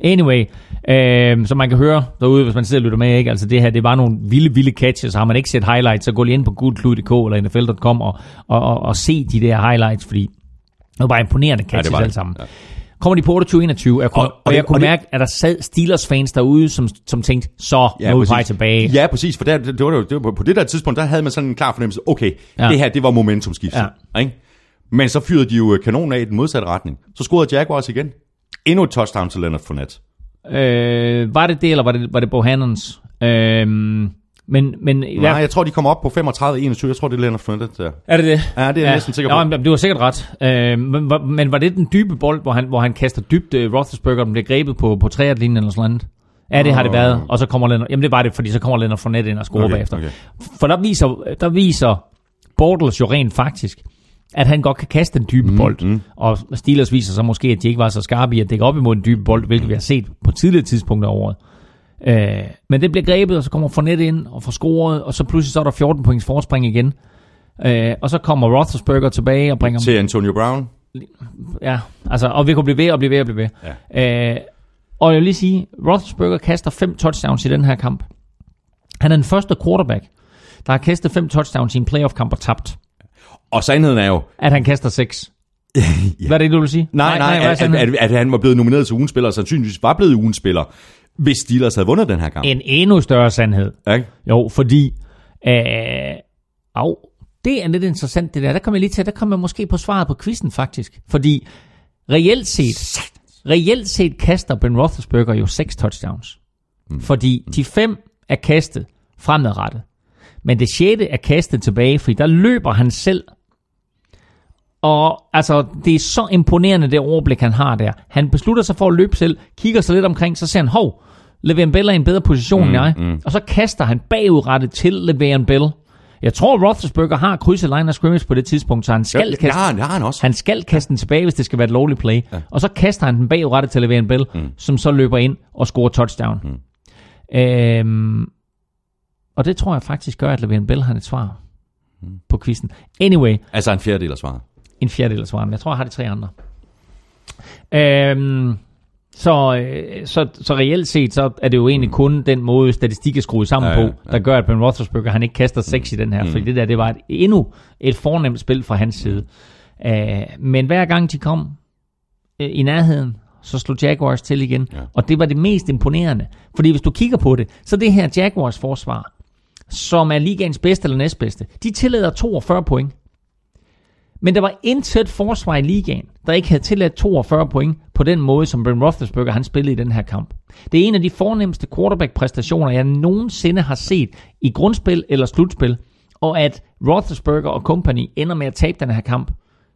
Anyway, øh, som man kan høre derude, hvis man sidder og lytter med, ikke? Altså det her, det var nogle vilde, vilde catches. Har man ikke set highlights, så gå lige ind på gulklud punktum d k eller N F L punktum com og, og, og, og se de der highlights, fordi det var bare imponerende catches ja, alle sammen. Ja. Kommer de på otteogtyve enogtyve, og, og, og, og jeg kunne det, mærke, at der sad Steelers-fans derude, som, som tænkte, så ja, nu er vi bare tilbage. Ja, præcis, for der, det var, det var, på det der tidspunkt, der havde man sådan en klar fornemmelse, okay, ja. det her, det var momentumskift. Ja. Ikke? Men så fyrede de jo kanonen af i den modsatte retning. Så scorede Jaguars igen. Endnu et touchdown til Leonard Fournette. Øh, var det det, eller var det, var det Bohannons? Øh, men, men, Nej, ja. jeg tror, de kommer op på femogtredive enogtyve. Jeg tror, det er Leonard Fournette der. Er det det? Ja, det er jeg ja. næsten sikker på. Ja, det var sikkert ret. Øh, men, men var det den dybe bold, hvor han, hvor han kaster dybt uh, Roethlisberger, den bliver grebet på, på tre-linjen eller sådan noget? Ja, det har det været. Og så kommer Leonard... Jamen, det var det, fordi så kommer Leonard Fournette ind og scorer okay, bagefter. Okay. For der viser, der viser Bortles jo rent faktisk, at han godt kan kaste den dybe mm, bold. Mm. Og Steelers viser så måske, at de ikke var så skarpe i at dække op imod den dybe bold, hvilket vi har set på tidligere tidspunkter af året. Øh, men det bliver grebet, og så kommer Fournette ind og får scoret, og så pludselig så er der fjorten points forspring igen. Øh, og så kommer Roethlisberger tilbage og bringer... Til Antonio Brown. Ja, altså, og vi kunne blive ved og blive ved og blive ved. Ja. Øh, og jeg vil lige sige, Roethlisberger kaster fem touchdowns i den her kamp. Han er den første quarterback, der har kastet fem touchdowns i en playoff-kamp og tabt. Og sandheden er jo... At han kaster seks. ja. Hvad er det, du vil sige? Nej, nej, nej at, at, at, at han var blevet nomineret til ugens spiller, og sandsynligvis var blevet ugens spiller, hvis Steelers havde vundet den her kamp. En endnu større sandhed. Okay. Jo, fordi... Øh, au, det er lidt interessant, det der. Der kommer jeg lige til, der kommer jeg måske på svaret på quizzen, faktisk. Fordi reelt set, reelt set kaster Ben Roethlisberger jo seks touchdowns. Mm. Fordi de fem er kastet fremadrettet. Men det sjette er kastet tilbage, fordi der løber han selv. Og altså, det er så imponerende, det overblik, han har der. Han beslutter sig for at løbe selv, kigger sig lidt omkring, så ser han, hov, Le'Veon Bell er i en bedre position mm, end jeg. Mm. Og så kaster han bagudrettet til Le'Veon Bell. Jeg tror, Roethlisberger har krydset line of scrimmage på det tidspunkt, så han skal, ja, kaste, ja, han, også. han skal kaste den tilbage, hvis det skal være et lovligt play. Ja. Og så kaster han den bagudrettet til Le'Veon Bell, mm. som så løber ind og scorer touchdown. Mm. Øhm, og det tror jeg faktisk gør, at Le'Veon Bell har et svar mm. på quizzen. Anyway. Altså en fjerdedel af svaret. En fjerdedel af svaret, men jeg tror, jeg har de tre andre. Øhm, så, så, så reelt set, så er det jo egentlig kun den måde, statistik er skruet sammen ja, ja, ja. på, der gør, at Ben Roethlisberger, han ikke kaster seks mm. i den her, mm. fordi det der, det var et, endnu et fornemt spil fra hans side. Mm. Øh, men hver gang de kom øh, i nærheden, så slog Jaguars til igen, ja. Og det var det mest imponerende. Fordi hvis du kigger på det, så det her Jaguars forsvar, som er ligaens bedste eller næstbedste, de tillader toogfyrre point. Men der var intet forsvar i ligaen, der ikke havde tilladt toogfyrre point på den måde, som Ben Roethlisberger han spillede i den her kamp. Det er en af de fornemmeste quarterback-præstationer, jeg nogensinde har set i grundspil eller slutspil. Og at Roethlisberger og company ender med at tabe den her kamp,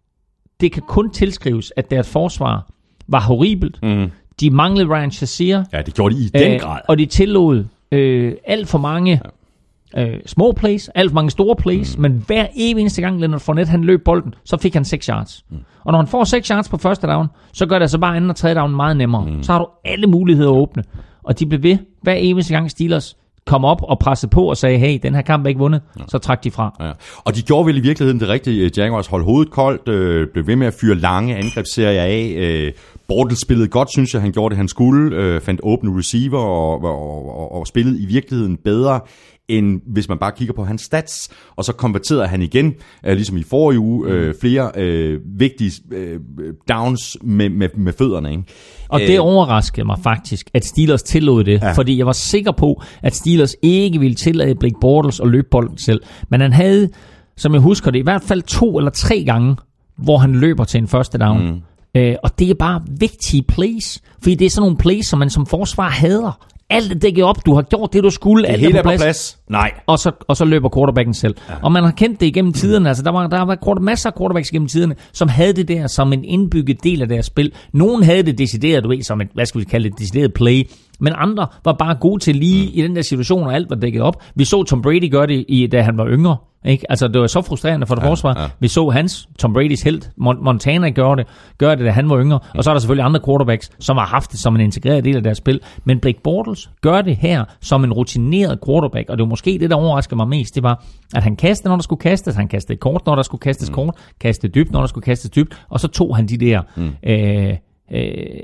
det kan kun tilskrives, at deres forsvar var horribelt. Mm. De manglede Ryan Shazier. Ja, det gjorde de i den øh, grad. Og de tillod øh, alt for mange... Ja. Uh, små plays, alt for mange store plays, mm. men hver eneste gang Leonard Fournette han løb bolden, så fik han seks yards. Mm. Og når han får seks yards på første down, så gør det altså bare anden og tredje down meget nemmere. Mm. Så har du alle muligheder at åbne. Og de blev ved, hver eneste gang Steelers kom op og pressede på og sagde, hey, den her kamp er ikke vundet, ja. Så trak de fra. Ja. Og de gjorde vel i virkeligheden det rigtige. Jaguars holdt hovedet koldt, øh, blev ved med at fyre lange angrebsserier af. Øh, Bortles spillede godt, synes jeg, han gjorde det, han skulle. Øh, fandt åbne receiver og, og, og, og spillede i virkeligheden bedre, end hvis man bare kigger på hans stats. Og så konverterede han igen, øh, ligesom i forrige uge, øh, flere øh, vigtige øh, downs med, med, med fødderne. Ikke? Og det overraskede mig faktisk, at Steelers tillod det, ja. Fordi jeg var sikker på, at Steelers ikke ville tillade Blake Bortles at løbe bolden selv. Men han havde, som jeg husker det, i hvert fald to eller tre gange, hvor han løber til en første down. Mm. Øh, og det er bare vigtige plays, fordi det er sådan nogle plays, som man som forsvar hader. Alt er dækket op, du har gjort det, du skulle. Det hele er på plads. plads. Nej. Og så, og så løber quarterbacken selv. Ja. Og man har kendt det igennem tiderne. Mm. Altså, der var, der var quarter, masser af quarterbacks igennem tiderne, som havde det der som en indbygget del af deres spil. Nogen havde det decideret, du ved, som et, hvad skal vi kalde det, decideret play. Men andre var bare gode til lige mm. i den der situation, og alt var dækket op. Vi så Tom Brady gøre det, i, da han var yngre. Ikke? Altså, det var så frustrerende for det ja, forsvar. Ja. Vi så hans, Tom Bradys helt, Montana gøre det, gøre det, da han var yngre. Mm. Og så er der selvfølgelig andre quarterbacks, som har haft det som en integreret del af deres spil. Men Blake Bortles gør det her som en rutineret quarterback. Og det var måske det, der overraskede mig mest. Det var, at han kastede, når der skulle kastes. Han kastede kort, når der skulle kastes mm. kort. Kastede dybt, når der skulle kastes dybt. Og så tog han de der... Mm. Øh, øh,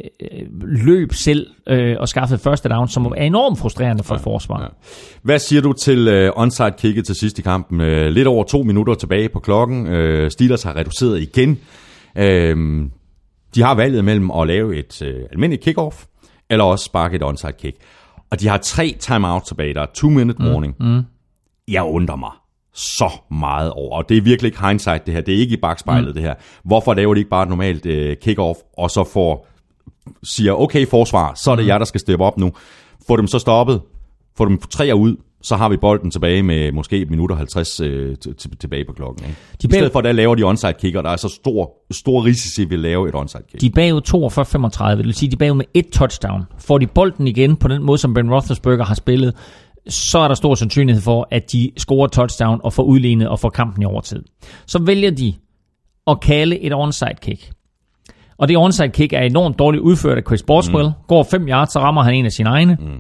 løb selv øh, og skaffede første down, som er enormt frustrerende for ja, et forsvar. Ja. Hvad siger du til øh, onside-kicket til sidst i kampen? Øh, lidt over to minutter tilbage på klokken. Øh, Steelers har reduceret igen. Øh, de har valget mellem at lave et øh, almindeligt kick-off, eller også sparke et onside-kick. Og de har tre timeouts tilbage. Der er two-minute warning. Mm, mm. Jeg undrer mig så meget over. Og det er virkelig ikke hindsight, det her. Det er ikke i bagspejlet, mm. det her. Hvorfor laver de ikke bare et normalt øh, kick-off, og så får, siger, okay forsvar, så er det mm. jer, der skal steppe op nu. Få dem så stoppet. Få dem tre ud. Så har vi bolden tilbage med måske et minut og halvtreds øh, t- t- tilbage på klokken. Ikke? I stedet for, at der laver de onside kicker, der er så stor, stor risici ved at lave et onside kick. De er bagud toogfyrre femogtredive, det vil sige, de er bagud med et touchdown. Får de bolden igen på den måde, som Ben Roethlisberger har spillet, så er der stor sandsynlighed for, at de scorer touchdown og får udlignet og får kampen i overtid. Så vælger de at kalde et onside kick. Og det onside kick er enormt dårligt udført af Chris Boswell. Mm. Går fem yards, så rammer han en af sine egne. Mm.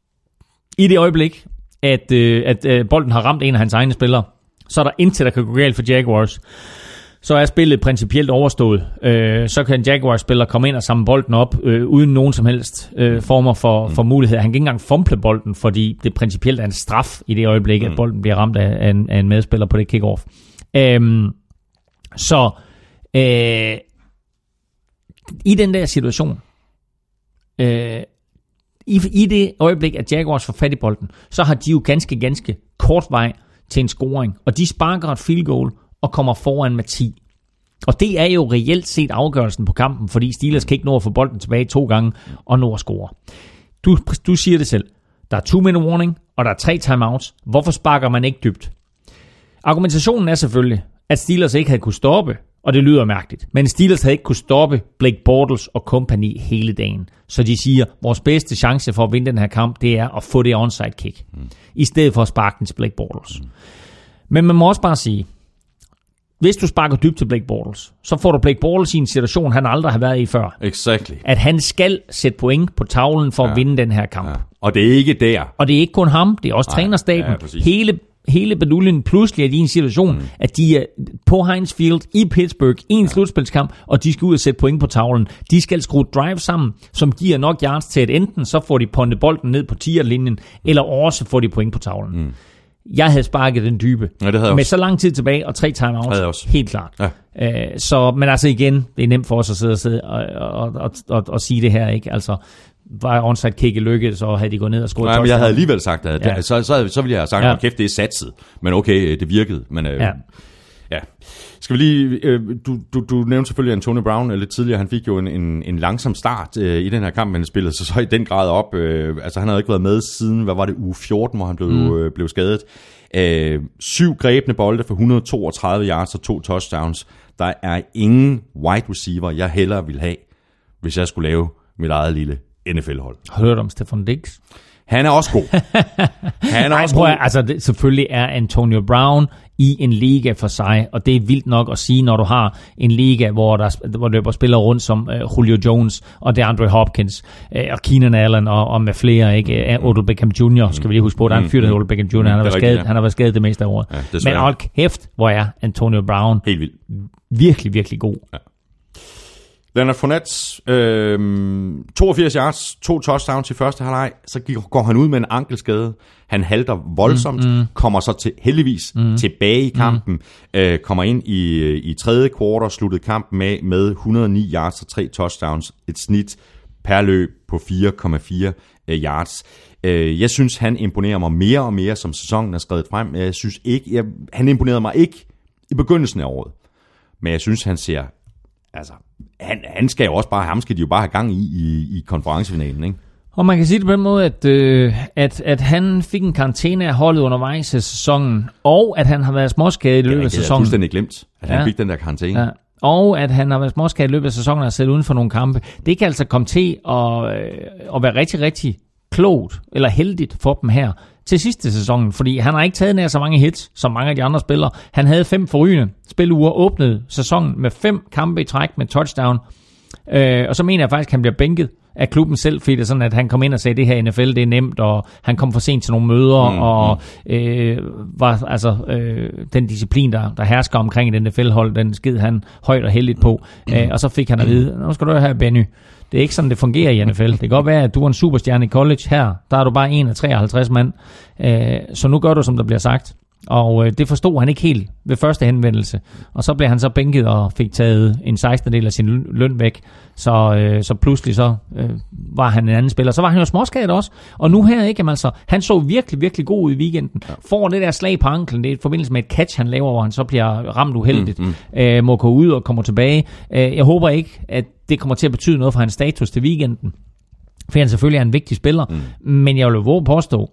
I det øjeblik, at, øh, at øh, bolden har ramt en af hans egne spillere, så er der intet, der kan gå galt for Jaguars. Så er spillet principielt overstået. Øh, så kan en Jaguars-spiller komme ind og samle bolden op, øh, uden nogen som helst øh, former for, mm. for mulighed. Han kan ikke engang fumble bolden, fordi det principielt er en straf i det øjeblik, mm. at bolden bliver ramt af, af, en, af en medspiller på det kick-off. Øh, så øh, i den der situation, øh, i, i det øjeblik, at Jaguars får fat i bolden, så har de jo ganske, ganske kort vej til en scoring. Og de sparker et field goal og kommer foran med ti. Og det er jo reelt set afgørelsen på kampen, fordi Steelers kan ikke nå at få bolden tilbage to gange og nå at score. Du, du siger det selv. Der er two-minute warning, og der er tre timeouts. Hvorfor sparker man ikke dybt? Argumentationen er selvfølgelig, at Steelers ikke havde kunne stoppe, og det lyder mærkeligt, men Steelers havde ikke kunne stoppe Blake Bortles og company hele dagen. Så de siger, at vores bedste chance for at vinde den her kamp, det er at få det onside kick, mm. i stedet for at sparke den til Blake Bortles. Mm. Men man må også bare sige, hvis du sparker dybt til Blake Bortles, så får du Blake Bortles i en situation, han aldrig har været i før. Exactly. At han skal sætte point på tavlen for ja. at vinde den her kamp. Ja. Og det er ikke der. Og det er ikke kun ham, det er også Nej. trænerstaben. Ja, hele hele beduljen pludselig er de i en situation, mm. at de er på Heinz Field i Pittsburgh i en ja. slutspilskamp, og de skal ud og sætte point på tavlen. De skal skrue drive sammen, som giver nok yards til, at enten så får de puntet bolden ned på tier-linjen, mm. eller også får de point på tavlen. Mm. Jeg havde sparket den dybe. Ja, det havde med også. Så lang tid tilbage, og tre timeouts. Helt klart. Ja. Øh, så, men altså igen, det er nemt for os at sidde og, sidde og, og, og, og, og sige det her, ikke? Altså, var onside kick lykkedes, så havde de gået ned og scoret. Nej, men jeg havde alligevel sagt, at ja. så, så, så ville jeg have sagt, at ja. kæft, det er satset. Men okay, det virkede. Men, øh, ja. ja. Skal vi lige, øh, du, du, du nævnte selvfølgelig Antonio Brown lidt tidligere. Han fik jo en, en, en langsom start øh, i den her kamp, men spillede sig så i den grad op. Øh, altså han havde ikke været med siden, hvad var det, uge fjorten, hvor han blev, mm. øh, blev skadet. Øh, syv grebne bolde for et hundrede og toogtredive yards og to touchdowns. Der er ingen wide receiver, jeg hellere ville have, hvis jeg skulle lave mit eget lille N F L-hold. Har du hørt om Stefan Diggs? Han er også god. Han er Ej, også prøv, god. Altså, det, selvfølgelig er Antonio Brown i en liga for sig, og det er vildt nok at sige, når du har en liga, hvor der hvor løber spillere rundt som uh, Julio Jones og DeAndre Hopkins uh, og Keenan Allen og, og med flere, ikke? Uh, Odell Beckham junior skal vi lige huske på. Der er en fyr, der hedder Odell Beckham junior Han har været skadet, ja. han har været skadet det meste af året. Ja, men hold kæft, hvor er Antonio Brown helt vildt. Virkelig, virkelig god. Ja. Leonard Fournette, øh, toogfirs yards, to touchdowns i første halvleg, så går han ud med en ankelskade. Han halter voldsomt, mm, mm. kommer så til, heldigvis mm. tilbage i kampen, mm. øh, kommer ind i, i tredje kvartal, sluttede kampen med, med et hundrede og ni yards og tre touchdowns, et snit per løb på fire komma fire yards. Øh, jeg synes, han imponerer mig mere og mere, som sæsonen er skredet frem. Jeg synes ikke, jeg, han imponerede mig ikke i begyndelsen af året, men jeg synes, han ser... Altså, han, han skal jo også bare, ham skal de jo bare have gang i, i, i konferencefinalen, ikke? Og man kan sige det på den måde, at, øh, at, at han fik en karantæne af holdet undervejs i sæsonen, og at han har været småskadet i løbet af sæsonen. Det er fuldstændig glemt, at han ja. fik den der karantæne. Ja. Og at han har været småskadet i løbet af sæsonen og har siddet uden for nogle kampe. Det kan altså komme til at, at være rigtig, rigtig klogt, eller heldigt for dem her til sidste sæsonen, fordi han har ikke taget nær så mange hits, som mange af de andre spillere. Han havde fem forrygende spiluger, åbnede sæsonen med fem kampe i træk med touchdown, øh, og så mener jeg faktisk, at han bliver bænket af klubben selv, fordi det er sådan, at han kom ind og sagde, at det her N F L, det er nemt, og han kom for sent til nogle møder, mm, og øh, var altså øh, den disciplin, der, der hersker omkring et N F L-hold, den skid han højt og heldigt på. Mm. Øh, og så fik han at vide, nu skal du have, Benny. Det er ikke sådan, det fungerer i N F L. Det kan godt være, at du er en superstjerne i college her. Der er du bare en af treoghalvtreds mand. Øh, så nu gør du, som der bliver sagt. Og øh, det forstod han ikke helt ved første henvendelse. Og så blev han så bænket og fik taget en sekstende del af sin løn væk. Så, øh, så pludselig så øh, var han en anden spiller. Så var han jo småskadet også. Og nu her ikke, altså, han så virkelig, virkelig god ud i weekenden. Ja. Får det der slag på anklen, det er i forbindelse med et catch, han laver, hvor han så bliver ramt uheldigt. Mm, mm. Øh, må gå ud og kommer tilbage. Øh, jeg håber ikke, at det kommer til at betyde noget for hans status til weekenden. For han selvfølgelig er en vigtig spiller. Mm. Men jeg vil våge påstå,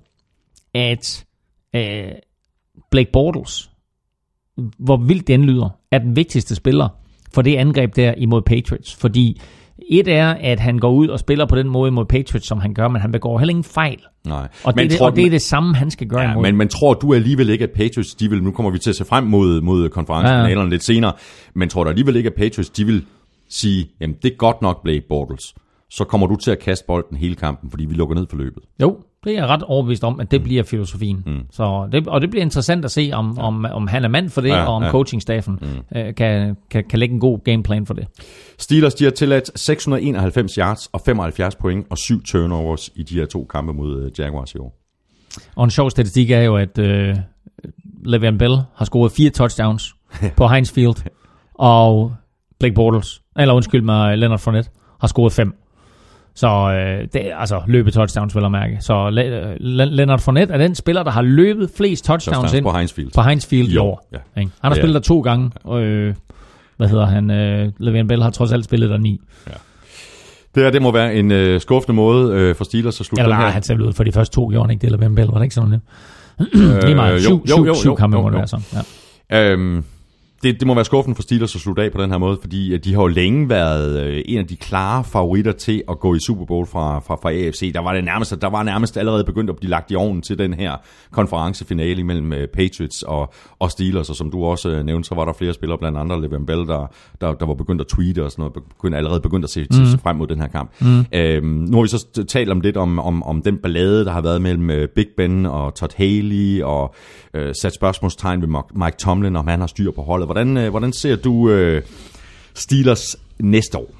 at øh, Blake Bortles, hvor vildt den lyder, er den vigtigste spiller for det angreb der imod Patriots. Fordi et er, at han går ud og spiller på den måde imod Patriots, som han gør, men han begår heller ingen fejl. Nej. Og, det, tror, og det er det samme, han skal gøre ja, imod. Men, men tror du alligevel ikke, at Patriots, de vil, nu kommer vi til at se frem mod, mod konferencefinalerne ja, ja. lidt senere, men tror du alligevel ikke, at Patriots, de vil sige, jamen det er godt nok Blake Bortles, så kommer du til at kaste bolden hele kampen, fordi vi lukker ned for løbet. Jo, det er jeg ret overbevist om, at det mm. bliver filosofien. Mm. Så det, og det bliver interessant at se, om, om, om han er mand for det, ja, og om ja. coachingstaffen mm. øh, kan, kan, kan lægge en god gameplan for det. Steelers, de har tilladt seks hundrede og enoghalvfems yards og femoghalvfjerds point og syv turnovers i de her to kampe mod Jaguars i år. Og en sjov statistik er jo, at øh, Le'Veon Bell har scoret fire touchdowns på Heinz Field, og Blake Bortles, eller undskyld mig, Leonard Fournette, har scoret fem. Så øh, det er altså løbet touchdowns, vil jeg mærke. Så Le- Le- Leonard Fournette er den spiller, der har løbet flest touchdowns, touchdowns ind på Heinz Field, på Heinz Field i år. Ja. Han har ja, spillet der to gange, og øh, hvad hedder han? Øh, Le'Veon Bell har trods alt spillet der ni. Ja. Det her, det må være en øh, skuffende måde øh, for Steelers at slutte Eller nej, her. han selv ud for de første to gjorde, ikke? Det Le'Veon Bell, var det ikke sådan det? Lige meget. Syv, jo, jo, jo, syv kampe må det være sådan. Ja. Øhm, Det, det må være skuffende for Steelers at slutte af på den her måde, fordi de har jo længe været øh, en af de klare favoritter til at gå i Super Bowl fra, fra, fra A F C. Der var det nærmest, der var nærmest allerede begyndt at blive lagt i ovnen til den her konferencefinale mellem øh, Patriots og, og Steelers, og som du også øh, nævnte, så var der flere spillere, blandt andre Le'Veon Bell, der, der, der var begyndt at tweete og sådan noget, begyndte, allerede begyndt at se, mm. se frem mod den her kamp. Mm. Øhm, nu har vi så talt om lidt om, om, om den ballade, der har været mellem øh, Big Ben og Todd Haley, og øh, sat spørgsmålstegn ved Mike Tomlin, om han har styr på holdet. Hvordan, øh, hvordan ser du øh, Steelers næste år?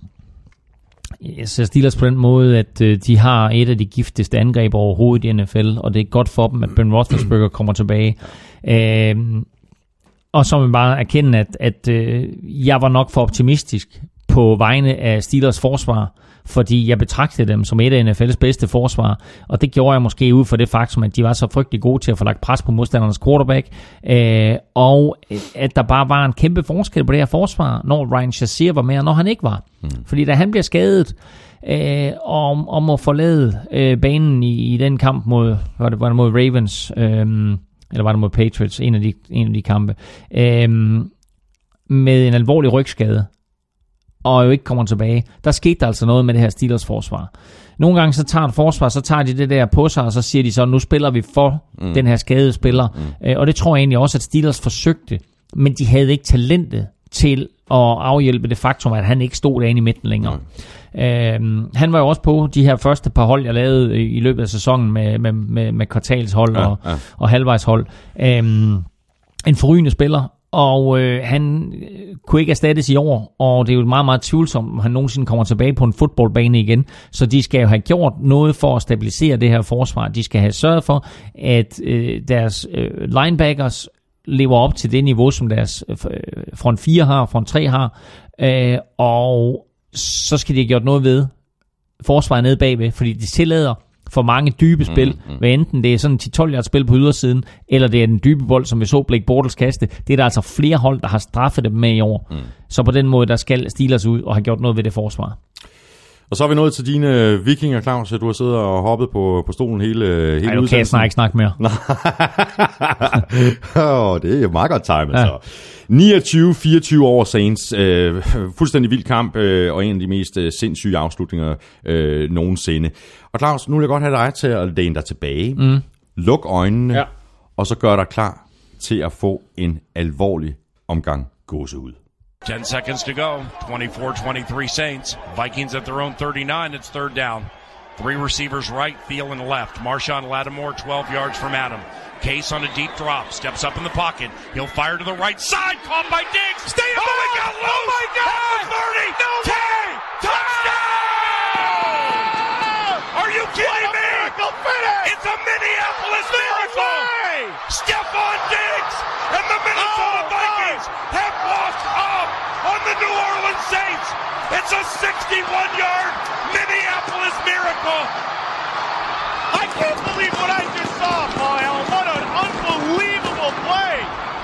Jeg ser Steelers på den måde, at øh, de har et af de giftigste angreb overhovedet i N F L, og det er godt for dem, at Ben Roethlisberger kommer tilbage. Øh, og så må man bare erkende, at, at øh, jeg var nok for optimistisk på vegne af Steelers forsvar, fordi jeg betragtede dem som et af N F L's bedste forsvar, og det gjorde jeg måske ud for det faktum, at de var så frygtelig gode til at få lagt pres på modstandernes quarterback, øh, og at der bare var en kæmpe forskel på det her forsvar, når Ryan Shazier var med, og når han ikke var. Mm. Fordi da han bliver skadet, øh, om, om at forlade øh, banen i, i den kamp mod, var det, var det mod Ravens, øh, eller var det mod Patriots, en af de, en af de kampe, øh, med en alvorlig rygskade, og jo ikke kommer tilbage. Der skete der altså noget med det her Steelers forsvar. Nogle gange så tager et forsvar, så tager de det der på sig, og så siger de så, nu spiller vi for mm. den her skadede spiller. Mm. Og det tror jeg egentlig også, at Steelers forsøgte, men de havde ikke talentet til at afhjælpe det faktum, at han ikke stod derinde i midten længere. Mm. Øhm, han var jo også på de her første par hold, jeg lavede i løbet af sæsonen med, med, med, med kvartalshold ja, og, ja. og halvvejshold. Øhm, en forrygende spiller, og øh, han kunne ikke erstattes i år, og det er jo meget, meget tvivlsomt, om han nogensinde kommer tilbage på en fodboldbane igen. Så de skal jo have gjort noget for at stabilisere det her forsvar. De skal have sørget for, at øh, deres øh, linebackers lever op til det niveau, som deres øh, front fire har, front tre har, øh, og så skal de have gjort noget ved forsvaret nede bagved, fordi de tillader for mange dybe spil, mm, mm. hvad enten det er sådan ti tolv yards spil på ydersiden, eller det er den dybe bold, som vi så Blake Bortles kaste. Det er der altså flere hold, der har straffet dem med i år. Mm. Så på den måde, der skal Steelers ud og have gjort noget ved det forsvar. Og så er vi nået til dine vikinger, Claus. Du har siddet og hoppet på, på stolen hele, hele Ej, du kan jeg ikke snakke mere. oh, det er jo meget godt timet, ja. Så. niogtyve fireogtyve over Saints. Øh, fuldstændig vild kamp, øh, og en af de mest øh, sindssyge afslutninger øh, nogensinde. Og Claus, nu vil jeg godt have dig til at læne dig tilbage. Mm. Luk øjnene, ja. Og så gør dig klar til at få en alvorlig omgang gåsehud. ten seconds to go. twenty-four twenty-three Saints. Vikings at their own thirty-nine. It's third down. Three receivers right, Thielen left. Marshawn Lattimore twelve yards from Adam. Case on a deep drop. Steps up in the pocket. He'll fire to the right side. Caught by Diggs. Stay oh, above. He got loose. Oh, my God. thirty. No ten. way. Touchdown. Are you kidding me? Miracle finish. It's a Minneapolis miracle. Stephon Diggs and the Minnesota Oh, Vikings have walked up on the New Orleans Saints. It's a sixty-one yard Minneapolis miracle. I can't believe what I just saw, Paul Allen. What an unbelievable play.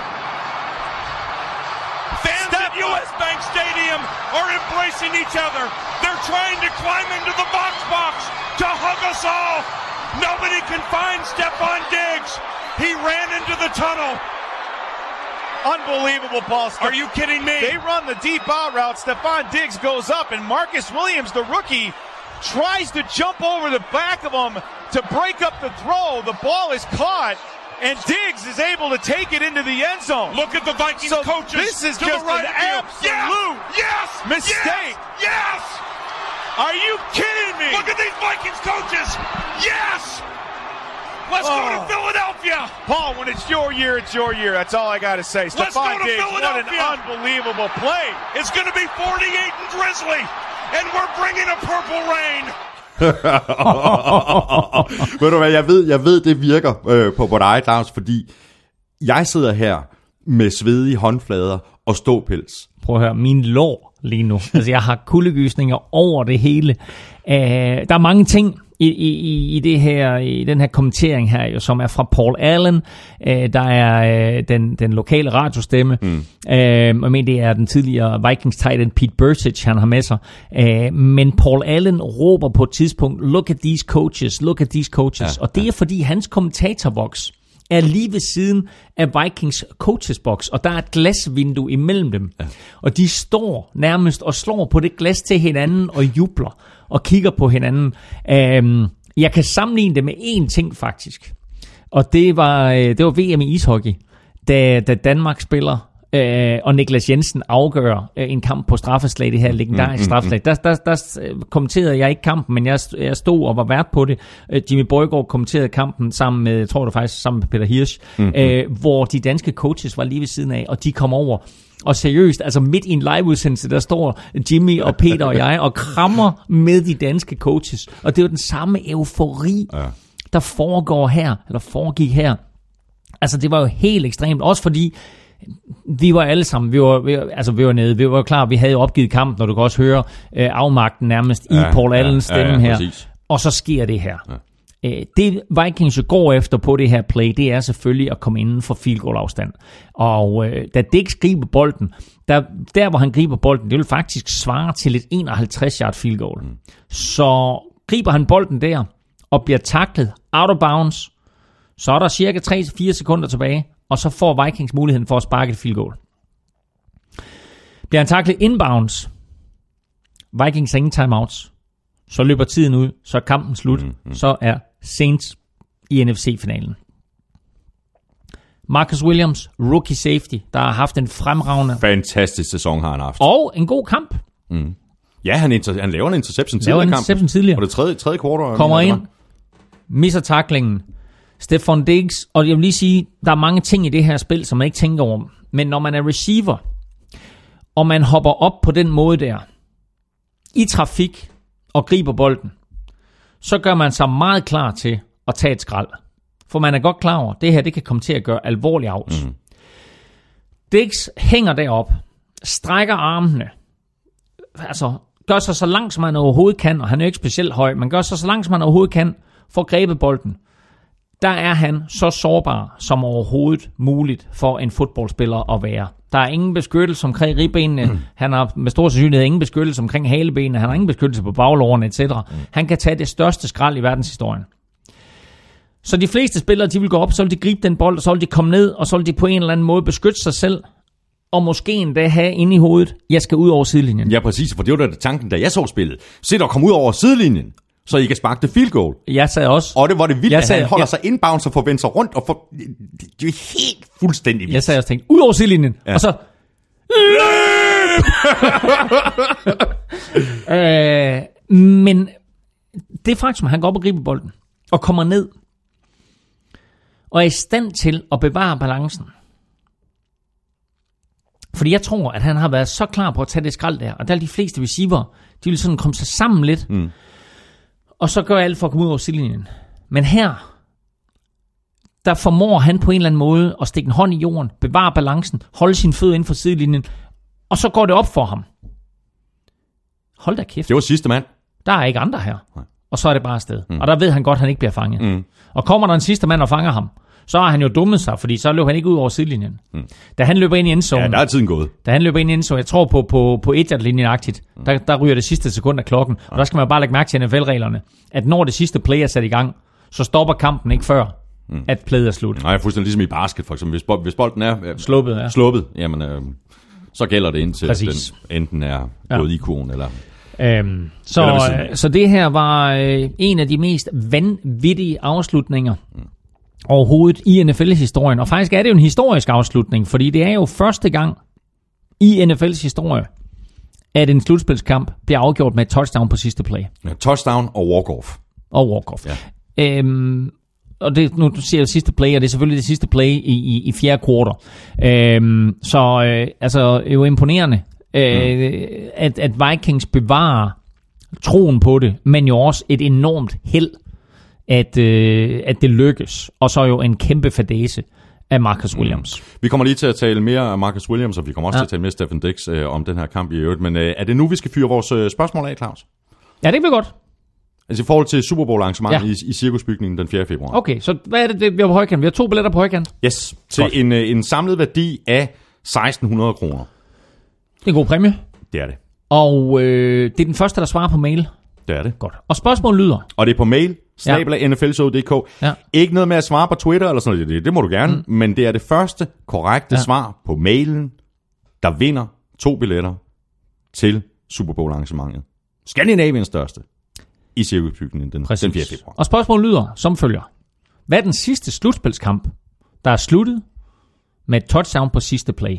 Fans at U S Bank Stadium are embracing each other. They're trying to climb into the box box to hug us all. Nobody can find Stephon Diggs. He ran into the tunnel. Unbelievable, Paul. Ste- Are you kidding me? They run the deep out route. Stephon Diggs goes up, and Marcus Williams, the rookie, tries to jump over the back of him to break up the throw. The ball is caught, and Diggs is able to take it into the end zone. Look at the Vikings so coaches. This is to just the right an absolute yes, yes, mistake. Yes, yes. Are you kidding me? Look at these Vikings coaches. Yes. Let's oh. go to Philadelphia. Paul, when it's your year, it's your year. That's all I got to say. Let's Stephon go to Diggs, Philadelphia. What an unbelievable play. It's going to be forty-eight and drizzly, and we're bringing a purple rain. Ved du hvad, jeg ved, jeg ved det virker øh, på, på dig, Claus, fordi jeg sidder her med svedige håndflader og ståpels. Prøv at høre, min lår lige nu. Altså, jeg har kuldegysninger over det hele. Uh, der er mange ting i, i, i det her, i den her kommentering her, jo, som er fra Paul Allen. Uh, der er uh, den, den lokale radiostemme. Mm. Uh, jeg mener, det er den tidligere Vikings tight end Pete Buttigieg, han har med sig. Uh, men Paul Allen råber på et tidspunkt, look at these coaches, look at these coaches. Ja, og det er, fordi hans kommentatorboks er lige ved siden af Vikings coachesbox, og der er et glasvindue imellem dem. Ja. Og de står nærmest og slår på det glas til hinanden og jubler og kigger på hinanden. Um, jeg kan sammenligne det med én ting faktisk, og det var, det var V M i ishockey, da, da Danmark spiller, øh, og Niklas Jensen afgør øh, en kamp på straffeslag, det her legendariske straffeslag. Der, der, der kommenterede jeg ikke kampen, men jeg, jeg stod og var vært på det. Øh, Jimmy Borregaard kommenterede kampen sammen med, jeg tror det faktisk, sammen med Peter Hirsch, mm-hmm. øh, hvor de danske coaches var lige ved siden af, og de kom over. Og seriøst, altså midt i en live-udsendelse, der står Jimmy og Peter og jeg og krammer med de danske coaches. Og det er jo den samme eufori, ja. der foregår her, eller foregik her. Altså det var jo helt ekstremt, også fordi vi var alle sammen, vi var, vi, altså vi var nede, vi var klar, vi havde jo opgivet kampen, og du kan også høre øh, afmagten nærmest ja, i Paul Allens ja, stemme ja, ja, her. Præcis. Og så sker det her. Ja. Øh, det Vikings går efter på det her play, det er selvfølgelig at komme inden for field goal afstand. Og øh, da Diggs griber bolden, der, der hvor han griber bolden, det vil faktisk svare til et enoghalvtreds yard field goal. Mm. Så griber han bolden der, og bliver tacklet out of bounds, så er der cirka tre til fire sekunder tilbage, og så får Vikings muligheden for at sparke et field goal. Bliver han tacklet inbounds, Vikings har ingen timeouts, så løber tiden ud, så er kampen slut, mm, mm. så er Saints i N F C-finalen. Marcus Williams, rookie safety, der har haft en fremragende... Fantastisk sæson har han haft. Og en god kamp. Mm. Ja, han, inter- han laver en interception tidligere kamp. interception tidligere. Og det tredje, tredje kvartal. Kommer ind, misser tacklingen. Stephon Diggs, og jeg vil lige sige, der er mange ting i det her spil, som man ikke tænker over. Men når man er receiver, og man hopper op på den måde der, i trafik, og griber bolden, så gør man sig meget klar til at tage et skrald. For man er godt klar over, at det her det kan komme til at gøre alvorlig afs. Mm. Diggs hænger derop, strækker armene, altså gør sig så langt, som han overhovedet kan, og han er jo ikke specielt høj, men gør sig så langt, som han overhovedet kan, for at gribe bolden. Der er han så sårbar som overhovedet muligt for en fodboldspiller at være. Der er ingen beskyttelse omkring ribbenene. Mm. Han har med stor sandsynlighed ingen beskyttelse omkring halebenene. Han har ingen beskyttelse på baglårene, et cetera. Mm. Han kan tage det største skrald i verdenshistorien. Så de fleste spillere, de vil gå op, så vil de gribe den bold, og så vil de komme ned, og så vil de på en eller anden måde beskytte sig selv, og måske endda have inde i hovedet, jeg skal ud over sidelinjen. Ja, præcis, for det var da tanken, da jeg så spillet. Se dig komme ud over sidelinjen, så I kan sparke det field goal. Jeg sagde også. Og det var det vildt, at han holder jeg, sig inbounds og får vendt sig rundt, og får, det er helt fuldstændig vildt. Jeg sagde også tænkt, ud over sidelinjen, ja. Og så... løb! øh, men det faktum, han går op og griber bolden, og kommer ned, og er i stand til at bevare balancen. Fordi jeg tror, at han har været så klar på at tage det skrald der, og der er de fleste receiver, de vil sådan komme sig sammen lidt, mm. og så gør alt for at komme ud over sidelinjen. Men her, der formår han på en eller anden måde at stikke en hånd i jorden, bevare balancen, holde sin fødder inden for sidelinjen, og så går det op for ham. Hold da kæft. Det var sidste mand. Der er ikke andre her. Nej. Og så er det bare afsted. Mm. Og der ved han godt, at han ikke bliver fanget. Mm. Og kommer der en sidste mand og fanger ham, så har han jo dummet sig, fordi så løber han ikke ud over sidelinjen. Mm. Da han løber ind i endzone, ja, der er tiden gået. Da han løber ind i endzone, jeg tror på, på, på et-linjen-agtigt, mm. der, der ryger det sidste sekund af klokken. Og der skal man bare lægge mærke til N F L-reglerne, at når det sidste play er sat i gang, så stopper kampen ikke før, mm. at playet er slut. Nej, fuldstændig ligesom i basket, for eksempel. Hvis, bold, hvis bolden er øh, sluppet, ja. sluppet, jamen, øh, så gælder det indtil Præcis. den enten er ja. gået i kurven, eller... Øhm, så, så det her var øh, en af de mest vanvittige afslutninger mm. overhovedet i N F L-historien. Og faktisk er det jo en historisk afslutning, fordi det er jo første gang i N F L's historie, at en slutspilskamp bliver afgjort med et touchdown på sidste play. Ja, touchdown og walk-off. Og walk-off. Ja. Øhm, og det, nu siger jeg sidste play, og det er selvfølgelig det sidste play i, i, i fjerde kvartal. Øhm, så øh, altså jo imponerende. Øh, mm. at, at Vikings bevarer troen på det, men jo også et enormt held, at, øh, at det lykkes. Og så jo en kæmpe fadese af Marcus Williams. Mm. Vi kommer lige til at tale mere om Marcus Williams, og vi kommer også ja. til at tale med Stefan Diggs øh, om den her kamp i øvrigt. Men øh, er det nu, vi skal fyre vores øh, spørgsmål af, Claus? Ja, det kan vi godt. Altså i forhold til Super Bowl arrangementet ja. i, i Cirkusbygningen den fjerde februar. Okay, så hvad er det, det vi har på højkant? Vi har to billetter på højkant. Yes, til en, øh, en samlet værdi af seksten hundrede kroner. Det er en god præmie. Det er det. Og øh, det er den første, der svarer på mail. Det er det. Godt. Og spørgsmålet lyder. Og det er på mail, snabel-a ja. N F L show punktum d k. Ja. Ikke noget med at svare på Twitter eller sådan noget. Det, det må du gerne. Mm. Men det er det første korrekte ja. svar på mailen, der vinder to billetter til Super Bowl arrangementet. Skandinaviens største. I Cirkusbygningen den, den fjerde februar. Og spørgsmålet lyder som følger. Hvad er den sidste slutspilskamp, der er sluttet med et touchdown på sidste play?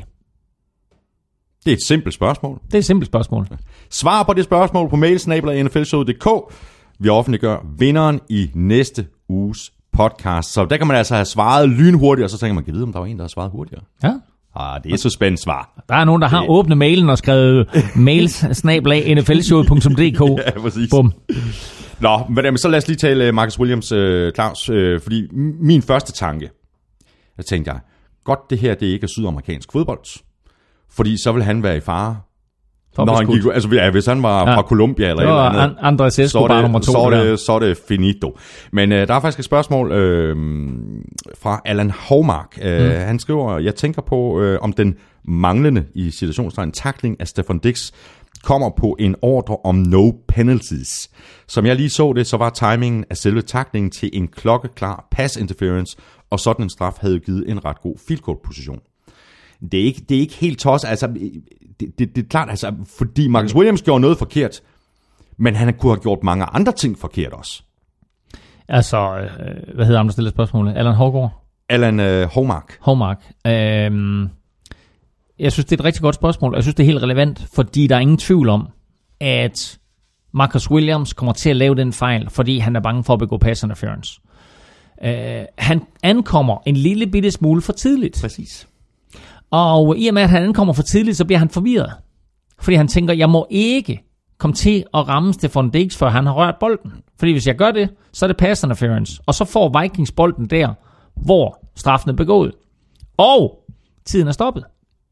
Det er et simpelt spørgsmål. Det er et simpelt spørgsmål. Svar på det spørgsmål på mail, snabel-a N F L show punktum d k. Vi offentliggør vinderen i næste uges podcast. Så der kan man altså have svaret lynhurtigt, og så tænker man, kan vide, om der var en, der har svaret hurtigere. Ja. Ah, det er så spændende svar. Der er nogen, der har det... åbnet mailen og skrevet mails snabel-a N F L show punktum d k. Ja, præcis. Bum. Nå, men så lad os lige tale Marcus Williams, uh, Claus, uh, fordi min første tanke, jeg tænkte jeg, godt det her, det ikke er sydamerikansk fodbold. Fordi så vil han være i fare. Når han gik, altså, ja, hvis han var ja. fra Colombia eller eller andet, Andres Escobar nummer to. Så er det, så er det finito. Men uh, der er faktisk et spørgsmål øh, fra Allan Hovmark. Uh, mm. Han skriver, jeg tænker på, øh, om den manglende i situationstegn tackling af Stefan Diggs kommer på en ordre om no penalties. Som jeg lige så det, så var timingen af selve tacklingen til en klokkeklar pass interference, og sådan en straf havde givet en ret god field goal position. Det er ikke, det er ikke helt tosset, altså, det, det, det er klart, altså, fordi Marcus Williams gjorde noget forkert, men han kunne have gjort mange andre ting forkert også. Altså, øh, hvad hedder han, der stiller spørgsmålet? Allan Hårgaard? Allan øh, Hovmark. Hovmark. Øhm, jeg synes, det er et rigtig godt spørgsmål, og jeg synes, det er helt relevant, fordi der er ingen tvivl om, at Marcus Williams kommer til at lave den fejl, fordi han er bange for at begå pass interference. Øh, han ankommer en lille bitte smule for tidligt. Præcis. Og i og med, at han ankommer for tidligt, så bliver han forvirret. Fordi han tænker, jeg må ikke komme til at ramme Stefan Diggs, før han har rørt bolden. Fordi hvis jeg gør det, så er det pass interference. Og så får Vikings bolden der, hvor straffen er begået. Og tiden er stoppet.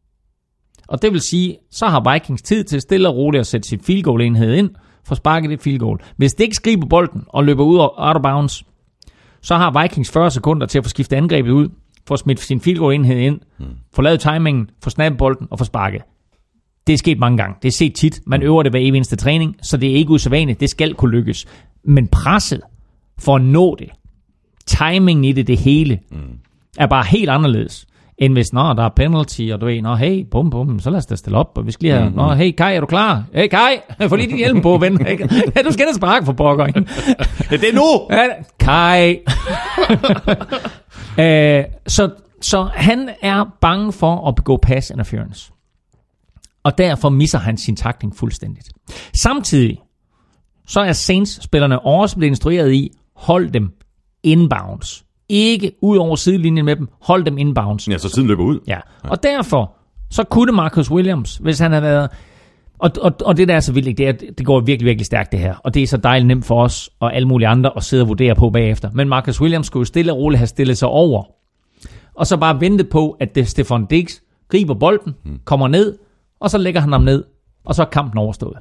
Og det vil sige, så har Vikings tid til stille og roligt at sætte sit field goal enhed ind, for sparket det field goal. Hvis Diggs griber bolden og løber ud out of bounds, så har Vikings fyrre sekunder til at få skiftet angrebet ud, få smidt sin field goal enhed ind, hmm. få lavet timingen, få snappet bolden og få sparket. Det er sket mange gange. Det er set tit. Man øver det hver evig eneste træning, så det er ikke usædvanligt. Det skal kunne lykkes. Men presset for at nå det, timingen i det, det hele, hmm. er bare helt anderledes, end hvis, nå, der er penalty, og du ved, nå, hey, bum, bum, så lad os da stille op, og vi skal lige have, mm-hmm. nå, hey, Kai, er du klar? Hey, Kai, få lige din hjelm på, ven. Ja, du skal da sparke for pokker. Ja, det er nu! Ja, Kai. uh, så, så han er bange for at begå pass interference. Og derfor misser han sin tackling fuldstændigt. Samtidig så er Saints-spillerne også blevet instrueret i, hold dem inbounds. Ikke ud over sidelinjen med dem, hold dem inbounds. Ja, så siden løber ud. Ja, og derfor så kunne Marcus Williams, hvis han havde været... Og, og, og det der er så vildt, det, er, det går virkelig, virkelig stærkt det her. Og det er så dejligt nemt for os og alle mulige andre at sidde og vurdere på bagefter. Men Marcus Williams skulle jo stille og roligt have stillet sig over. Og så bare vente på, at det Stefon Diggs griber bolden, hmm. kommer ned, og så lægger han ham ned, og så er kampen overstået.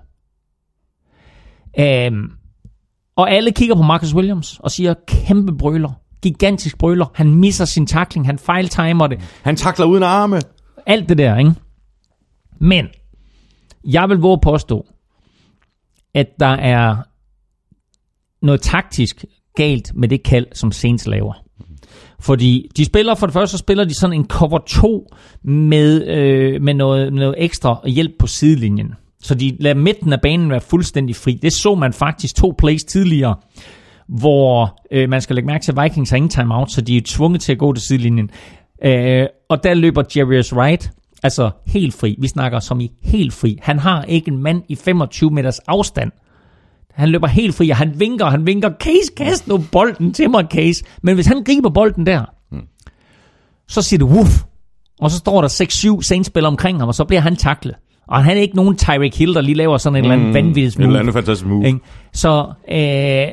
Um, og alle kigger på Marcus Williams og siger, kæmpe brøler, gigantisk brøler. Han misser sin tackling, han fejltimer det. Han tackler uden arme. Alt det der, ikke? Men jeg vil våge påstå, at der er noget taktisk galt med det kald, som Saints laver. Fordi de spiller, for det første, så spiller de sådan en cover to med, øh, med, noget, med noget ekstra hjælp på sidelinjen. Så de lader midten af banen være fuldstændig fri. Det så man faktisk to plays tidligere, hvor øh, man skal lægge mærke til, at Vikings har ingen timeout, så de er tvunget til at gå til sidelinjen. Øh, og der løber Jarius Wright altså helt fri. Vi snakker som i helt fri. Han har ikke en mand i femogtyve meters afstand. Han løber helt fri, og han vinker, han vinker. Case, kast nu bolden til mig, Case. Men hvis han griber bolden der, hmm. så siger det woof. Og så står der seks syv Saints-spillere omkring ham, og så bliver han tacklet. Og han er ikke nogen Tyreek Hill, der lige laver sådan et mm, eller andet vanvittigt move. Et eller andet fantastisk move. Ikke? Så øh,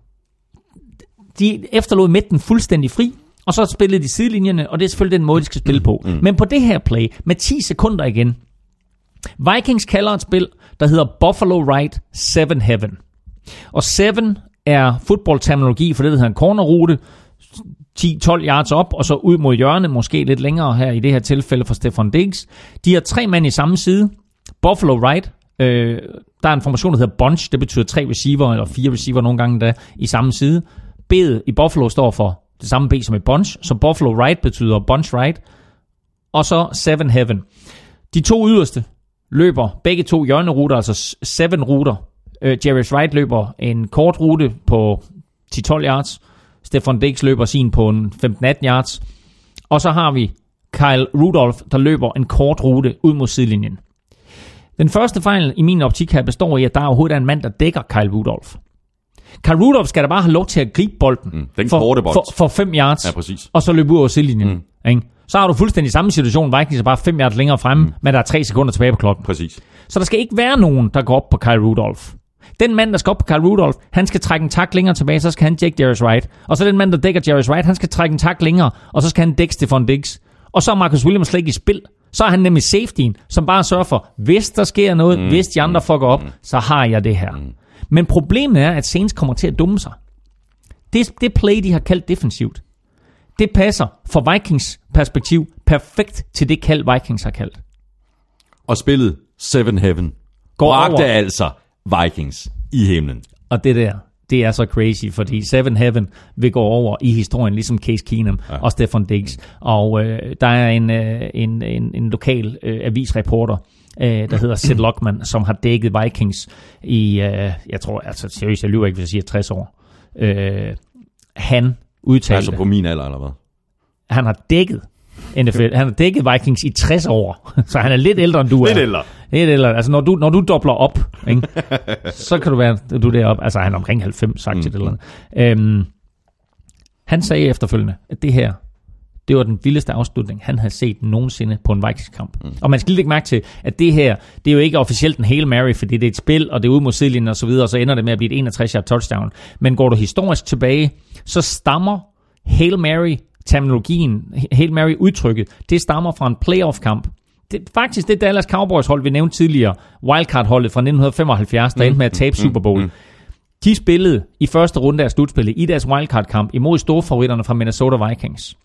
de efterlod midten fuldstændig fri, og så spillede de sidelinjerne, og det er selvfølgelig den måde, de skal spille på. Mm. Men på det her play, med ti sekunder igen, Vikings kalder et spil, der hedder Buffalo Right Seven Heaven. Og seven er fodboldterminologi for det, der hedder en cornerrute, ti tolv yards op, og så ud mod hjørnet, måske lidt længere her i det her tilfælde for Stefon Diggs. De har tre mand i samme side. Buffalo Right, øh, der er en formation, der hedder bunch, det betyder tre receiver, eller fire receiver nogle gange der, i samme side. B'et i Buffalo står for det samme B som i bunch, så Buffalo Right betyder bunch right, og så seven heaven. De to yderste løber begge to hjørneruter, altså seven ruter. Uh, Jarius Wright løber en kort rute på ti tolv yards. Stefon Diggs løber sin på en femten atten yards. Og så har vi Kyle Rudolph, der løber en kort rute ud mod sidelinjen. Den første fejl i min optik her består i, at der overhovedet er en mand, der dækker Kyle Rudolph. Kyle Rudolph skal da bare have lov til at gribe bolden mm, den for, korte bold. For, for fem yards, ja, præcis. Og så løbe ud over sidelinjen. Mm. Ikke? Så har du fuldstændig samme situation, Vikings er bare fem yards længere fremme, mm. men der er tre sekunder tilbage på klokken. Præcis. Så der skal ikke være nogen, der går op på Kyle Rudolph. Den mand, der skal op på Kyle Rudolph, han skal trække en tak længere tilbage, så skal han dække Jarius Wright. Og så den mand, der dækker Jarius Wright, han skal trække en tak længere, og så skal han dække Stefon Diggs. Og så er Marcus Williams slet ikke i spil. Så er han nemlig safetyen, som bare sørger for, hvis der sker noget, mm. hvis de andre fucker op, mm. så har jeg det her. Mm. Men problemet er, at Saints kommer til at dumme sig. Det, det play, de har kaldt defensivt, det passer fra Vikings perspektiv perfekt til det kald, Vikings har kaldt. Og spillet Seven Heaven går bragte altså Vikings i himlen. Og det der, det er så crazy, fordi Seven Heaven vil gå over i historien, ligesom Case Keenum ja. og Stefon Diggs. Og øh, der er en, øh, en, en, en lokal øh, avisreporter, øh, der hedder Sid Lockman, som har dækket Vikings i, øh, jeg tror, altså seriøst, jeg lyver ikke, hvis jeg siger tres år. Øh, han udtalte... Altså på min alder, eller hvad? Han har dækket N F L. Han har dækket Vikings i tres år, så han er lidt ældre, end du er. Lidt ældre. Lidt ældre. Altså, når du, når du dobler op, ikke, så kan du være, du deroppe. Altså, han er omkring halvfems, sagt til mm. det eller øhm, Han sagde efterfølgende, at det her, det var den vildeste afslutning, han havde set nogensinde på en Vikings-kamp. Mm. Og man skal lige lægge mærke til, at det her, det er jo ikke officielt en Hail Mary, fordi det er et spil, og det er ude mod sidelinjen og så videre, og så ender det med at blive et enogtres yard touchdown. Men går du historisk tilbage, så stammer Hail Mary terminologien, Hail Mary udtrykket, det stammer fra en playoff-kamp. Det, faktisk det Dallas Cowboys hold, vi nævnte tidligere, wildcard-holdet fra nitten femoghalvfjerds, der endte med at tabe Super Bowl. De spillede i første runde af slutspillet i deres wildcard-kamp imod storfavoritterne fra Minnesota Vikings.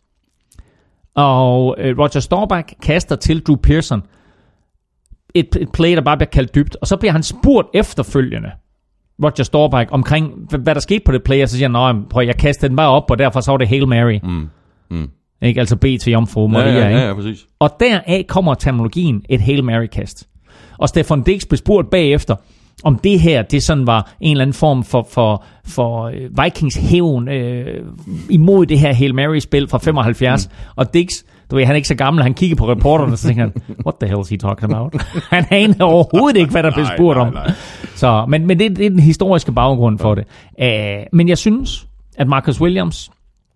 Og øh, Roger Staubach kaster til Drew Pearson et, et play, der bare bliver kaldt dybt, og så bliver han spurgt efterfølgende, Roger Staubach, omkring hvad der skete på det play, og så siger han, nå, prøv, jeg kastede den bare op, og derfor så var det Hail Mary. Mm. Mm. Ikke? Altså B til Jomfru Maria. Ja, ja, ikke? ja, ja, præcis. Og deraf kommer terminologien et Hail Mary-kast. Og Stefon Diggs blev spurgt bagefter, om det her, det sådan var en eller anden form for, for, for Vikings hævn øh, imod det her Hail Mary-spil fra femoghalvfjerds. Mm. Og Diggs, du ved, han er ikke så gammel, han kigger på reporterne, og så tænker han, what the hell is he talking about? Han aner overhovedet ikke, hvad der bliver spurgt om. Nej, nej. Så, men, men det, det er den historiske baggrund for det. Uh, men jeg synes, at Marcus Williams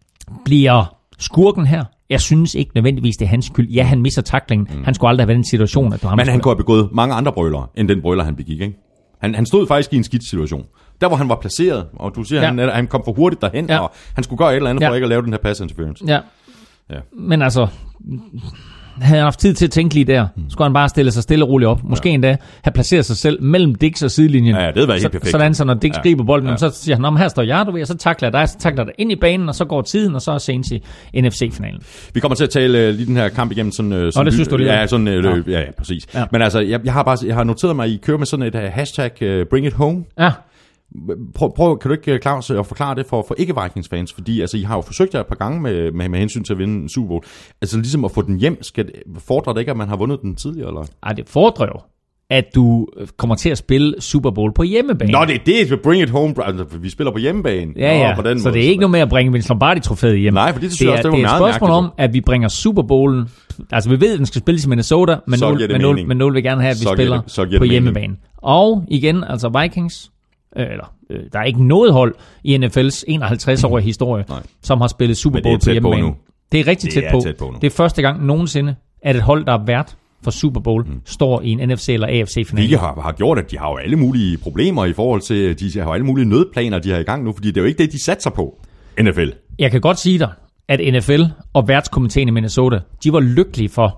bliver skurken her. Jeg synes ikke nødvendigvis, det er hans skyld. Ja, han misser tacklingen. Mm. Han skulle aldrig have været i den situation, at det var ham. Men han kunne have begået mange andre brøler, end den brøler, han begik, ikke? Han, han stod faktisk i en skidt situation. Der, hvor han var placeret, og du siger, ja. han, han kom for hurtigt derhen, ja. og han skulle gøre et eller andet ja. for ikke at lave den her pass interference. Ja. ja. Men altså, havde han haft tid til at tænke lige der, mm. skulle han bare stille sig stille og roligt op. Måske ja. endda have placeret sig selv mellem Dix og sidelinjen. Ja, det var helt perfekt. Sådan, så når Dix ja. griber bolden, ja. så siger han, her står jeg, du ved, og så takler jeg dig, så takler jeg dig ind i banen, og så går tiden, og så er Saints i N F C-finalen. Vi kommer til at tale uh, lige den her kamp igennem sådan... Uh, sådan det synes du lige? Ja, sådan, uh, ja. ja, ja, præcis. Ja. Men altså, jeg, jeg, har bare, jeg har noteret mig, at I kører med sådan et uh, hashtag uh, Bring It Home. Ja. Prøv, prøv, kan du ikke, Claus, at forklare det for, for ikke-Vikings-fans? Fordi altså, I har jo forsøgt jer et par gange med, med, med hensyn til at vinde en Super Bowl. Altså ligesom at få den hjem, skal, fordrer det ikke, at man har vundet den tidligere? Eller? Ej, det fordrer jo, at du kommer til at spille Super Bowl på hjemmebane. Nå, det er det, bring it home. Altså, vi spiller på hjemmebane. Ja, ja. Nå, på den så måde, det er ikke noget med at bringe Vince Lombardi-trofæet hjem. Nej, for det synes jeg også, det var meget mærkeligt. Det er et spørgsmål om, at vi bringer Super Bowlen. Altså, vi ved, at den skal spilles i Minnesota, men nu vil vi gerne have, at vi så spiller det, det, på hjemmebane. Mening. Og igen, altså Vikings... eller øh, der er ikke noget hold i N F L's enoghalvtreds-årige historie, Nej. som har spillet Super Bowl på hjemmebane. Det er rigtig det tæt, er på. tæt på. Det er første gang nogensinde, at et hold, der er vært for Super Bowl, mm. står i en N F C eller A F C-finale. Det har, har gjort, at de har jo alle mulige problemer i forhold til, de har alle mulige nødplaner, de har i gang nu, fordi det er jo ikke det, de satser på, N F L. Jeg kan godt sige dig, at N F L og værtskomiteen i Minnesota, de var lykkelige for,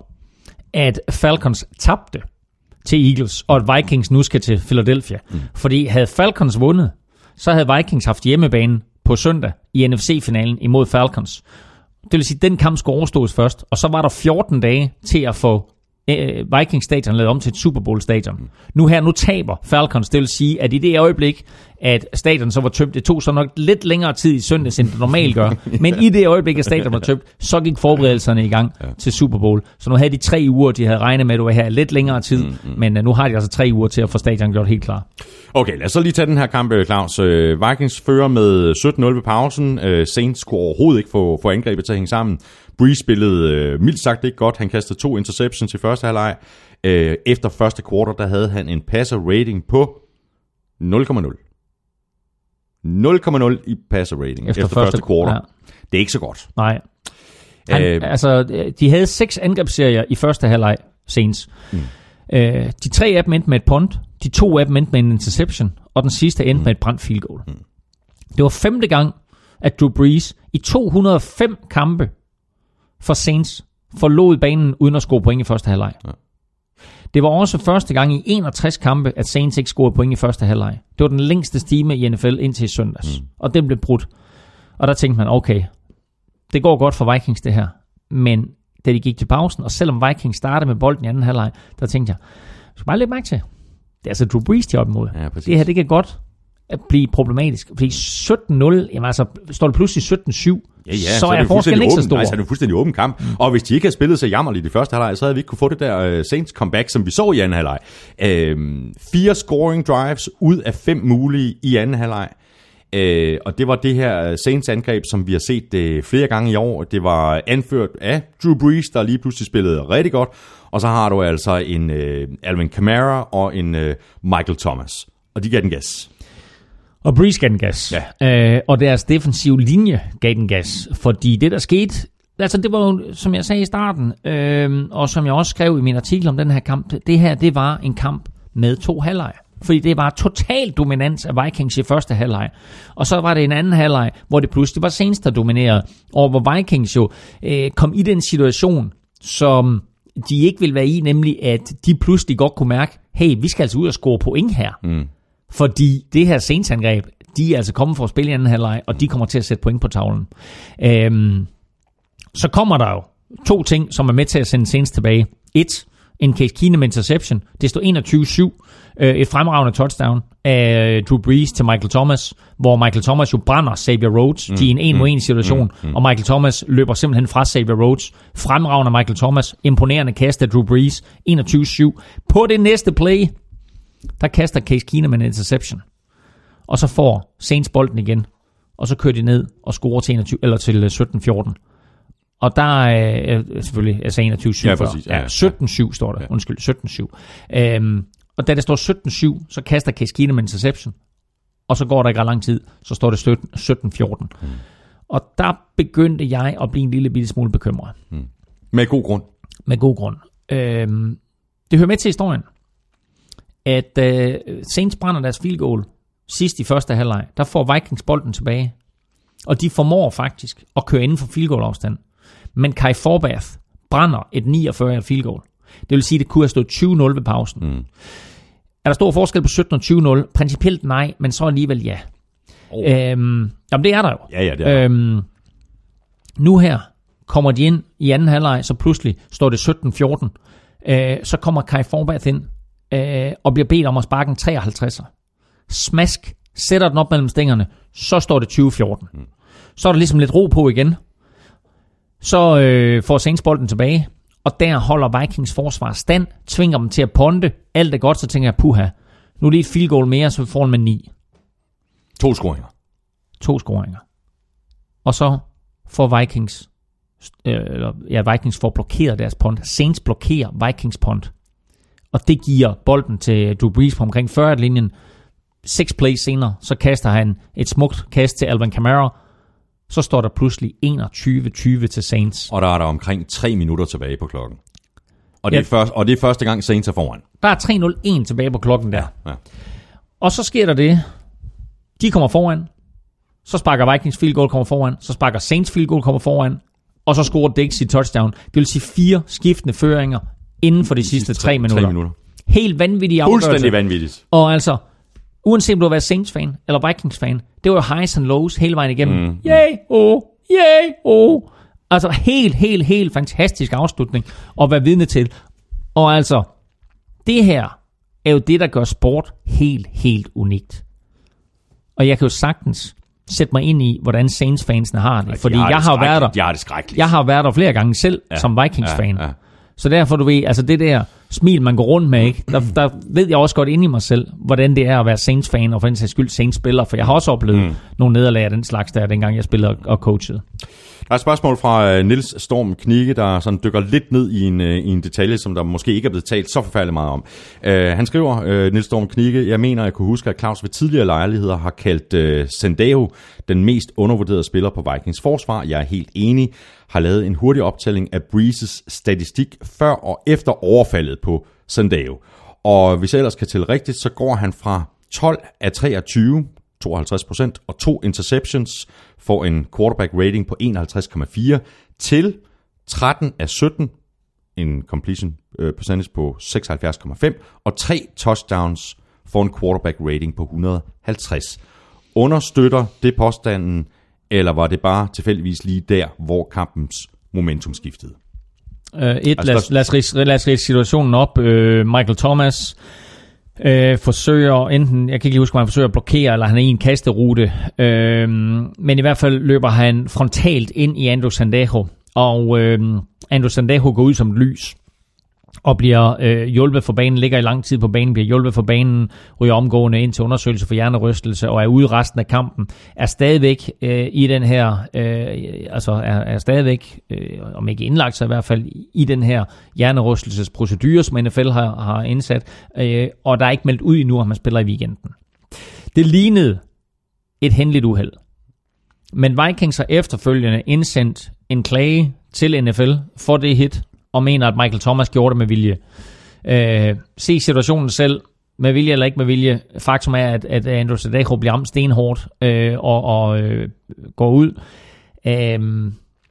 at Falcons tabte til Eagles, og at Vikings nu skal til Philadelphia. Mm. Fordi havde Falcons vundet, så havde Vikings haft hjemmebane på søndag i N F C-finalen imod Falcons. Det vil sige, at den kamp skulle overstås først, og så var der fjorten dage til at få øh, Vikings-stadion lavet om til et Super Bowl-stadion. Mm. Nu her, nu taber Falcons. Det vil sige, at i det øjeblik, at stadion så var tømt, det tog så nok lidt længere tid i søndags, end det normalt gør. Men ja. i det øjeblik, at stadion var tømt, så gik forberedelserne i gang ja. til Super Bowl. Så nu havde de tre uger, de havde regnet med, at det var her lidt længere tid. Mm, mm. Men uh, nu har de altså tre uger til at få stadion gjort helt klar. Okay, lad os så lige tage den her kamp, Claus. Uh, Vikings fører med sytten nul ved pausen. Uh, Saints skulle overhovedet ikke få, få angrebet til at hænge sammen. Breeze spillede uh, mildt sagt ikke godt. Han kastede to interceptions i første halvleg. Uh, efter første kvartal, der havde han en passer rating på nul komma nul. nul komma nul i passer rating efter, efter første kvartal. Ja. Det er ikke så godt. Nej. Han, øh, altså, de havde seks angrebsserier i første halvleg, Saints. Mm. Øh, de tre af dem endte med et punt, de to af dem endte med en interception, og den sidste endte mm. med et brændt field goal. Mm. Det var femte gang, at Drew Brees i to hundrede og fem kampe for Saints forlod banen uden at score point i første halvleg. Ja. Det var også første gang i enogtres kampe, at Saints ikke scorede point i første halvleg. Det var den længste stime i N F L indtil i søndags. Mm. Og den blev brudt. Og der tænkte man, okay, det går godt for Vikings det her. Men da de gik til pausen, og selvom Vikings startede med bolden i anden halvleg, der tænkte jeg, skal bare lægge mærke til, det er altså Drew Brees, de er op imod. Ja, det her, det kan godt at blive problematisk. Fordi sytten nul, jamen altså, står det pludselig sytten syv, ja, ja, så, så er forskellen ikke så stor. Nej, så er det en fuldstændig åben kamp. Mm. Og hvis de ikke havde spillet så jammerligt i første halvleg, så havde vi ikke kunne få det der uh, Saints comeback, som vi så i anden halvleg. Uh, fire scoring drives ud af fem mulige i anden halvleg. Uh, og det var det her Saints angreb, som vi har set uh, flere gange i år. Det var anført af Drew Brees, der lige pludselig spillede rigtig godt. Og så har du altså en uh, Alvin Kamara og en uh, Michael Thomas. Og de gav den gas. Og Brees gav den gas. Ja. Øh, og deres defensive linje gav den gas. Fordi det, der skete, altså det var jo, som jeg sagde i starten, øh, og som jeg også skrev i min artikel om den her kamp, det her, det var en kamp med to halvleg. Fordi det var total dominans af Vikings i første halvleg. Og så var det en anden halvleg, hvor det pludselig var Saints, der dominerede. Og hvor Vikings jo øh, kom i den situation, som de ikke ville være i, nemlig at de pludselig godt kunne mærke, hey, vi skal altså ud og score point her. Mm. Fordi det her Saints-angreb, de er altså kommet for at spille i anden halvleg, og de kommer til at sætte point på tavlen. Øhm, så kommer der jo to ting, som er med til at sende Saints tilbage. Et, en Case Keenum interception. Det står enogtyve syv. Øh, et fremragende touchdown af Drew Brees til Michael Thomas, hvor Michael Thomas jo brænder Xavier Rhodes. Mm, de er i en en mod en situation, mm, mm, og Michael Thomas løber simpelthen fra Xavier Rhodes. Fremragende Michael Thomas. Imponerende kast af Drew Brees. enogtyve syv. På det næste play, der kaster Case Keenum en interception. Og så får Saints bolden igen. Og så kører de ned og scorer til, enogtyve, eller til sytten fjorten. Og der er øh, selvfølgelig altså enogtyve syv. Ja, præcis. Ja, ja, sytten syv står der. Ja. Undskyld, sytten syv. Øhm, og da der står sytten syv, så kaster Case Keenum med interception. Og så går der ikke ret lang tid, så står det sytten fjorten. Mm. Og der begyndte jeg at blive en lille bitte smule bekymret. Mm. Med god grund. Med god grund. Øhm, det hører med til historien, at øh, Saints brænder deres field goal sidst i første halvleg. Der får Vikings bolden tilbage. Og de formår faktisk at køre inden for field goal afstand. Men Kai Forbath brænder et niogfyrre field goal. Det vil sige, at det kunne have stået tyve nul ved pausen. Mm. Er der stor forskel på sytten og tyve nul? Principielt nej, men så alligevel ja. Oh. Øhm, jamen det er der jo. Ja, ja, det er øhm, nu her kommer de ind i anden halvleg, så pludselig står det sytten fjorten. Øh, så kommer Kai Forbath ind øh, og bliver bedt om at sparke en treoghalvtredser. Smask, sætter den op mellem stængerne, så står det tyve fjorten. Mm. Så er der ligesom lidt ro på igen. Så øh, får Saints bolden tilbage, og der holder Vikings forsvar stand, tvinger dem til at ponte. Alt er godt, så tænker jeg, puha, nu er det et field goal mere, så vi får den med ni. To scoringer. To scoringer. Og så får Vikings, øh, eller, ja, Vikings får blokeret deres punt. Saints blokerer Vikings punt. Og det giver bolden til Drew Brees på omkring fyrre-linjen. Seks plays senere, så kaster han et smukt kast til Alvin Kamara. Så står der pludselig enogtyve tyve til Saints. Og der er der omkring tre minutter tilbage på klokken. Og det, ja. er, først, og det er første gang Saints er foran. Der er tre nul en tilbage på klokken der. Ja. Og så sker der det. De kommer foran. Så sparker Vikings field goal kommer foran. Så sparker Saints field goal kommer foran. Og så scorer Diggs i touchdown. Det vil sige fire skiftende føringer inden for de, de sidste, sidste tre, tre minutter. tre minutter. Helt vanvittige afgørelser. Fuldstændig vanvittigt. Og altså, uanset om du er Saints-fan eller Vikings-fan, det var jo highs and lows hele vejen igennem. Mm. Yay, oh, yay, oh. Altså helt, helt, helt fantastisk afslutning at være vidne til. Og altså, det her er jo det, der gør sport helt, helt unikt. Og jeg kan jo sagtens sætte mig ind i, hvordan Saints-fansene har det. Fordi de har jeg, det har været der, de har det skrækkeligt. Jeg har været der flere gange selv ja, som Vikings-fan. Ja, ja. Så derfor, du ved, altså det der smil, man går rundt med, ikke? Der, der ved jeg også godt inde i mig selv, hvordan det er at være Saints-fan, og for den sags skyld Saints-spiller, for jeg har også oplevet mm. nogle nederlag af den slags der, dengang jeg spillede og coachede. Der er et spørgsmål fra Niels Storm Knigge, der sådan dykker lidt ned i en, i en detalje, som der måske ikke er blevet talt så forfærdeligt meget om. Uh, han skriver, uh, Niels Storm Knigge, jeg mener, jeg kunne huske, at Claus ved tidligere lejligheder har kaldt uh, Sendejo den mest undervurderede spiller på Vikings forsvar. Jeg er helt enig. Har lavet en hurtig optælling af Brees' statistik før og efter overfaldet på Sendejo. Og hvis jeg ellers kan tælle rigtigt, så går han fra tolv af treogtyve, tooghalvtreds procent, og to interceptions for en quarterback rating på enoghalvtreds komma fire, til tretten af sytten, en completion percentage på seksoghalvfjerds komma fem, og tre touchdowns for en quarterback rating på et hundrede og halvtreds. Understøtter det påstanden, eller var det bare tilfældigvis lige der, hvor kampens momentum skiftede? Uh, et, altså, lad, lad, os rise, lad os rise situationen op. Uh, Michael Thomas uh, forsøger enten, jeg kan ikke lige huske, om han forsøger at blokere, eller han er i en kasterute, uh, men i hvert fald løber han frontalt ind i Andrew Sendejo, og uh, Andrew Sendejo går ud som et lys, og bliver øh, hjulpet for banen, ligger i lang tid på banen, bliver hjulpet for banen, ryger omgående ind til undersøgelse for hjernerystelse, og er ude resten af kampen, er stadigvæk øh, i den her, øh, altså er, er stadigvæk, øh, om ikke indlagt sig i hvert fald, i den her hjernerystelsesprocedure, som N F L har, har indsat, øh, og der er ikke meldt ud endnu, om man spiller i weekenden. Det lignede et hændeligt uheld. Men Vikings har efterfølgende indsendt en klage til N F L for det hit, og mener, at Michael Thomas gjorde det med vilje. Øh, se situationen selv, med vilje eller ikke med vilje. Faktum er, at, at Andrew Sendejo bliver ramt stenhårdt øh, og, og øh, går ud. Øh,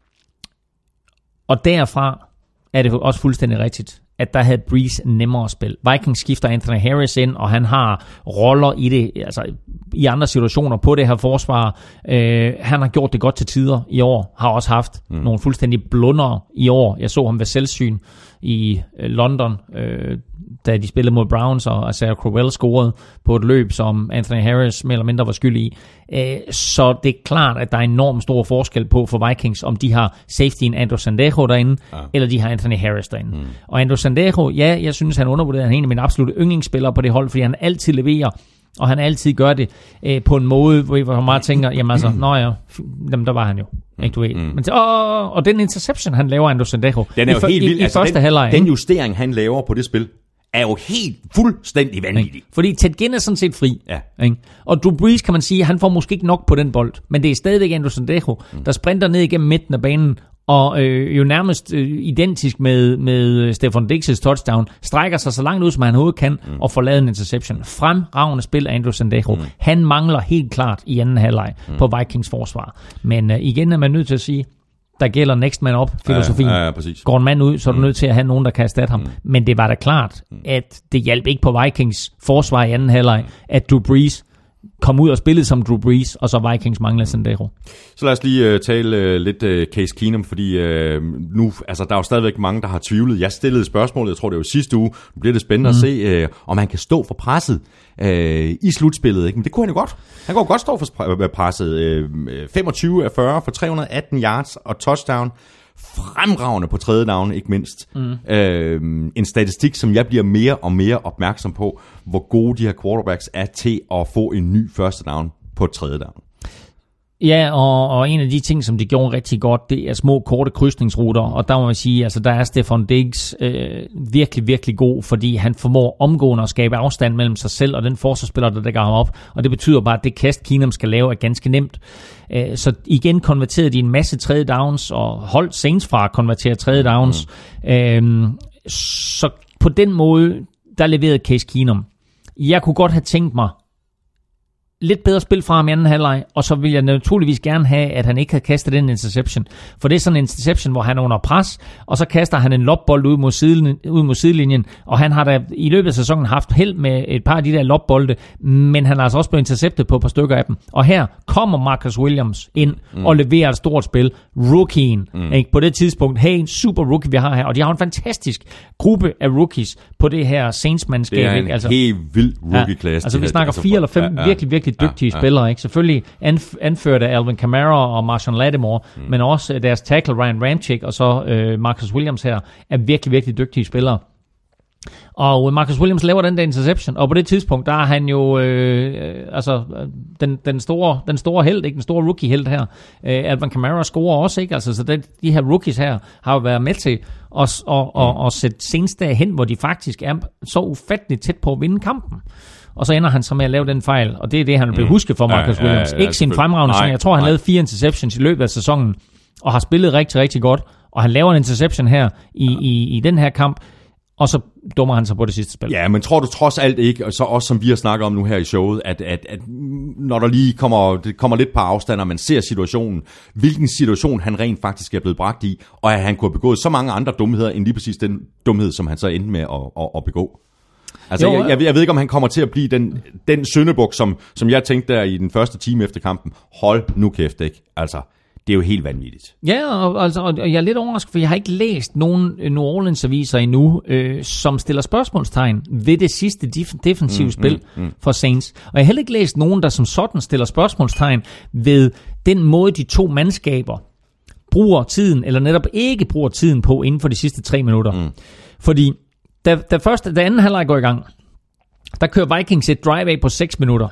og derfra er det også fuldstændig rigtigt, at der havde Brees nemmere spil. Vikings skifter Anthony Harris ind, og han har roller i det, altså i andre situationer på det her forsvar. Øh, han har gjort det godt til tider i år, har også haft mm. nogle fuldstændig blunder i år. Jeg så ham ved selvsyn i øh, London, øh, da de spillede mod Browns, og Isaiah Crowell scorede på et løb, som Anthony Harris mere eller mindre var skyld i. Øh, så det er klart, at der er enormt stor forskel på for Vikings, om de har safetyen Andrew Sendejo derinde, ja. eller de har Anthony Harris derinde. Mm. Og Andrew Sendejo, ja, jeg synes, han undervurderer, han er en af mine absolutte yndlingsspillere på det hold, fordi han altid leverer Og han altid gør det øh, på en måde, hvor man meget tænker, jamen altså, nå ja, jamen, der var han jo. Ikke, du ved. Mm. Men, og, og den interception, han laver, Andrew Sendejo, den er jo i, helt i, vild. i Altså, første den, halvleg. Den justering, han laver på det spil, er jo helt fuldstændig vanvittig. Fordi Ted Ginn er sådan set fri. Ja. Ikke? Og Drew Brees, kan man sige, han får måske ikke nok på den bold, men det er stadigvæk Andrew Sendejo, mm. der sprinter ned igennem midten af banen, og øh, jo nærmest øh, identisk med, med Stefan Diggs' touchdown, strækker sig så langt ud, som han overhovedet kan, mm. og får lavet en interception. Fremragende spil af Andrew Sendejo. Mm. Han mangler helt klart i anden halvleg mm. på Vikings forsvar. Men øh, igen er man nødt til at sige, der gælder next man up filosofien. Ja, ja, ja, præcis. Går en mand ud, så er du nødt til at have nogen, der kan erstatte ham. Mm. Men det var da klart, at det hjalp ikke på Vikings forsvar i anden halvleg, at Drew Brees kom ud og spillede som Drew Brees, og så Vikings manglede Sendejo. Så lad os lige uh, tale uh, lidt uh, Case Keenum, fordi uh, nu, altså der er jo stadigvæk mange, der har tvivlet. Jeg stillede spørgsmålet, jeg tror det var sidste uge, nu bliver det spændende mm. at se, uh, om han kan stå for presset uh, i slutspillet. Ikke? Men det kunne han jo godt. Han kunne godt stå for presset. Uh, femogtyve af fyrre for tre hundrede og atten yards og touchdown. Fremragende på tredje down, ikke mindst. Mm. Øh, en statistik, som jeg bliver mere og mere opmærksom på, hvor gode de her quarterbacks er til at få en ny første down på tredje down. Ja, og, og en af de ting, som de gjorde rigtig godt, det er små, korte krydsningsruter, og der må man sige, altså der er Stefan Diggs øh, virkelig, virkelig god, fordi han formår omgående at skabe afstand mellem sig selv og den forsvarsspiller, der dækker ham op, og det betyder bare, at det kast, Keenum skal lave, er ganske nemt. Øh, så igen konverterede de en masse tredje downs, og holdt Saints fra at konvertere tredje downs. Mm. Øh, så på den måde, der leverede Case Keenum. Jeg kunne godt have tænkt mig, lidt bedre spil fra ham i anden halvleg, og så vil jeg naturligvis gerne have, at han ikke havde kastet den interception. For det er sådan en interception, hvor han er under pres, og så kaster han en lobbold ud mod, siden, ud mod sidelinjen, og han har da i løbet af sæsonen haft held med et par af de der lobbolde, men han har altså også blevet interceptet på et par stykker af dem. Og her kommer Marcus Williams ind mm. og leverer et stort spil. Rookien, mm. ikke? På det tidspunkt, hey, en super rookie vi har her, og de har en fantastisk gruppe af rookies på det her Saints-mandskab. Det er en altså, helt vild rookie-klasse. Ja, altså vi snakker fire eller fem ja, ja. virkelig, virkelig dygtige ja, ja. spillere, ikke? Selvfølgelig anf- anført af Alvin Kamara og Marshawn Lattimore, mm. men også deres tackle Ryan Ramczyk og så øh, Marcus Williams her er virkelig, virkelig dygtige spillere. Og Marcus Williams laver den der interception, og på det tidspunkt, der er han jo øh, altså den, den store den store held, ikke den store rookie held her. Øh, Alvin Kamara scorer også, ikke? Altså så det, de her rookies her har jo været med til at og, og, og sætte Saints derhen, hvor de faktisk er så ufatteligt tæt på at vinde kampen. Og så ender han så med at lave den fejl, og det er det, han vil blive husket for, Marcus ja, Williams. Ja, ja, ikke sin fremragende sæson. Jeg tror, han nej. lavede fire interceptions i løbet af sæsonen, og har spillet rigtig, rigtig godt. Og han laver en interception her i, i, i den her kamp, og så dummer han sig på det sidste spil. Ja, men tror du trods alt ikke, og så også som vi har snakket om nu her i showet, at, at, at når der lige kommer, det kommer lidt på afstand, og man ser situationen, hvilken situation han rent faktisk er blevet bragt i, og at han kunne have begået så mange andre dumheder, end lige præcis den dumhed, som han så endte med at, at, at begå. Altså, jo, jeg, jeg, jeg ved ikke, om han kommer til at blive den, den syndebuk, som, som jeg tænkte der i den første time efter kampen. Hold nu kæft, ikke? Altså, det er jo helt vanvittigt. Ja, og, altså, og jeg er lidt overrasket, for jeg har ikke læst nogen New Orleans-aviser endnu, øh, som stiller spørgsmålstegn ved det sidste def- defensive mm, spil mm, mm. for Saints. Og jeg har heller ikke læst nogen, der som sådan stiller spørgsmålstegn ved den måde, de to mandskaber bruger tiden, eller netop ikke bruger tiden på inden for de sidste tre minutter. Mm. Fordi Da, da, første, da anden halvleg går i gang, der kører Vikings et drive af på seks minutter.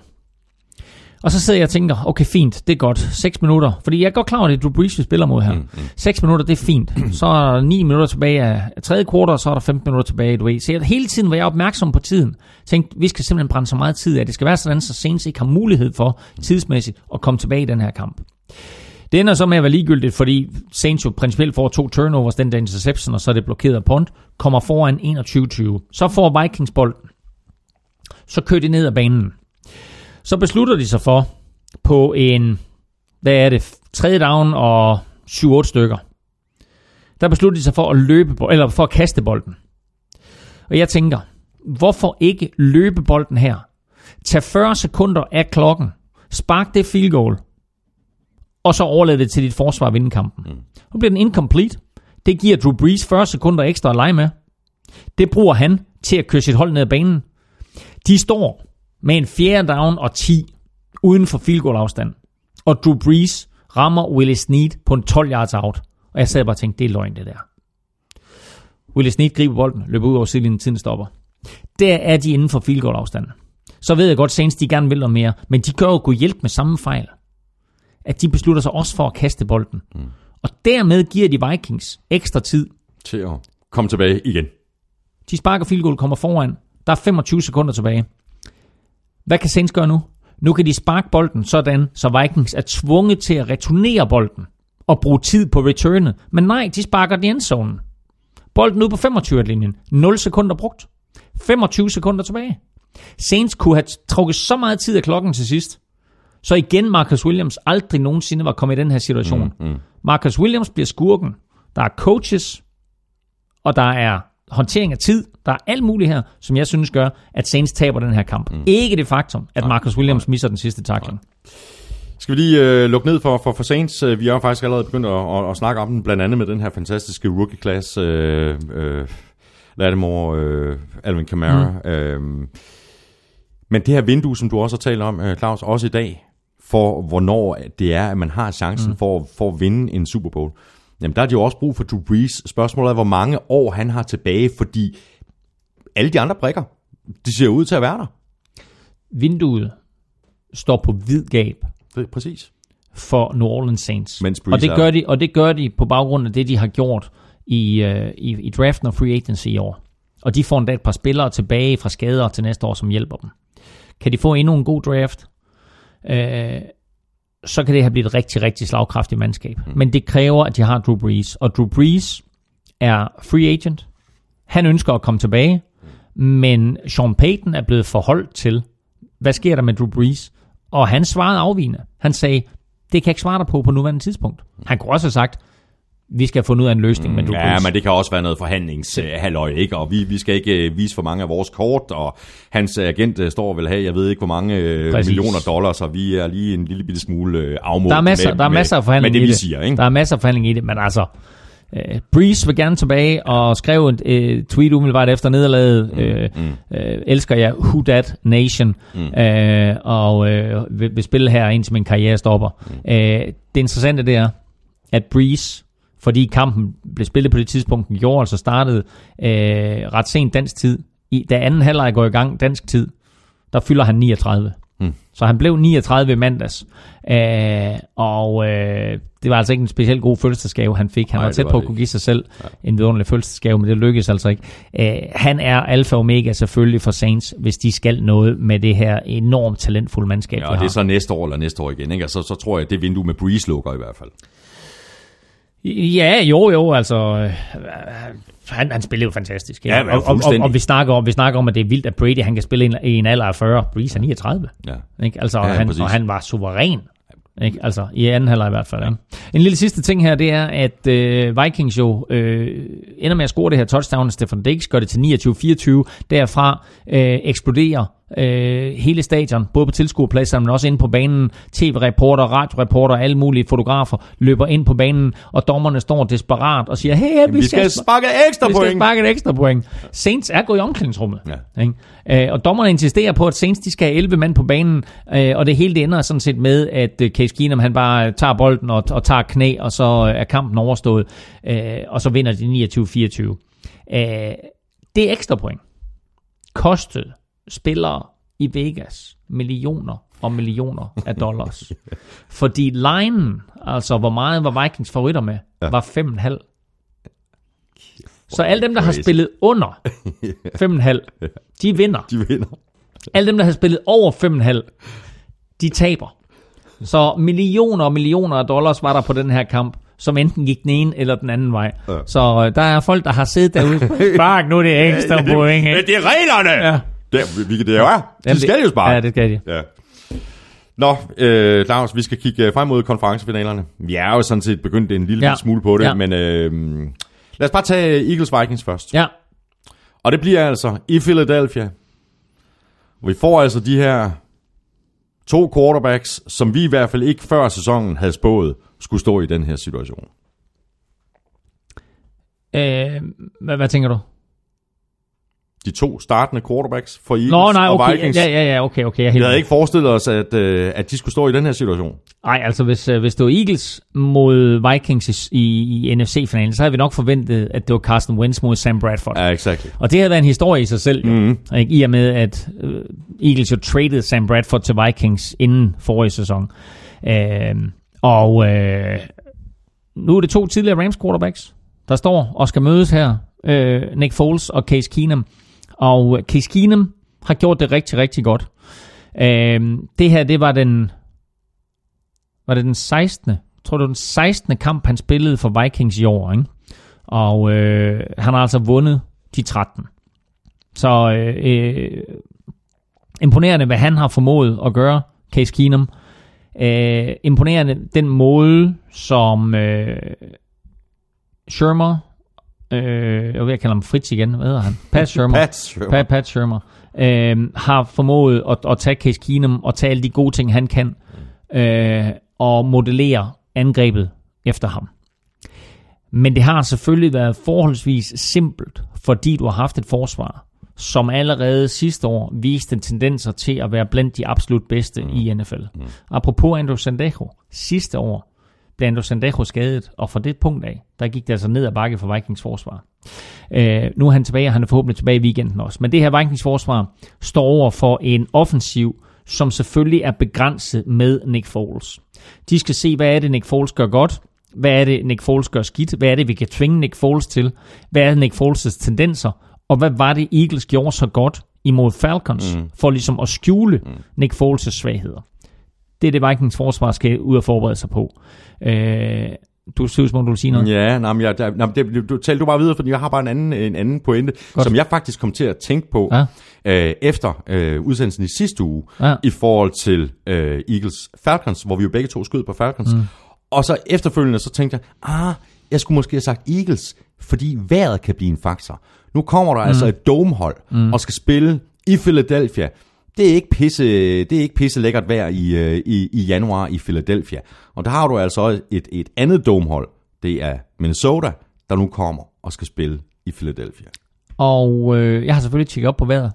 Og så sidder jeg og tænker, okay, fint, det er godt. seks minutter. Fordi jeg er godt klar over, at det er Drew Brees, vi spiller mod her. Mm, mm. seks minutter, det er fint. Så er der ni minutter tilbage af tredje kvartal, og så er der femten minutter tilbage. Du ved. Så jeg, hele tiden var jeg opmærksom på tiden. Jeg tænkte, vi skal simpelthen brænde så meget tid af. Det skal være sådan, så Saints ikke har mulighed for tidsmæssigt at komme tilbage i den her kamp. Det ender så med at være ligegyldigt, fordi Saints jo principielt får to turnovers, den der interception, og så er det blokeret af punt, kommer foran enogtyve tyve. Så får Vikings bolden. Så kører de ned ad banen. Så beslutter de sig for på en, hvad er det, tredje down og syv otte stykker. Der beslutter de sig for at løbe, eller for at kaste bolden. Og jeg tænker, hvorfor ikke løbe bolden her? Tag fyrre sekunder af klokken. Spark det field goal. Og så overlade det til dit forsvar at vinde kampen. Mm. Så bliver den incomplete. Det giver Drew Brees fyrre sekunder ekstra at lege med. Det bruger han til at køre sit hold ned ad banen. De står med en fjerde down og ti uden for field goal afstand. Og Drew Brees rammer Willie Snead på en tolv yards out. Og jeg sad bare og tænkte, det er løgn det der. Willie Snead griber bolden, løber ud over sidelinjen, tiden stopper. Der er de inden for field goal afstand. så ved jeg godt, Saints de gerne vil noget mere, men de gør jo gå hjælp med samme fejl. At de beslutter sig også for at kaste bolden. Mm. Og dermed giver de Vikings ekstra tid til at komme tilbage igen. De sparker field goal, kommer foran. Der er femogtyve sekunder tilbage. Hvad kan Saints gøre nu? Nu kan de sparke bolden sådan, så Vikings er tvunget til at returnere bolden og bruge tid på returnet. Men nej, de sparker den i endzonen. Bolden ud på femogtyve-linjen. nul sekunder brugt. femogtyve sekunder tilbage. Saints kunne have trukket så meget tid af klokken til sidst, så igen Marcus Williams aldrig nogensinde var kommet i den her situation. Mm, mm. Marcus Williams bliver skurken. Der er coaches, og der er håndtering af tid. Der er alt muligt her, som jeg synes gør, at Saints taber den her kamp. Mm. Ikke det faktum, at Marcus Williams misser den sidste tackling. Skal vi lige øh, lukke ned for, for, for Saints? Vi har faktisk allerede begyndt at, at, at snakke om den, blandt andet med den her fantastiske rookie-class. Øh, øh, Lattimore, øh, Alvin Kamara. Mm. Øh, men det her vindue, som du også har talt om, Claus, også i dag, for hvornår det er, at man har chancen mm. for, for at vinde en Super Bowl. Jamen, der er de jo også brug for Drew Brees. Spørgsmålet er, hvor mange år han har tilbage, fordi alle de andre brikker, de ser ud til at være der. Vinduet står på vid gab. Det er præcis. For New Orleans Saints. Og det, gør de, og det gør de på baggrund af det, de har gjort i, uh, i, i draften og free agency i år. Og de får endda et par spillere tilbage fra skader til næste år, som hjælper dem. Kan de få endnu en god draft, øh, så kan det have blivet et rigtig, rigtig slagkraftigt mandskab. Mm. Men det kræver, at de har Drew Brees. Og Drew Brees er free agent. Han ønsker at komme tilbage. Men Sean Payton er blevet forholdt til, hvad sker der med Drew Brees? Og han svarede afvigende. Han sagde, det kan jeg ikke svare dig på på nuværende tidspunkt. Han kunne også have sagt, vi skal have fundet ud af en løsning mm, med Drew Brees. Ja, men det kan også være noget forhandlingshalløj, ikke? Og vi, vi skal ikke vise for mange af vores kort, og hans agent står vel have, jeg ved ikke hvor mange Præcis. millioner dollars, og vi er lige en lille bitte smule afmålt der er masser, med, der er masser af forhandling med det, i vi det. siger, ikke? Der er masser af forhandling i det, men altså, uh, Brees vil gerne tilbage, og skrev et uh, tweet umiddelbart efter nederlaget, mm, uh, mm. Uh, elsker jeg Who Dat Nation, mm. uh, og uh, vil, vil spille her indtil min karriere stopper. Mm. Uh, det interessante det er, at Brees, fordi kampen blev spillet på det tidspunkt, den gjorde, altså startede øh, ret sent dansk tid. I, da anden halvleg går i gang dansk tid, der fylder han niogtredive. Mm. Så han blev niogtredive i mandags. Øh, og øh, det var altså ikke en specielt god fødselsdagsgave, han fik. Han Nej, var tæt var på at kunne give sig selv ja. en vidunderlig fødselsdagsgave, men det lykkedes altså ikke. Øh, han er alfa og omega selvfølgelig for Saints, hvis de skal noget med det her enormt talentfulde mandskab. Ja, og det er så næste år eller næste år igen, ikke? Så, så tror jeg, at det vindue med Brees lukker i hvert fald. Ja, jo, jo, altså, øh, han, han spiller jo fantastisk. Ja, ja, og, og, og, og vi, snakker om, vi snakker om, at det er vildt, at Brady han kan spille i en, i en alder af fyrre. Brees er niogtredive. Ja. Ikke? Altså, ja, han, og han var suveræn. Ikke? Altså, i anden halvleg i hvert fald. Ja. Ikke? En lille sidste ting her, det er, at øh, Vikings jo øh, ender med at score det her touchdown. Stefan Diggs gør det til niogtyve fireogtyve. Derfra øh, eksploderer øh, hele stadion, både på tilskuerpladsen, men også inde på banen. T V-reporter, radioreporter, alle mulige fotografer løber ind på banen, og dommerne står desperat og siger, hey, vi, vi skal, skal sparke ekstra vi point. Vi skal sparke et ekstra point. Saints er gået i omklædningsrummet. Ja. Ikke? Øh, og dommerne insisterer på, at Saints de skal have elleve mand på banen, øh, og det hele det ender sådan set med, at øh, Case Keenum han bare tager bolden og, og tager knæ, og så øh, er kampen overstået, øh, og så vinder de niogtyve fireogtyve. Øh, det er ekstra point. Kostede spillere i Vegas millioner og millioner af dollars. Fordi linen, altså hvor meget var Vikings favoritter med, ja. var fem komma fem. Så alle dem, der har spillet under fem komma fem, de vinder. De vinder. Alle dem, der har spillet over fem komma fem, de taber. Så millioner og millioner af dollars var der på den her kamp, som enten gik den ene eller den anden vej. Ja. Så øh, der er folk, der har siddet derude. Spark nu det ekstra point. Det, det er reglerne! Ja. Det, hvilket det jo er. De Jamen, skal jo spare. Ja, det skal de. Ja. Nå, øh, Lars, vi skal kigge frem mod konferencefinalerne. Vi er jo sådan set begyndt en lille ja. smule på det, ja. men øh, lad os bare tage Eagles Vikings først. Ja. Og det bliver altså i Philadelphia. Og vi får altså de her to quarterbacks, som vi i hvert fald ikke før sæsonen havde spået, skulle stå i den her situation. Øh, hvad, hvad tænker du? de to startende quarterbacks for Eagles Nå, nej, okay. og Vikings. Ja, ja, ja, okay, okay. Jeg, jeg havde ikke forestillet os, at, øh, at de skulle stå i den her situation. Nej, altså hvis, øh, hvis det var Eagles mod Vikings i, i, i N F C-finalen, så havde vi nok forventet, at det var Carson Wentz mod Sam Bradford. Ja, exactly. Og det havde været en historie i sig selv, mm-hmm. ikke? I og med, at øh, Eagles jo traded Sam Bradford til Vikings inden forrige sæson. Øh, og øh, nu er det to tidligere Rams quarterbacks, der står og skal mødes her. Øh, Nick Foles og Case Keenum. Og Case Keenum har gjort det rigtig, rigtig godt. Øh, det her, det var den var det den sekstende Jeg tror, det var den sekstende kamp, han spillede for Vikings i år, ikke? Og øh, han har altså vundet de tretten. Så øh, øh, imponerende, hvad han har formået at gøre, Case Keenum. Øh, imponerende den måde, som øh, Shurmur, øh, jeg vil kalde ham Fritz igen, hvad hedder han? Pat Shurmur. Pat Shurmur. Pat, Pat Shurmur. Øh, har formået at, at tage Case Keenum og tage alle de gode ting, han kan, øh, og modellere angrebet efter ham. Men det har selvfølgelig været forholdsvis simpelt, fordi du har haft et forsvar, som allerede sidste år viste tendenser til at være blandt de absolut bedste mm. i N F L. Mm. Apropos Andrew Sendejo, sidste år blev Andrew Sendejo skadet, og fra det punkt af, der gik det altså ned ad bakke for Vikings forsvar. Øh, nu er han tilbage, og han er forhåbentlig tilbage i weekenden også. Men det her Vikings forsvar står over for en offensiv, som selvfølgelig er begrænset med Nick Foles. De skal se, hvad er det, Nick Foles gør godt, hvad er det, Nick Foles gør skidt, hvad er det, vi kan tvinge Nick Foles til, hvad er Nick Foles' tendenser, og hvad var det, Eagles gjorde så godt imod Falcons, mm. for ligesom at skjule mm. Nick Foles' svagheder. Det er det, Vikings forsvar skal ud og forberede sig på. Øh, du ser ud som om, du vil sige noget. Ja, nej, men jeg, der, nej, det, du talte du bare videre, fordi jeg har bare en anden, en anden pointe, godt. Som jeg faktisk kom til at tænke på ja. øh, efter øh, udsendelsen i sidste uge, ja. i forhold til øh, Eagles-Falcons, hvor vi jo begge to skød på Falcons. Mm. Og så efterfølgende, så tænkte jeg, ah, jeg skulle måske have sagt Eagles, fordi vejret kan blive en faktor. Nu kommer der mm. altså et domehold mm. og skal spille i Philadelphia. Det er ikke pisse, det er ikke pisse lækkert vejr i, i, i januar i Philadelphia. Og der har du altså et, et andet domehold. Det er Minnesota, der nu kommer og skal spille i Philadelphia. Og øh, jeg har selvfølgelig tjekket op på vejret.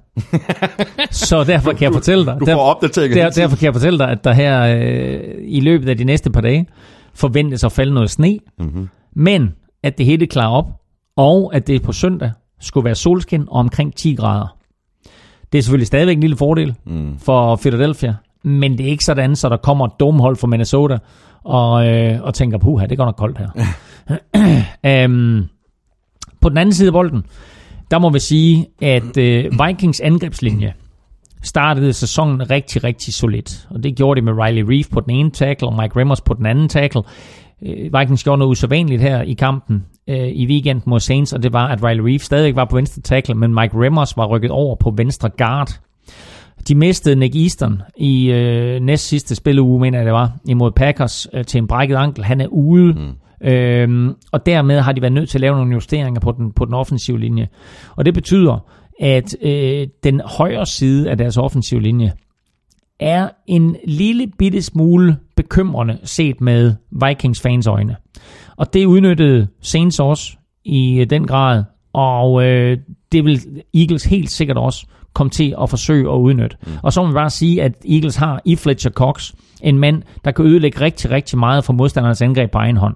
Så derfor kan jeg fortælle dig. Du får opdatering. Der, derfor kan jeg fortælle dig, at der her øh, i løbet af de næste par dage forventes at falde noget sne. Mm-hmm. Men at det hele klarer op, og at det på søndag skulle være solskin og omkring ti grader. Det er selvfølgelig stadigvæk en lille fordel mm. for Philadelphia, men det er ikke sådan, så der kommer et domehold fra Minnesota og, øh, og tænker, puha, det går nok koldt her. um, på den anden side af bolden, der må vi sige, at øh, Vikings angrebslinje startede sæsonen rigtig, rigtig solidt. Og det gjorde de med Riley Reef på den ene tackle, og Mike Remmers på den anden tackle. Øh, Vikings gjorde noget usædvanligt her i kampen øh, i weekenden mod Saints, og det var, at Riley Reef stadig var på venstre tackle, men Mike Remmers var rykket over på venstre guard. De mistede Nick Easton i øh, næst sidste spilleuge, mener jeg det var, imod Packers øh, til en brækket ankel. Han er ude. Mm. Øhm, og dermed har de været nødt til at lave nogle justeringer på den, på den offensive linje. Og det betyder, at øh, den højre side af deres offensive linje er en lille bitte smule bekymrende set med Vikings fans øjne. Og det udnyttede Saints også i den grad, og øh, det vil Eagles helt sikkert også komme til at forsøge at udnytte. Mm. Og så må man bare sige, at Eagles har i Fletcher Cox en mand, der kan ødelægge rigtig, rigtig meget for modstandernes angreb på egen hånd.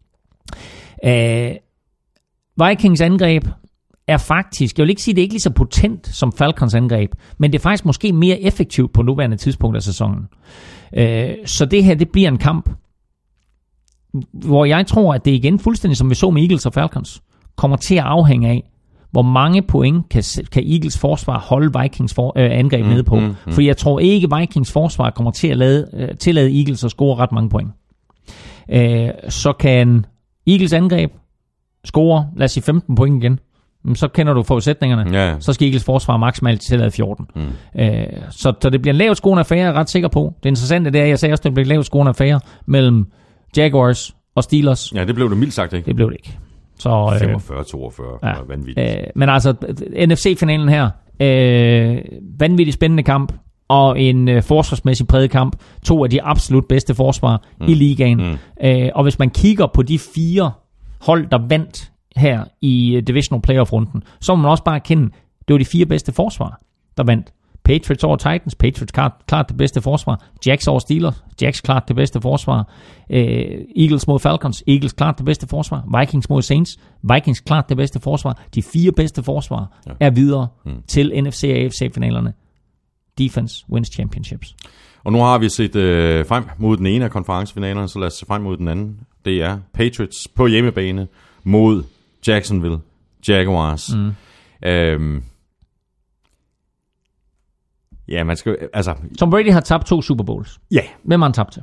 Uh, Vikings angreb er faktisk, jeg vil ikke sige, det er ikke lige så potent som Falcons angreb, men det er faktisk måske mere effektivt på nuværende tidspunkt af sæsonen. Uh, så det her, det bliver en kamp, hvor jeg tror, at det igen, fuldstændig som vi så med Eagles og Falcons, kommer til at afhænge af, hvor mange point kan, kan Eagles forsvar holde Vikings for, uh, angreb mm, nede på. Mm, mm. For jeg tror ikke, Vikings forsvar kommer til at lade, uh, tillade Eagles at score ret mange point. Uh, så kan Eagles angreb scorer, lad os sige femten point igen, så kender du forudsætningerne. Ja. Så skal Eagles forsvar maksimalt tillade fjorten. Mm. Øh, så, så det bliver en lavt scorende affære, jeg er ret sikker på. Det interessante det er, jeg sagde også, det bliver en lavt scorende affære mellem Jaguars og Steelers. Ja, det blev det mildt sagt, ikke? Det blev det ikke. Så, øh, femogfyrre toogfyrre, ja. Vanvittigt. Øh, men altså, N F C-finalen her, øh, vanvittigt spændende kamp, og en øh, forsvarsmæssig præget kamp. To af de absolut bedste forsvar mm. i ligaen. Mm. Øh, og hvis man kigger på de fire hold, der vandt her i uh, Divisional Playoff-runden, så må man også bare erkende, det Det var de fire bedste forsvar, der vandt. Patriots over Titans, Patriots klart, klart det bedste forsvar. Jacks over Steelers, Jacks klart det bedste forsvar. Øh, Eagles mod Falcons, Eagles klart det bedste forsvar. Vikings mod Saints, Vikings klart det bedste forsvar. De fire bedste forsvar ja. er videre mm. til N F C og A F C-finalerne. Defense wins championships. Og nu har vi set øh, frem mod den ene af konferencefinalerne, så lad os se frem mod den anden. Det er Patriots på hjemmebane mod Jacksonville Jaguars. Mm. Øhm, ja, man skal... Altså, Tom Brady har tabt to Super Bowls. Ja. Hvem har han tabt til?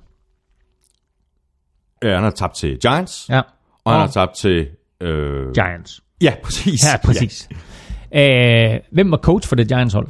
Ja, han har tabt til Giants. Ja. Og, og han har tabt til... Øh... Giants. Ja, præcis. Ja, præcis. Ja. Øh, hvem var coach for det Giants-hold?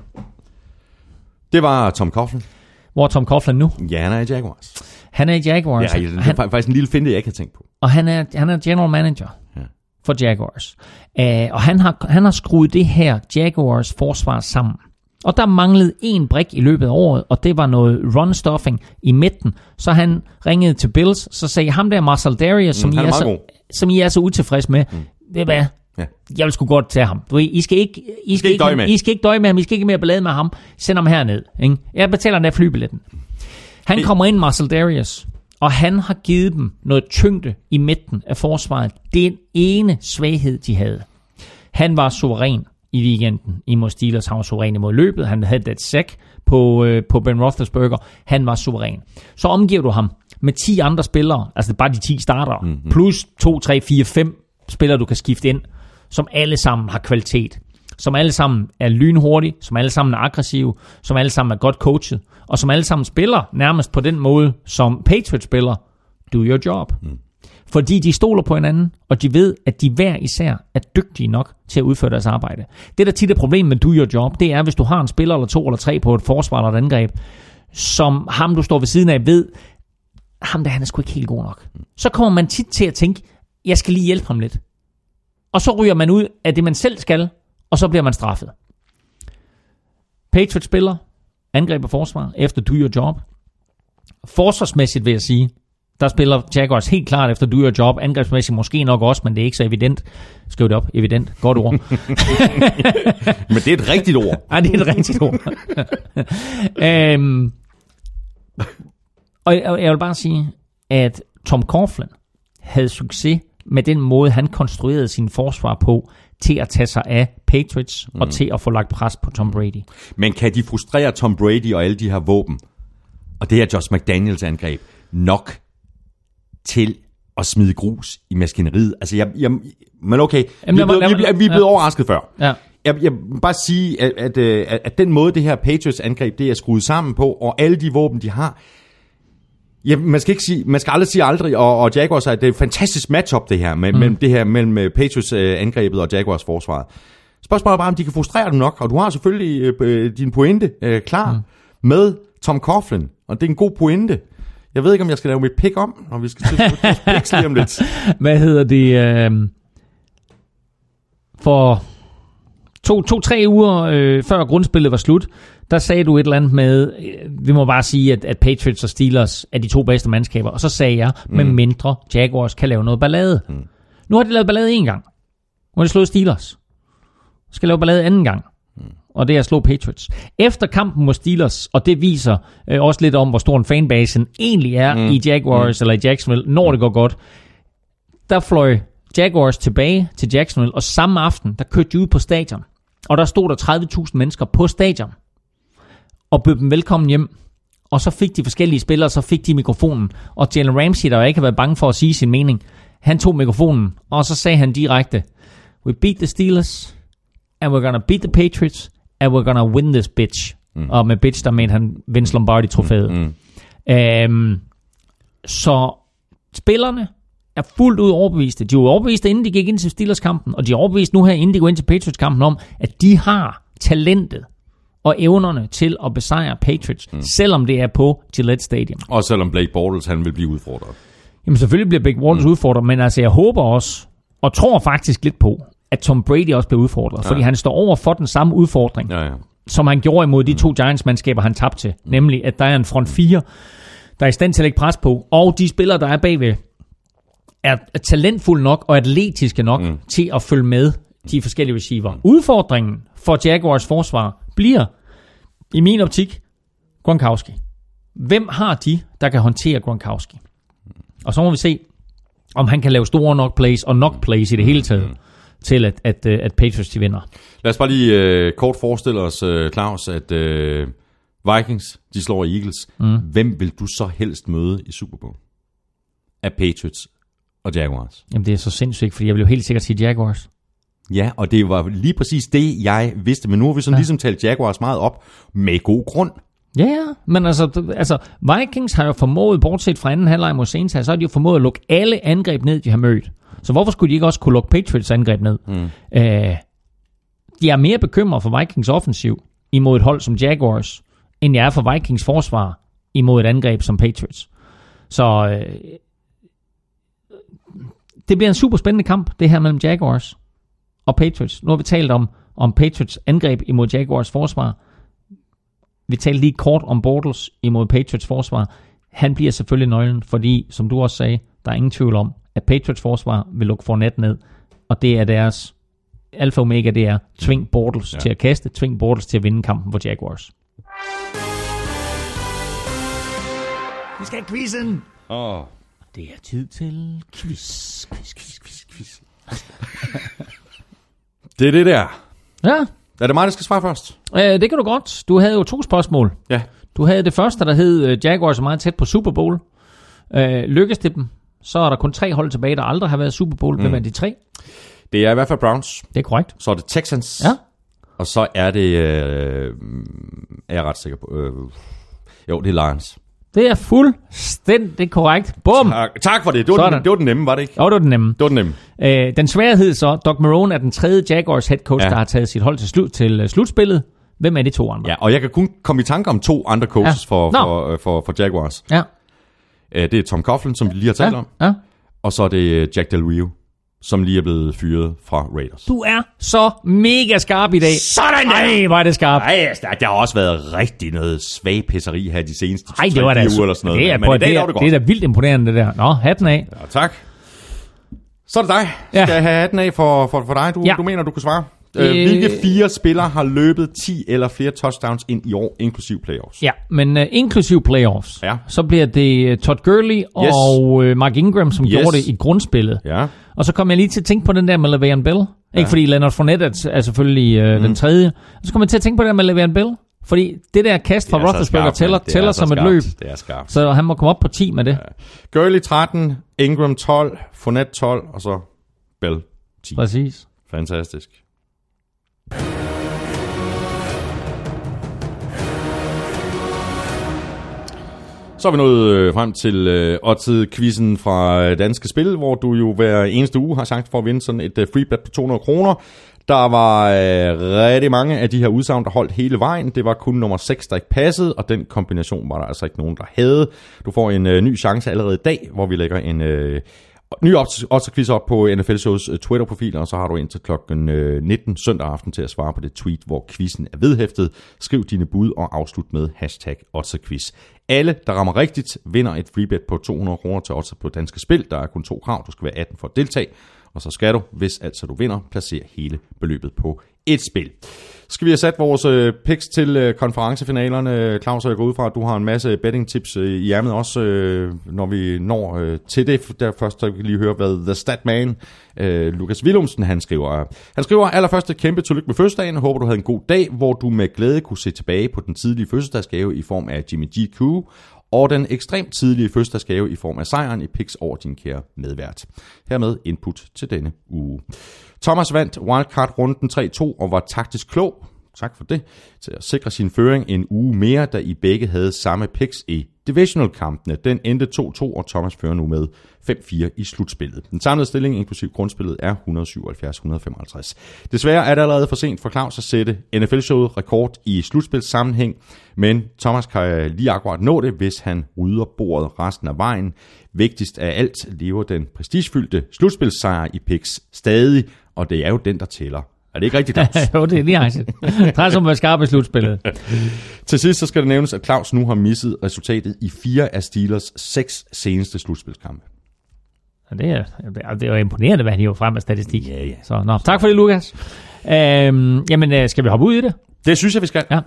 Det var Tom Coughlin. Hvor er Tom Coughlin nu? Ja, han er i Jaguars. Han er i Jaguars. Ja, det er han, faktisk en lille finte, jeg ikke har tænkt på. Og han er, han er general manager ja. for Jaguars. Uh, og han har, han har skruet det her Jaguars forsvar sammen. Og der manglede en brik i løbet af året, og det var noget run-stuffing i midten. Så han ringede til Bills, så sagde ham der Marcel Darius, som, mm, I, er så, som I er så utilfreds med, mm. ved hvad? Ja. Jeg vil sgu godt tage ham. Du, I skal ikke, I skal, ikke, ikke I skal ikke døje med ham. I skal ikke mere ballade med ham. Send ham herned. Ikke? Jeg betaler den der flybilletten. Han kommer ind, Marcel Darius, og han har givet dem noget tyngde i midten af forsvaret. Den ene svaghed, de havde. Han var suveræn i weekenden imod Steelers. Han var suveræn imod løbet. Han havde et sack på, øh, på Ben Roethlisberger. Han var suveræn. Så omgiver du ham med ti andre spillere, altså bare de ti starter, mm-hmm. plus to, tre, fire, fem spillere, du kan skifte ind, som alle sammen har kvalitet, som alle sammen er lynhurtige, som alle sammen er aggressive, som alle sammen er godt coachet, og som alle sammen spiller nærmest på den måde, som Patriots spiller, do your job. Mm. Fordi de stoler på hinanden, og de ved, at de hver især er dygtige nok til at udføre deres arbejde. Det, der tit er problemet med do your job, det er, hvis du har en spiller eller to eller tre på et forsvar eller et angreb, som ham, du står ved siden af, ved, ham der, han er sgu ikke helt god nok. Så kommer man tit til at tænke, jeg skal lige hjælpe ham lidt. Og så ryger man ud af det, man selv skal, og så bliver man straffet. Patriots spiller angreb og forsvar efter do your job. Forsvarsmæssigt vil jeg sige, der spiller Jaguars helt klart efter do your job. Angrebsmæssigt måske nok også, men det er ikke så evident. Skriv det op, evident. Godt ord. Men det er et rigtigt ord. Nej, det er et rigtigt ord. øhm, og jeg vil bare sige, at Tom Coughlin havde succes med den måde, han konstruerede sin forsvar på, til at tage sig af Patriots, mm. og til at få lagt pres på Tom Brady. Men kan de frustrere Tom Brady og alle de her våben, og det her Josh McDaniels angreb, nok til at smide grus i maskineriet? Altså, jeg, jeg, men okay, Jamen, vi, er blevet, vi, vi er blevet ja. overrasket før. Ja. Jeg, jeg vil bare sige, at, at, at, at den måde, det her Patriots angreb, det er skruet sammen på, og alle de våben, de har, ja, man skal ikke sige, man skal aldrig sige aldrig, og, og Jaguars er det er et fantastisk matchup det her med, mm. mellem det her mellem Patriots øh, angrebet og Jaguars forsvaret. Spørgsmålet er bare, om de kan frustrere dem nok, og du har selvfølgelig øh, din pointe øh, klar mm. med Tom Coughlin, og det er en god pointe. Jeg ved ikke, om jeg skal lave mit pick om, og vi skal til at picks lige om lidt. Hvad hedder det? Øh, for to, to, tre uger øh, før grundspillet var slut, der sagde du et eller andet med, vi må bare sige, at, at Patriots og Steelers er de to bedste mandskaber. Og så sagde jeg, mm. med mindre Jaguars kan lave noget ballade. Mm. Nu har de lavet ballade en gang. Nu har de slået Steelers. Skal lave ballade anden gang. Mm. Og det er at slå Patriots. Efter kampen mod Steelers, og det viser øh, også lidt om, hvor stor en fanbasen egentlig er mm. i Jaguars mm. eller i Jacksonville, når det går godt, der fløj Jaguars tilbage til Jacksonville, og samme aften, der kørte de ud på stadion. Og der stod der tredive tusind mennesker på stadion og bød dem velkommen hjem. Og så fik de forskellige spillere, så fik de mikrofonen. Og Jalen Ramsey, der jo ikke har været bange for at sige sin mening, han tog mikrofonen, og så sagde han direkte, we beat the Steelers, and we're gonna beat the Patriots, and we're gonna win this bitch. Mm. Og med bitch, der mente han Vince Lombardi-trofæet. Mm. Øhm, så spillerne er fuldt ud overbeviste. De var overbeviste, inden de gik ind til Steelers-kampen, og de er overbeviste nu her, inden de går ind til Patriots-kampen, om, at de har talentet og evnerne til at besejre Patriots, mm. selvom det er på Gillette Stadium. Og selvom Blake Bortles, han vil blive udfordret. Jamen selvfølgelig bliver Blake Bortles mm. udfordret, men altså jeg håber også, og tror faktisk lidt på, at Tom Brady også bliver udfordret, ja. Fordi han står over for den samme udfordring, ja, ja. Som han gjorde imod de to Giants-mandskaber, han tabte til. Mm. Nemlig, at der er en front fire, der er i stand til at lægge pres på, og de spillere, der er bagved, er talentfulde nok og atletiske nok mm. til at følge med de forskellige receiver. Udfordringen for Jaguars forsvar bliver, i min optik, Gronkowski. Hvem har de, der kan håndtere Gronkowski? Og så må vi se, om han kan lave store nok plays, og nok plays i det hele taget, til at, at, at Patriots de vinder. Lad os bare lige uh, kort forestille os, uh, Claus, at uh, Vikings, de slår Eagles. Mm. Hvem vil du så helst møde i Super Bowl? Af Patriots og Jaguars? Jamen det er så sindssygt, fordi jeg vil jo helt sikkert sige Jaguars. Ja, og det var lige præcis det, jeg vidste. Men nu har vi sådan ja. ligesom talt Jaguars meget op, med god grund. Ja, ja, men altså, altså Vikings har jo formået, bortset fra anden halvleg mod Saints, så har de jo formået at lukke alle angreb ned, de har mødt. Så hvorfor skulle de ikke også kunne lukke Patriots angreb ned? Mm. Øh, de er mere bekymret for Vikings offensiv imod et hold som Jaguars, end jeg er for Vikings forsvar imod et angreb som Patriots. Så øh, det bliver en super spændende kamp, det her mellem Jaguars og Patriots. Nu har vi talt om, om Patriots angreb imod Jaguars forsvar. Vi talte lige kort om Bortles imod Patriots forsvar. Han bliver selvfølgelig nøglen, fordi, som du også sagde, der er ingen tvivl om, at Patriots forsvar vil lukke Fournette ned, og det er deres alfa og omega, det er tving Bortles ja. til at kaste, tving Bortles til at vinde kampen for Jaguars. Vi skal have quizzen! Åh. Oh. Det er tid til quiz, quiz, quiz, quiz, quiz. Det er det der. Ja. Er det mig, der skal svare først? Øh, det kan du godt. Du havde jo to spørgsmål. Ja. Du havde det første, der hed uh, Jaguars er meget tæt på Super Bowl. Øh, lykkes det dem? Så er der kun tre hold tilbage, der aldrig har været Super Bowl. Hvem mm. er de tre? Det er i hvert fald Browns. Det er korrekt. Så er det Texans. Ja. Og så er det, øh, er jeg ret sikker på, øh, jo, det er Lions. Det er fuldstændig korrekt. Bum! Tak, tak for det. Det var, den, det var den nemme, var det ikke? Jo, det var den nemme. Det var den nemme. Øh, den svære hed så, Doug Marrone er den tredje Jaguars head coach, ja. der har taget sit hold til, slut, til uh, slutspillet. Hvem er de to andre? Ja, og jeg kan kun komme i tanke om to andre coaches ja. for, for, for, for, for Jaguars. Ja. Øh, det er Tom Coughlin, som vi lige har talt ja. om. Ja. Og så er det Jack Del Rio, som lige er blevet fyret fra Raiders. Du er så mega skarp i dag. Sådan der! Ej, hvor er det skarp. Ej, der har også været rigtig noget svag pisseri her de seneste Ej, det var tre, da uger eller sådan noget. Det er, men på, i dag det, er, det, det er da vildt imponerende, det der. Nå, hatten af. Ja, tak. Så er det dig. Ja. Skal jeg have hatten af for, for, for dig? Du, ja. du mener, du kan svare? Øh, hvilke fire spillere har løbet ti eller flere touchdowns ind i år, inklusiv playoffs? Ja, men uh, inklusiv playoffs, ja. så bliver det Todd Gurley yes. og uh, Mark Ingram, som yes. gjorde det i grundspillet. Ja. Og så kom jeg lige til at tænke på den der med Le'Veon Bell. Ja. Ikke fordi Leonard Fournette er, er selvfølgelig uh, mm. den tredje. Og så kom jeg til at tænke på det der med Le'Veon Bell. Fordi det der kast fra Roethlisberger tæller, tæller som skarpt. et løb. Det er skarpt. Så han må komme op på ti med det. Ja. Gurley tretten, Ingram tolv, Fournette tolv, og så Bell ti. Præcis. Fantastisk. Så er vi nået øh, frem til øh, oddset-quizzen fra Danske Spil, hvor du jo hver eneste uge har chance for at vinde sådan et øh, free bet på to hundrede kroner. Der var øh, rigtig mange af de her udsagn, der holdt hele vejen. Det var kun nummer seks, der ikke passede, og den kombination var der altså ikke nogen, der havde. Du får en øh, ny chance allerede i dag, hvor vi lægger en øh, ny oddset-quiz op på N F L Shows øh, Twitter-profil, og så har du indtil klokken øh, nitten søndag aften til at svare på det tweet, hvor quizzen er vedhæftet. Skriv dine bud og afslut med hashtag oddset-quiz. Alle, der rammer rigtigt, vinder et freebet på to hundrede kroner til Oddset på Danske Spil. Der er kun to krav. Du skal være atten for at deltage. Og så skal du, hvis altså du vinder, placere hele beløbet på et spil. Skal vi have sat vores øh, picks til øh, konferencefinalerne? Claus, jeg går ud fra, at du har en masse betting tips øh, i ærmet også, øh, når vi når øh, til det. Der først så vi lige høre, hvad The Statman, øh, Lukas Willumsen, han skriver. Han skriver allerførst et kæmpe tillykke med fødselsdagen. Jeg håber, du havde en god dag, hvor du med glæde kunne se tilbage på den tidlige fødselsdagsgave i form af Jimmy G Q, og den ekstremt tidlige fødselsdagsgave i form af sejren i picks over din kære medvært. Hermed input til denne uge. Thomas vandt wildcard-runden tre to og var taktisk klog, tak for det, til at sikre sin føring en uge mere, da I begge havde samme picks i divisional-kampene. Den endte to to, og Thomas fører nu med fem fire i slutspillet. Den samlede stilling, inklusiv grundspillet, er et hundrede syvoghalvfjerds til et hundrede femoghalvtreds. Desværre er det allerede for sent for Claus at sætte N F L-showet rekord i slutspilssammenhæng, men Thomas kan lige akkurat nå det, hvis han rydder bordet resten af vejen. Vigtigst af alt lever den prestigefyldte slutspilssejr i picks stadig, og det er jo den, der tæller. Er det ikke rigtigt, Claus? Jo, det er lige rigtigt. Træs som at være skarp i slutspillet. Til sidst så skal det nævnes, at Claus nu har misset resultatet i fire af Steelers seks seneste slutspilskampe. Ja, det, er, det er jo imponerende, hvad han hiver frem af statistik. Ja, ja. Så, nå, tak for det, Lukas. Øhm, jamen, skal vi hoppe ud i det? Det synes jeg, vi skal. Ja.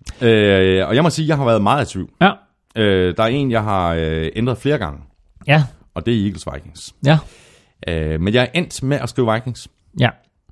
Øh, og jeg må sige, at jeg har været meget i tvivl. Ja. Øh, der er en, jeg har øh, ændret flere gange. Ja. Og det er Eagles Vikings. Ja. Øh, men jeg er endt med at skrive Vikings. Ja.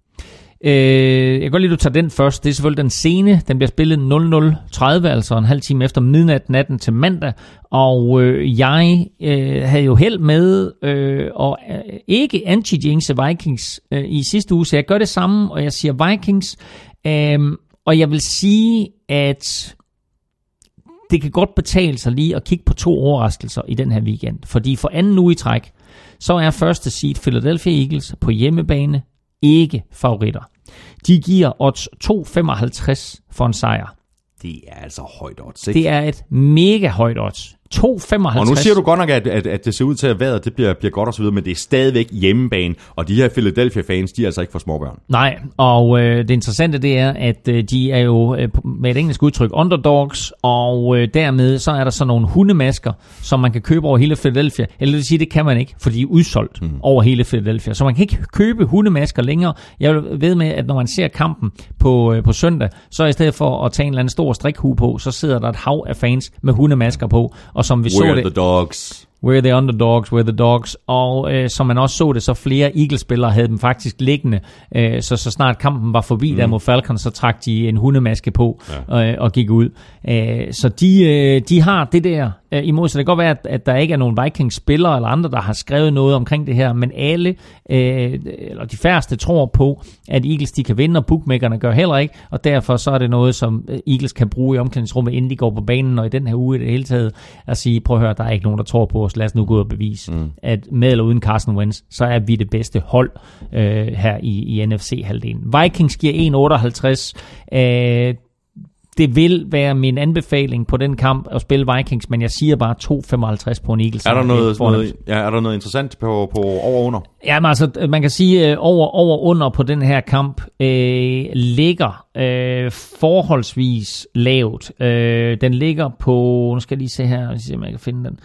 Øh, jeg kan godt lide, at du tager den først. Det er selvfølgelig den scene. Den bliver spillet nul nul tredive, altså en halv time efter midnat natten til mandag. Og øh, jeg øh, havde jo held med øh, og øh, ikke anti-jinxe Vikings øh, i sidste uge, så jeg gør det samme, og jeg siger Vikings. Øh, og jeg vil sige, at det kan godt betale sig lige at kigge på to overraskelser i den her weekend. Fordi for anden uge i træk, så er første seed Philadelphia Eagles på hjemmebane ikke favoritter. De giver odds to femoghalvtreds for en sejr. Det er altså højt odds, ikke? Det er et mega højt odds. to femoghalvtreds. Og nu siger du godt nok, at, at, at det ser ud til at vejret det bliver, bliver godt og så videre, men det er stadigvæk hjemmebane, og de her Philadelphia-fans, de er altså ikke for småbørn. Nej, og øh, det interessante det er, at øh, de er jo øh, med et engelsk udtryk underdogs, og øh, dermed så er der så nogle hundemasker, som man kan købe over hele Philadelphia. Eller det vil sige, det kan man ikke, for de er udsolgt mm. over hele Philadelphia. Så man kan ikke købe hundemasker længere. Jeg ved med, at når man ser kampen på, øh, på søndag, så i stedet for at tage en eller anden stor strikhue på, så sidder der et hav af fans med hundemasker på, og som vi We're så det, the dogs. We're the underdogs, we're the dogs. Og øh, som man også så det, så flere Eagles-spillere havde dem faktisk liggende. Øh, så så snart kampen var forbi mm. der mod Falcons, så trak de en hundemaske på ja. øh, og gik ud. Øh, så de, øh, de har det der øh, imod. Så det kan godt være, at, at der ikke er nogen Vikings-spillere eller andre, der har skrevet noget omkring det her. Men alle, øh, eller de færreste, tror på, at Eagles de kan vinde, og bookmakerne gør heller ikke. Og derfor så er det noget, som Eagles kan bruge i omklædningsrummet, inden de går på banen. Og i den her uge i det hele taget, at sige, prøv at høre, der er ikke nogen, der tror på os. Lad os nu gå ud og bevise, mm. at med eller uden Carson Wentz, så er vi det bedste hold øh, her i, i N F C-halvdelen. Vikings giver en otteoghalvtreds. Øh, det vil være min anbefaling på den kamp at spille Vikings, men jeg siger bare to femoghalvtreds på en Eagles. Er der noget, noget, ja, er der noget interessant på, på over under? Ja, men altså, man kan sige, over over under på den her kamp øh, ligger øh, forholdsvis lavt. Øh, den ligger på, nu skal jeg lige se her, se om jeg kan finde den.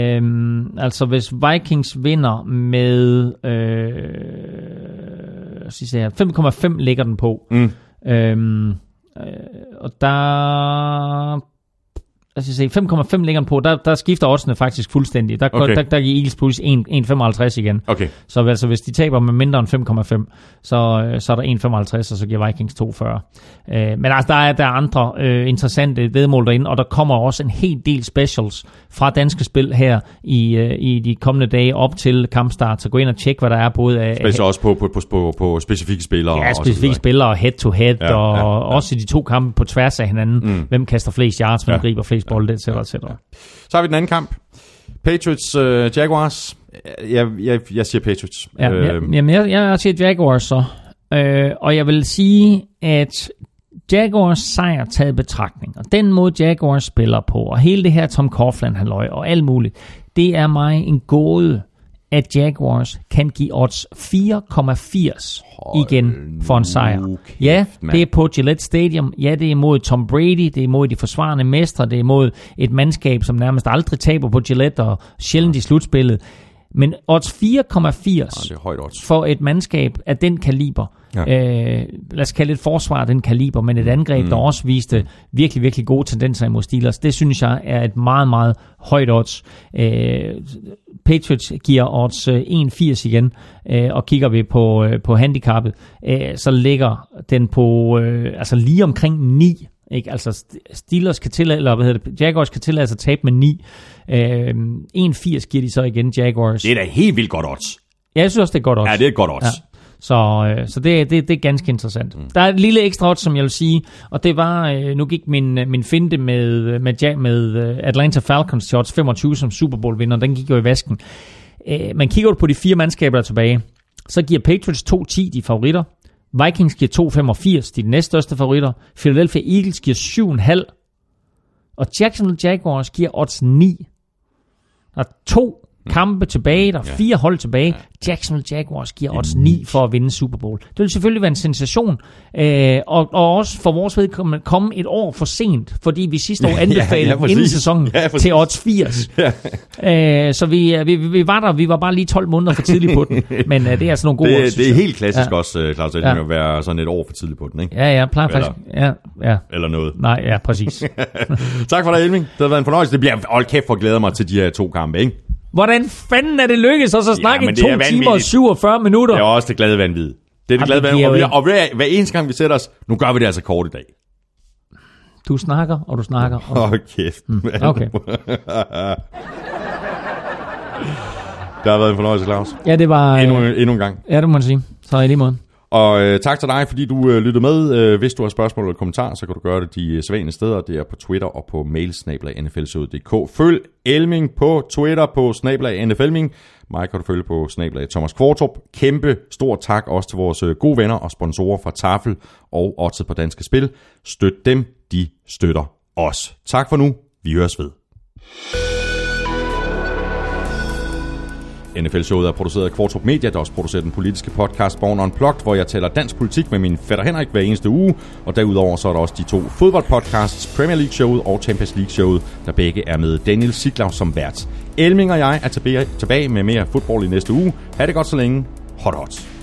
Øh, altså, hvis Vikings vinder med øh, fem komma fem ligger den på. Mm. Øh, og der altså se fem komma fem ligger den på, der, der skifter oddsene faktisk fuldstændig. Der, okay. der, der giver Eagles plus en komma femoghalvtreds igen. Okay. Så altså, hvis de taber med mindre end fem komma fem, så, så er der en komma femoghalvtreds, og så giver Vikings to komma fyrre. Øh, men altså, der er, der er andre øh, interessante vedmål derinde, og der kommer også en hel del specials fra danske spil her i, øh, i de kommende dage op til kampstart. Så gå ind og tjek, hvad der er både af... Special også på, på, på, på, på specifikke spillere. Ja, specifikke spillere, head-to-head, ja, og ja, ja. også de to kampe på tværs af hinanden. Mm. Hvem kaster flest yards, hvem ja. griber flest bolde, et cetera et cetera. Så har vi den anden kamp. Patriots, uh, Jaguars. Jeg, jeg, jeg siger Patriots. Ja, øh. jeg, jamen, jeg, jeg siger Jaguars så. Øh, og jeg vil sige, at Jaguars sejr taget betragtning, og den måde Jaguars spiller på, og hele det her Tom Coughlin halløj og alt muligt, det er mig en gåde, at Jaguars kan give odds fire komma firs igen for en sejr. Kæft, ja, det er på Gillette Stadium. Ja, det er imod Tom Brady. Det er imod de forsvarende mestre. Det er imod et mandskab, som nærmest aldrig taber på Gillette og sjældent i slutspillet. Men odds fire komma firs ja, for et mandskab af den kaliber. Ja. Øh, lad os kalde et forsvar af den kaliber, men et angreb, mm. der også viste virkelig, virkelig gode tendenser imod Steelers. Det synes jeg er et meget, meget højt odds. Øh, Patriots giver odds en komma firs igen, øh, og kigger vi på, øh, på handicappet, øh, så ligger den på øh, altså lige omkring ni. Ikke? Altså Steelers kan tillade, eller hvad hedder det, Jaguars kan tillade sig at tabe med ni. Øh, en komma firs giver de så igen Jaguars. Det er da helt vildt godt odds. Ja, jeg synes også, det er godt odds. Ja, det er et godt odds. Ja. Så, øh, så det, det, det er ganske interessant. Mm. Der er et lille ekstra odds, som jeg vil sige, og det var, øh, nu gik min, min finte med, med, med Atlanta Falcons til odds femogtyve som Super Bowl vinder, den gik jo i vasken. Øh, man kigger jo på de fire mandskaber der tilbage, så giver Patriots to komma ti de favoritter, Vikings giver to komma femogfirs, de er de næststørste favoritter, Philadelphia Eagles giver syv komma fem, og Jacksonville Jaguars giver odds ni. Der er to kampe tilbage, der er Ja. fire hold tilbage. Jacksonville Jaguars giver odds ni for at vinde Super Bowl. Det vil selvfølgelig være en sensation, øh, og, og også for vores vedkommende komme et år for sent, fordi vi sidste år anbefalede ja, inden sæsonen ja, til odds firs. Ja. Øh, så vi, vi, vi var der, vi var bare lige tolv måneder for tidligt på den, men øh, det er sådan nogle gode det, odds. det er helt klassisk ja. også, Claus Elming, ja. at være sådan et år for tidligt på den, ikke? Ja, ja, plejer faktisk. Ja, ja. Eller noget. Nej, ja, præcis. Tak for dig, Elming. Det har været en fornøjelse. Det bliver, hold kæft, for glæder mig til de her to kampe, ikke? Hvordan fanden er det lykkedes os at snakke Ja, i to timer og syvogfyrre minutter? Det er også det glade vanvid. Det er det glade vanvid. Og, vi, og hver, hver eneste gang vi sætter os, nu gør vi det altså kort i dag. Du snakker, og du snakker. Og... Åh, oh, kæft. Mm, okay. Det har været en fornøjelse, Claus. Ja, det var... Endnu, endnu en gang. Ja, det må man sige. Så i lige måde. Og øh, tak til dig, fordi du øh, lyttede med. Øh, hvis du har spørgsmål eller kommentarer, så kan du gøre det de sædvanlige steder. Det er på Twitter og på mail snabel-a n f l showet punktum d k. Følg Elming på Twitter på snabel-a n f elming. Mig kan du følge på snabel-a Thomas Kvartrup. Kæmpe stor tak også til vores øh, gode venner og sponsorer fra Tafel og Oddset på Danske Spil. Støt dem, de støtter os. Tak for nu. Vi høres ved. N F L-showet er produceret af Kvartrup Media, der også producerer den politiske podcast Born Unplugged, hvor jeg taler dansk politik med min fætter Henrik hver eneste uge. Og derudover så er der også de to fodboldpodcasts, Premier League-showet og Champions League-showet, der begge er med Daniel Siglau som vært. Elming og jeg er tilbage med mere fodbold i næste uge. Ha' det godt så længe. Hot hot.